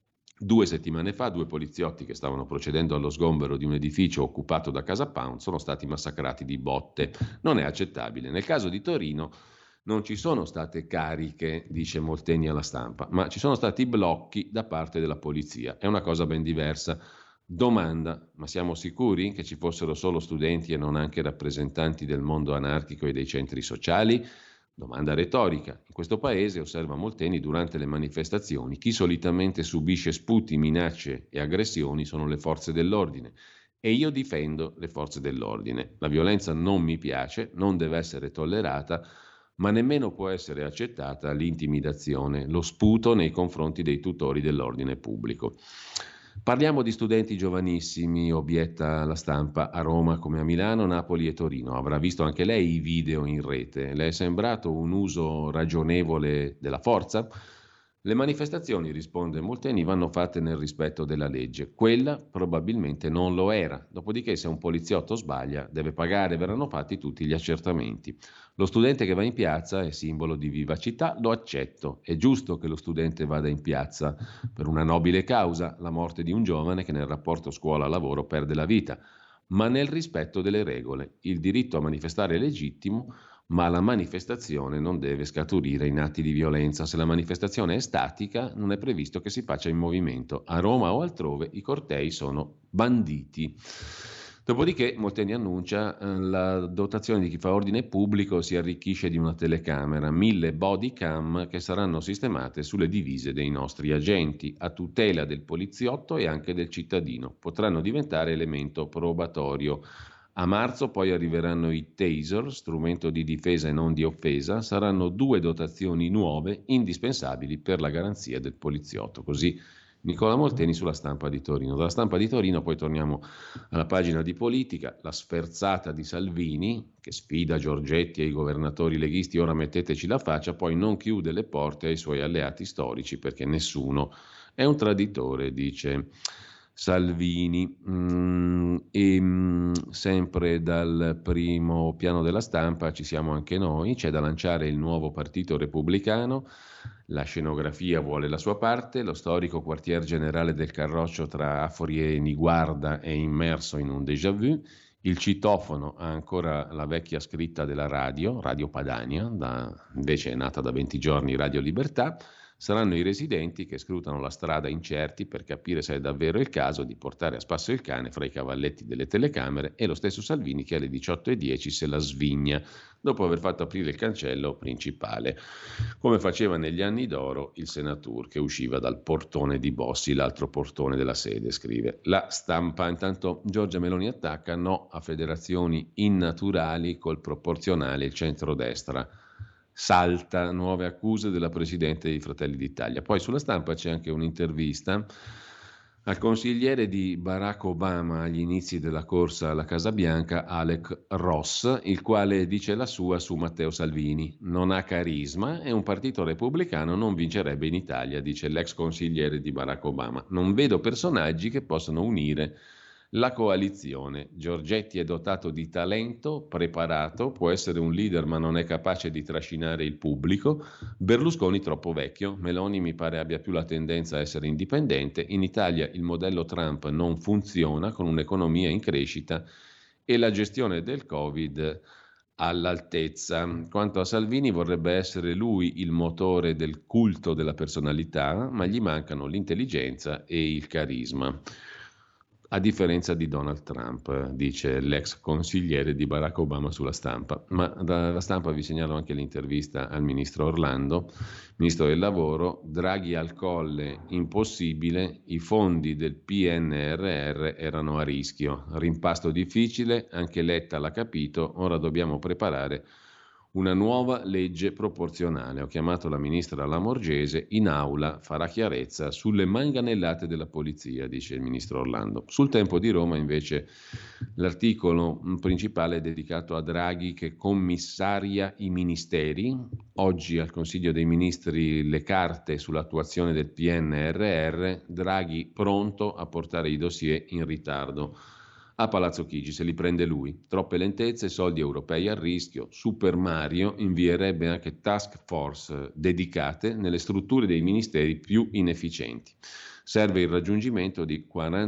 2 settimane fa 2 poliziotti che stavano procedendo allo sgombero di un edificio occupato da Casa Pound sono stati massacrati di botte. Non è accettabile. Nel caso di Torino non ci sono state cariche, dice Molteni alla Stampa, ma ci sono stati blocchi da parte della polizia. È una cosa ben diversa. Domanda, ma siamo sicuri che ci fossero solo studenti e non anche rappresentanti del mondo anarchico e dei centri sociali? Domanda retorica. In questo paese, osserva Molteni, durante le manifestazioni, chi solitamente subisce sputi, minacce e aggressioni sono le forze dell'ordine. E io difendo le forze dell'ordine. La violenza non mi piace, non deve essere tollerata, ma nemmeno può essere accettata l'intimidazione, lo sputo nei confronti dei tutori dell'ordine pubblico. Parliamo di studenti giovanissimi, obietta la Stampa, a Roma come a Milano, Napoli e Torino. Avrà visto anche lei i video in rete. Le è sembrato un uso ragionevole della forza? Le manifestazioni, risponde Molteni, vanno fatte nel rispetto della legge. Quella probabilmente non lo era. Dopodiché, se un poliziotto sbaglia, deve pagare, verranno fatti tutti gli accertamenti. Lo studente che va in piazza è simbolo di vivacità, lo accetto. È giusto che lo studente vada in piazza per una nobile causa, la morte di un giovane che nel rapporto scuola-lavoro perde la vita, ma nel rispetto delle regole. Il diritto a manifestare è legittimo, ma la manifestazione non deve scaturire in atti di violenza. Se la manifestazione è statica, non è previsto che si faccia in movimento. A Roma o altrove i cortei sono banditi. Dopodiché Molteni annuncia la dotazione di chi fa ordine pubblico si arricchisce di una telecamera, 1000 body cam che saranno sistemate sulle divise dei nostri agenti, a tutela del poliziotto e anche del cittadino. Potranno diventare elemento probatorio. A marzo poi arriveranno i taser, strumento di difesa e non di offesa, saranno 2 dotazioni nuove indispensabili per la garanzia del poliziotto. Così Nicola Molteni sulla Stampa di Torino. Dalla Stampa di Torino poi torniamo alla pagina di politica, la sferzata di Salvini che sfida Giorgetti e i governatori leghisti, ora metteteci la faccia, poi non chiude le porte ai suoi alleati storici perché nessuno è un traditore, dice Salvini. Sempre dal primo piano della Stampa ci siamo anche noi, c'è da lanciare il nuovo partito repubblicano, la scenografia vuole la sua parte, lo storico quartier generale del Carroccio tra Afori e Niguarda è immerso in un déjà vu, il citofono ha ancora la vecchia scritta della Radio Padania, invece è nata da 20 giorni Radio Libertà. Saranno i residenti che scrutano la strada incerti per capire se è davvero il caso di portare a spasso il cane fra i cavalletti delle telecamere e lo stesso Salvini che alle 18:10 se la svigna dopo aver fatto aprire il cancello principale, come faceva negli anni d'oro il Senatur che usciva dal portone di Bossi, l'altro portone della sede, scrive la Stampa. Intanto Giorgia Meloni attacca no a federazioni innaturali col proporzionale il centrodestra. Salta nuove accuse della Presidente dei Fratelli d'Italia. Poi sulla Stampa c'è anche un'intervista al consigliere di Barack Obama agli inizi della corsa alla Casa Bianca, Alec Ross, il quale dice la sua su Matteo Salvini. Non ha carisma e un partito repubblicano non vincerebbe in Italia, dice l'ex consigliere di Barack Obama. Non vedo personaggi che possano unire la coalizione. Giorgetti è dotato di talento, preparato, può essere un leader ma non è capace di trascinare il pubblico. Berlusconi troppo vecchio, Meloni mi pare abbia più la tendenza a essere indipendente. In Italia il modello Trump non funziona con un'economia in crescita e la gestione del Covid all'altezza. Quanto a Salvini vorrebbe essere lui il motore del culto della personalità, ma gli mancano l'intelligenza e il carisma. a differenza di Donald Trump, dice l'ex consigliere di Barack Obama sulla Stampa. Ma dalla Stampa vi segnalo anche l'intervista al ministro Orlando, ministro del lavoro. Draghi al colle, impossibile, i fondi del PNRR erano a rischio, rimpasto difficile, anche Letta l'ha capito, ora dobbiamo preparare una nuova legge proporzionale. Ho chiamato la ministra Lamorgese, in aula farà chiarezza sulle manganellate della polizia, dice il ministro Orlando. Sul Tempo di Roma invece l'articolo principale è dedicato a Draghi che commissaria i ministeri. Oggi al Consiglio dei Ministri le carte sull'attuazione del PNRR, Draghi pronto a portare i dossier in ritardo a Palazzo Chigi, se li prende lui. Troppe lentezze, soldi europei a rischio. Super Mario invierebbe anche task force dedicate nelle strutture dei ministeri più inefficienti. Serve il raggiungimento di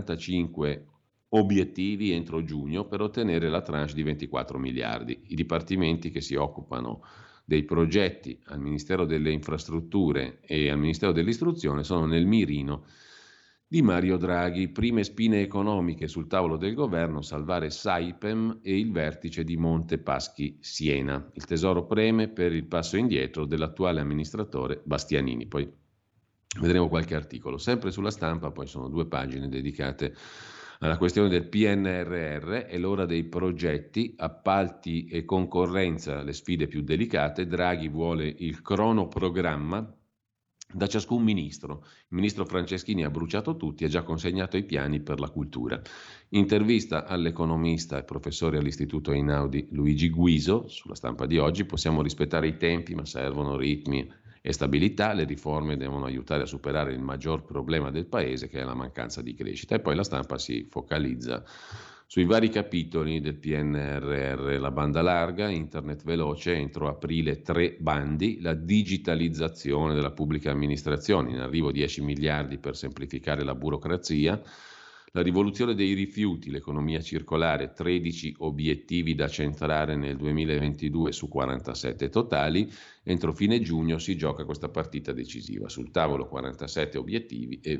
45 obiettivi entro giugno per ottenere la tranche di 24 miliardi. I dipartimenti che si occupano dei progetti al Ministero delle Infrastrutture e al Ministero dell'Istruzione sono nel mirino di Mario Draghi. Prime spine economiche sul tavolo del governo, salvare Saipem e il vertice di Monte Paschi Siena. Il Tesoro preme per il passo indietro dell'attuale amministratore Bastianini. Poi vedremo qualche articolo. Sempre sulla Stampa poi sono 2 pagine dedicate alla questione del PNRR. È l'ora dei progetti, appalti e concorrenza, le sfide più delicate. Draghi vuole il cronoprogramma da ciascun ministro. Il ministro Franceschini ha bruciato tutti e ha già consegnato i piani per la cultura. Intervista all'economista e professore all'Istituto Einaudi Luigi Guiso, sulla Stampa di oggi. Possiamo rispettare i tempi, ma servono ritmi e stabilità. Le riforme devono aiutare a superare il maggior problema del Paese, che è la mancanza di crescita. E poi la Stampa si focalizza sui vari capitoli del PNRR, la banda larga, internet veloce, entro aprile 3 bandi, la digitalizzazione della pubblica amministrazione, in arrivo 10 miliardi per semplificare la burocrazia, la rivoluzione dei rifiuti, l'economia circolare, 13 obiettivi da centrare nel 2022 su 47 totali. Entro fine giugno si gioca questa partita decisiva. Sul tavolo 47 obiettivi e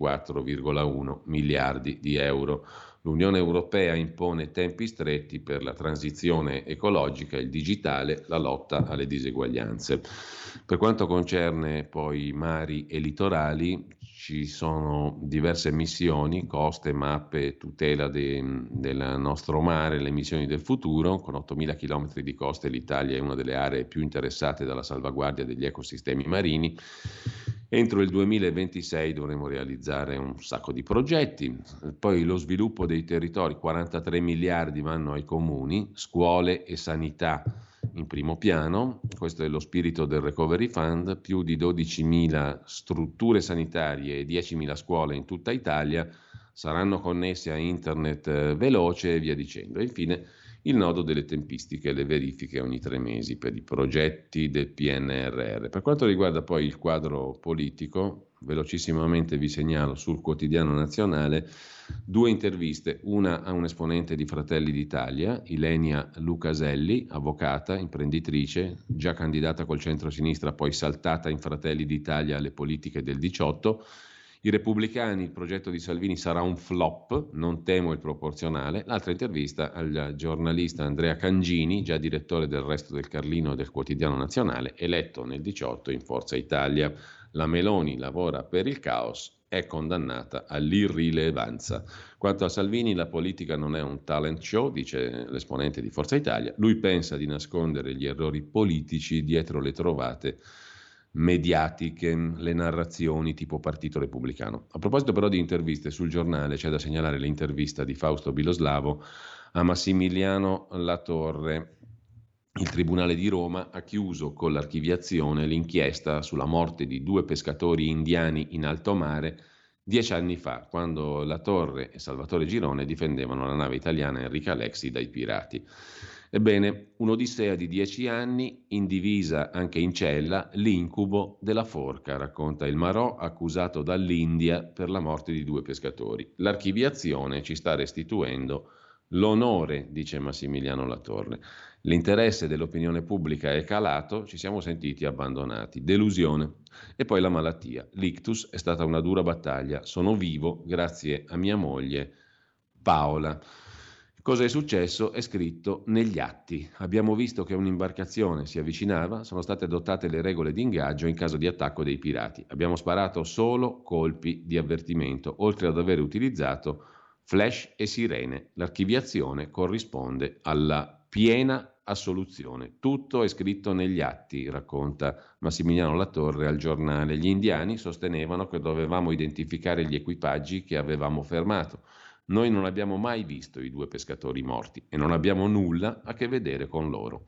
24,1 miliardi di euro. L'Unione Europea impone tempi stretti per la transizione ecologica, il digitale, la lotta alle diseguaglianze. Per quanto concerne poi i mari e litorali, ci sono diverse missioni, coste, mappe, tutela del nostro mare, le missioni del futuro. Con 8.000 km di coste l'Italia è una delle aree più interessate dalla salvaguardia degli ecosistemi marini. Entro il 2026 dovremo realizzare un sacco di progetti. Poi lo sviluppo dei territori, 43 miliardi vanno ai comuni, scuole e sanità in primo piano. Questo è lo spirito del Recovery Fund, più di 12.000 strutture sanitarie e 10.000 scuole in tutta Italia saranno connesse a internet veloce e via dicendo. E infine il nodo delle tempistiche, le verifiche ogni 3 mesi per i progetti del PNRR. Per quanto riguarda poi il quadro politico, velocissimamente vi segnalo sul Quotidiano Nazionale 2 interviste, una a un esponente di Fratelli d'Italia, Ilenia Lucaselli, avvocata, imprenditrice, già candidata col centro-sinistra, poi saltata in Fratelli d'Italia alle politiche del 18. I repubblicani, il progetto di Salvini sarà un flop, non temo il proporzionale. L'altra intervista al giornalista Andrea Cangini, già direttore del Resto del Carlino e del Quotidiano Nazionale, eletto nel 18 in Forza Italia. La Meloni lavora per il caos, è condannata all'irrilevanza. Quanto a Salvini, la politica non è un talent show, dice l'esponente di Forza Italia. Lui pensa di nascondere gli errori politici dietro le trovate mediatiche, le narrazioni tipo Partito Repubblicano. A proposito però di interviste, sul Giornale c'è da segnalare l'intervista di Fausto Biloslavo a Massimiliano Latorre. Il Tribunale di Roma ha chiuso con l'archiviazione l'inchiesta sulla morte di 2 pescatori indiani in alto mare 10 anni fa, quando Latorre e Salvatore Girone difendevano la nave italiana Enrica Lexi dai pirati. Ebbene, un'odissea di 10 anni, indivisa anche in cella, l'incubo della forca, racconta il Marò, accusato dall'India per la morte di 2 pescatori. L'archiviazione ci sta restituendo l'onore, dice Massimiliano Latorre. L'interesse dell'opinione pubblica è calato, ci siamo sentiti abbandonati. Delusione. E poi la malattia. L'ictus è stata una dura battaglia. Sono vivo grazie a mia moglie Paola. Cosa è successo? È scritto negli atti. Abbiamo visto che un'imbarcazione si avvicinava, sono state adottate le regole di ingaggio in caso di attacco dei pirati. Abbiamo sparato solo colpi di avvertimento, oltre ad aver utilizzato flash e sirene. L'archiviazione corrisponde alla piena assoluzione. Tutto è scritto negli atti, racconta Massimiliano Latorre al giornale. Gli indiani sostenevano che dovevamo identificare gli equipaggi che avevamo fermato. Noi non abbiamo mai visto i 2 pescatori morti e non abbiamo nulla a che vedere con loro.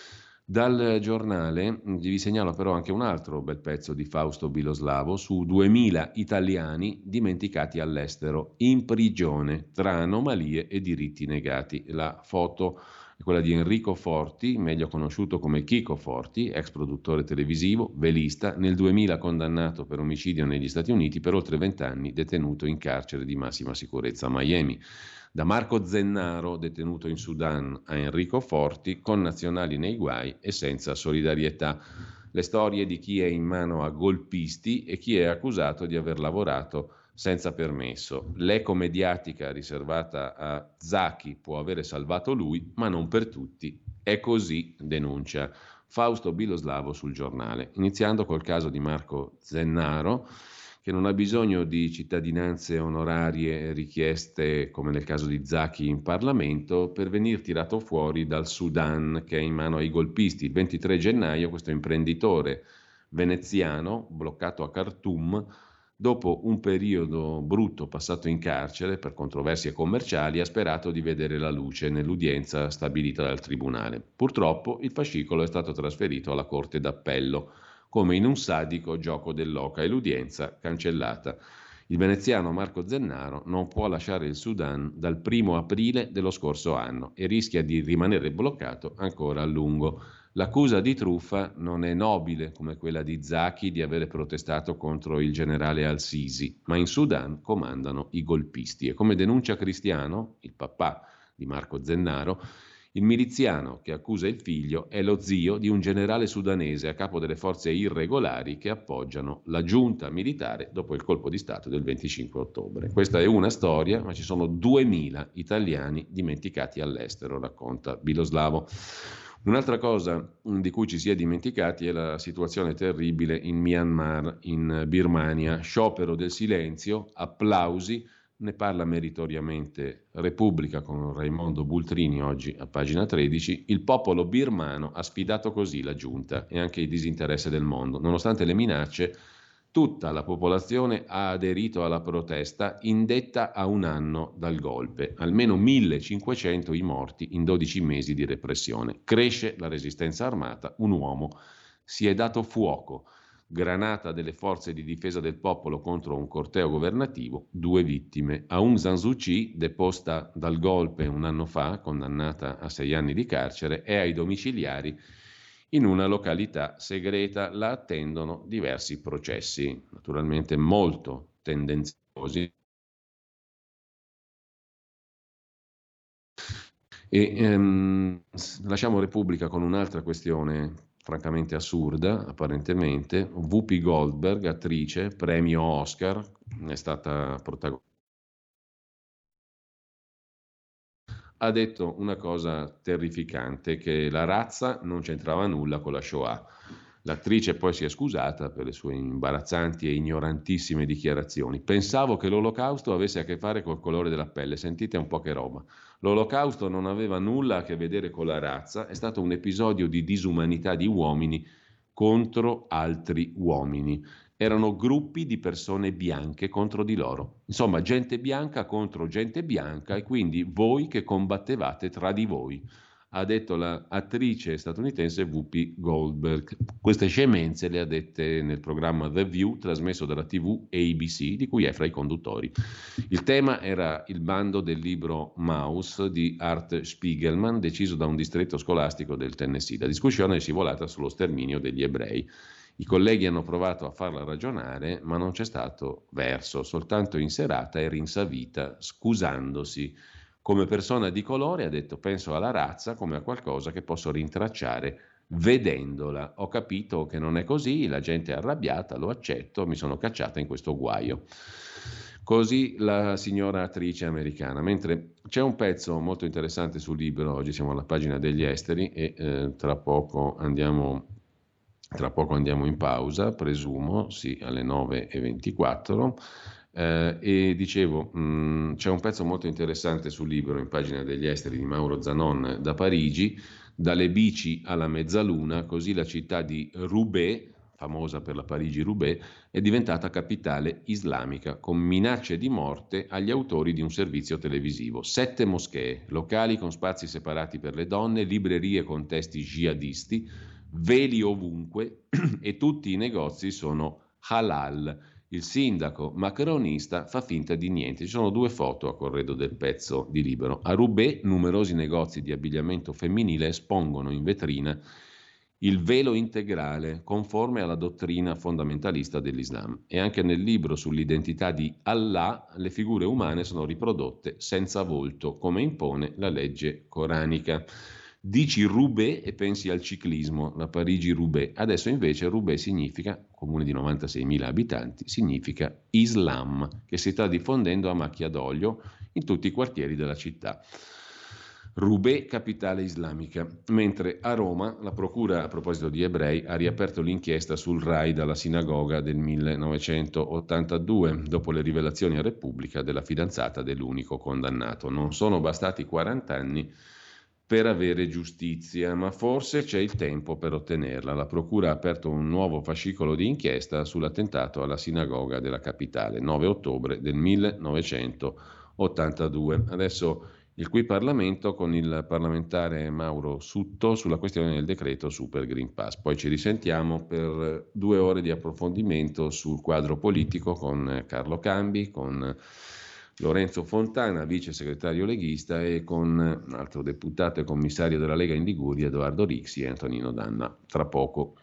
Dal giornale vi segnalo però anche un altro bel pezzo di Fausto Biloslavo su 2000 italiani dimenticati all'estero, in prigione, tra anomalie e diritti negati. La foto è quella di Enrico Forti, meglio conosciuto come Chico Forti, ex produttore televisivo, velista, nel 2000 condannato per omicidio negli Stati Uniti, per oltre 20 anni detenuto in carcere di massima sicurezza a Miami. Da Marco Zennaro, detenuto in Sudan, a Enrico Forti, connazionali nei guai e senza solidarietà. Le storie di chi è in mano a golpisti e chi è accusato di aver lavorato senza permesso. L'eco mediatica riservata a Zaki può avere salvato lui, ma non per tutti. È così, denuncia Fausto Biloslavo sul giornale. Iniziando col caso di Marco Zennaro, che non ha bisogno di cittadinanze onorarie richieste, come nel caso di Zaki in Parlamento, per venir tirato fuori dal Sudan, che è in mano ai golpisti. Il 23 gennaio questo imprenditore veneziano, bloccato a Khartoum, dopo un periodo brutto passato in carcere per controversie commerciali, ha sperato di vedere la luce nell'udienza stabilita dal tribunale. Purtroppo il fascicolo è stato trasferito alla Corte d'Appello, come in un sadico gioco dell'oca, e l'udienza cancellata. Il veneziano Marco Zennaro non può lasciare il Sudan dal 1 aprile dello scorso anno e rischia di rimanere bloccato ancora a lungo. L'accusa di truffa non è nobile come quella di Zaki di avere protestato contro il generale al-Sisi, ma in Sudan comandano i golpisti. E come denuncia Cristiano, il papà di Marco Zennaro, il miliziano che accusa il figlio è lo zio di un generale sudanese a capo delle forze irregolari che appoggiano la giunta militare dopo il colpo di Stato del 25 ottobre. Questa è una storia, ma ci sono 2000 italiani dimenticati all'estero, racconta Biloslavo. Un'altra cosa di cui ci si è dimenticati è la situazione terribile in Myanmar, in Birmania. Sciopero del silenzio, applausi. Ne parla meritoriamente Repubblica con Raimondo Bultrini oggi a pagina 13. Il popolo birmano ha sfidato così la giunta e anche il disinteresse del mondo. Nonostante le minacce, tutta la popolazione ha aderito alla protesta indetta a un anno dal golpe. Almeno 1500 i morti in 12 mesi di repressione. Cresce la resistenza armata, un uomo si è dato fuoco. Granata delle forze di difesa del popolo contro un corteo governativo, 2 vittime. Aung San Suu Kyi, deposta dal golpe un anno fa, condannata a 6 anni di carcere, è ai domiciliari in una località segreta. La attendono diversi processi, naturalmente molto tendenziosi. Lasciamo Repubblica con un'altra questione francamente assurda, apparentemente. Whoopi Goldberg, attrice, premio Oscar, è stata protagonista. Ha detto una cosa terrificante, che la razza non c'entrava nulla con la Shoah. L'attrice poi si è scusata per le sue imbarazzanti e ignorantissime dichiarazioni. Pensavo che l'Olocausto avesse a che fare col colore della pelle, sentite un po' che roba. L'Olocausto non aveva nulla a che vedere con la razza, è stato un episodio di disumanità di uomini contro altri uomini. Erano gruppi di persone bianche contro di loro. Insomma, gente bianca contro gente bianca, e quindi voi che combattevate tra di voi, ha detto l'attrice statunitense Whoopi Goldberg. Queste scemenze le ha dette nel programma The View, trasmesso dalla TV ABC, di cui è fra i conduttori. Il tema era il bando del libro Maus di Art Spiegelman, deciso da un distretto scolastico del Tennessee. La discussione è scivolata sullo sterminio degli ebrei. I colleghi hanno provato a farla ragionare, ma non c'è stato verso, soltanto in serata è rinsavita, scusandosi. Come persona di colore, ha detto, penso alla razza come a qualcosa che posso rintracciare vedendola. Ho capito che non è così, la gente è arrabbiata, lo accetto, mi sono cacciata in questo guaio. Così la signora attrice americana. Mentre c'è un pezzo molto interessante sul Libero, oggi siamo alla pagina degli esteri e tra poco andiamo in pausa, presumo, sì, alle 9:24. E dicevo, c'è un pezzo molto interessante sul Libero in pagina degli esteri di Mauro Zanon da Parigi, dalle bici alla mezzaluna, così la città di Roubaix, famosa per la Parigi-Roubaix, è diventata capitale islamica, con minacce di morte agli autori di un servizio televisivo. 7 moschee, locali con spazi separati per le donne, librerie con testi jihadisti, veli ovunque e tutti i negozi sono halal. Il sindaco macronista fa finta di niente. Ci sono 2 foto a corredo del pezzo di Libero. A Roubaix numerosi negozi di abbigliamento femminile espongono in vetrina il velo integrale, conforme alla dottrina fondamentalista dell'Islam. E anche nel libro sull'identità di Allah le figure umane sono riprodotte senza volto, come impone la legge coranica. Dici Roubaix e pensi al ciclismo, la Parigi-Roubaix. Adesso invece Roubaix significa, comune di 96.000 abitanti, significa Islam, che si sta diffondendo a macchia d'olio in tutti i quartieri della città. Roubaix, capitale islamica, mentre a Roma la procura, a proposito di ebrei, ha riaperto l'inchiesta sul raid alla sinagoga del 1982, dopo le rivelazioni a Repubblica della fidanzata dell'unico condannato. Non sono bastati 40 anni per avere giustizia, ma forse c'è il tempo per ottenerla. La procura ha aperto un nuovo fascicolo di inchiesta sull'attentato alla sinagoga della capitale, 9 ottobre del 1982. Adesso il cui Parlamento con il parlamentare Mauro Sutto sulla questione del decreto Super Green Pass. Poi ci risentiamo per 2 ore di approfondimento sul quadro politico con Carlo Cambi, con Lorenzo Fontana, vice segretario leghista, e con un altro deputato e commissario della Lega in Liguria, Edoardo Rixi e Antonino Danna. Tra poco.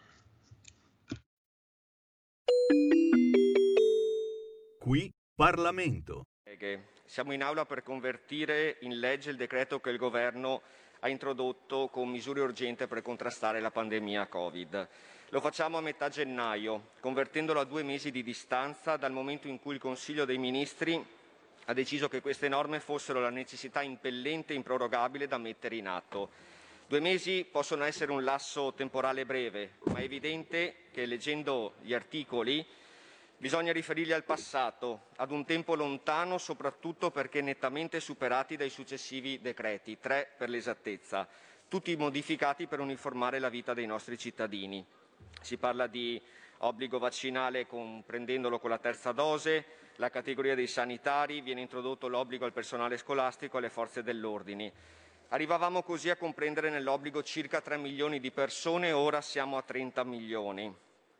Qui Parlamento. Siamo in aula per convertire in legge il decreto che il governo ha introdotto con misure urgenti per contrastare la pandemia Covid. Lo facciamo a metà gennaio, convertendolo a 2 mesi di distanza dal momento in cui il Consiglio dei Ministri ha deciso che queste norme fossero la necessità impellente e improrogabile da mettere in atto. 2 mesi possono essere un lasso temporale breve, ma è evidente che leggendo gli articoli bisogna riferirli al passato, ad un tempo lontano, soprattutto perché nettamente superati dai successivi decreti, 3 per l'esattezza, tutti modificati per uniformare la vita dei nostri cittadini. Si parla di obbligo vaccinale comprendendolo con la terza dose, la categoria dei sanitari, viene introdotto l'obbligo al personale scolastico e alle forze dell'ordine. Arrivavamo così a comprendere nell'obbligo circa 3 milioni di persone, ora siamo a 30 milioni.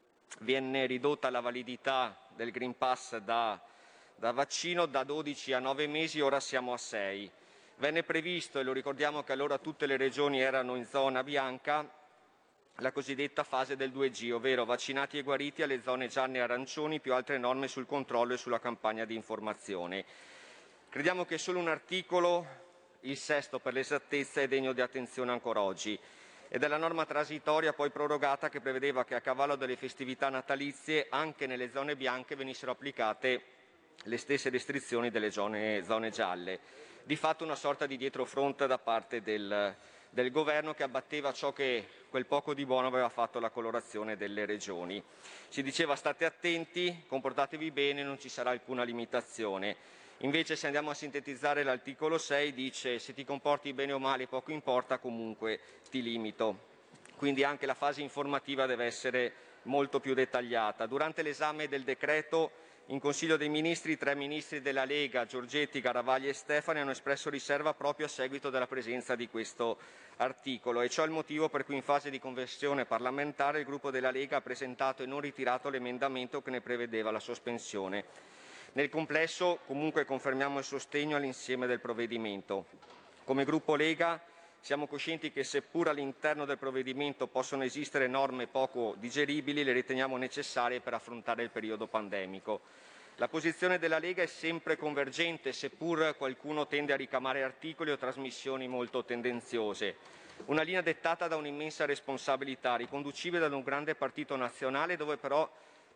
Viene ridotta la validità del Green Pass da vaccino da 12 a 9 mesi, ora siamo a 6. Venne previsto, e lo ricordiamo che allora tutte le regioni erano in zona bianca, la cosiddetta fase del 2G, ovvero vaccinati e guariti alle zone gialle e arancioni, più altre norme sul controllo e sulla campagna di informazione. Crediamo che solo un articolo, il 6° per l'esattezza, è degno di attenzione ancora oggi. Ed è la norma transitoria poi prorogata che prevedeva che a cavallo delle festività natalizie anche nelle zone bianche venissero applicate le stesse restrizioni delle zone gialle. Di fatto una sorta di dietrofront da parte del governo che abbatteva ciò che quel poco di buono aveva fatto la colorazione delle regioni. Si diceva state attenti, comportatevi bene, non ci sarà alcuna limitazione. Invece se andiamo a sintetizzare l'articolo 6 dice se ti comporti bene o male poco importa, comunque ti limito. Quindi anche la fase informativa deve essere molto più dettagliata. Durante l'esame del decreto in Consiglio dei Ministri 3 ministri della Lega, Giorgetti, Garavaglia e Stefani, hanno espresso riserva proprio a seguito della presenza di questo articolo e ciò è il motivo per cui in fase di conversione parlamentare il gruppo della Lega ha presentato e non ritirato l'emendamento che ne prevedeva la sospensione. Nel complesso, comunque, confermiamo il sostegno all'insieme del provvedimento. Come gruppo Lega siamo coscienti che seppur all'interno del provvedimento possono esistere norme poco digeribili, le riteniamo necessarie per affrontare il periodo pandemico. La posizione della Lega è sempre convergente, seppur qualcuno tende a ricamare articoli o trasmissioni molto tendenziose. Una linea dettata da un'immensa responsabilità, riconducibile ad un grande partito nazionale dove però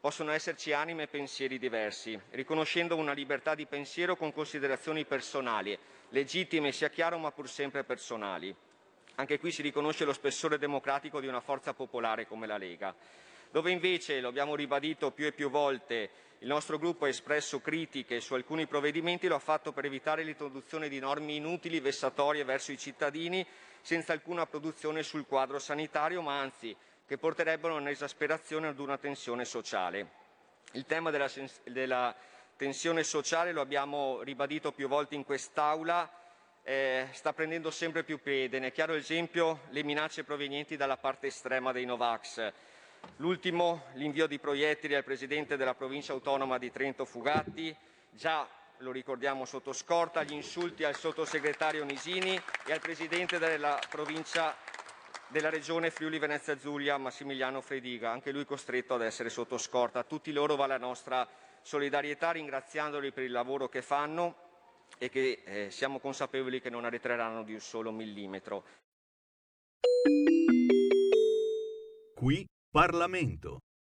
possono esserci anime e pensieri diversi, riconoscendo una libertà di pensiero con considerazioni personali, legittime sia chiaro ma pur sempre personali. Anche qui si riconosce lo spessore democratico di una forza popolare come la Lega. Dove invece, lo abbiamo ribadito più e più volte, il nostro gruppo ha espresso critiche su alcuni provvedimenti, lo ha fatto per evitare l'introduzione di norme inutili, vessatorie verso i cittadini, senza alcuna produzione sul quadro sanitario, ma anzi che porterebbero a un'esasperazione ad una tensione sociale. Il tema della tensione sociale, lo abbiamo ribadito più volte in quest'Aula, sta prendendo sempre più piede. Ne è chiaro esempio le minacce provenienti dalla parte estrema dei Novax. L'ultimo, l'invio di proiettili al Presidente della Provincia Autonoma di Trento Fugatti, già lo ricordiamo sotto scorta, gli insulti al Sottosegretario Nisini e al Presidente della Regione Friuli Venezia Giulia Massimiliano Frediga, anche lui costretto ad essere sotto scorta. A tutti loro va la nostra solidarietà, ringraziandoli per il lavoro che fanno e che siamo consapevoli che non arretreranno di un solo millimetro. Qui Parlamento.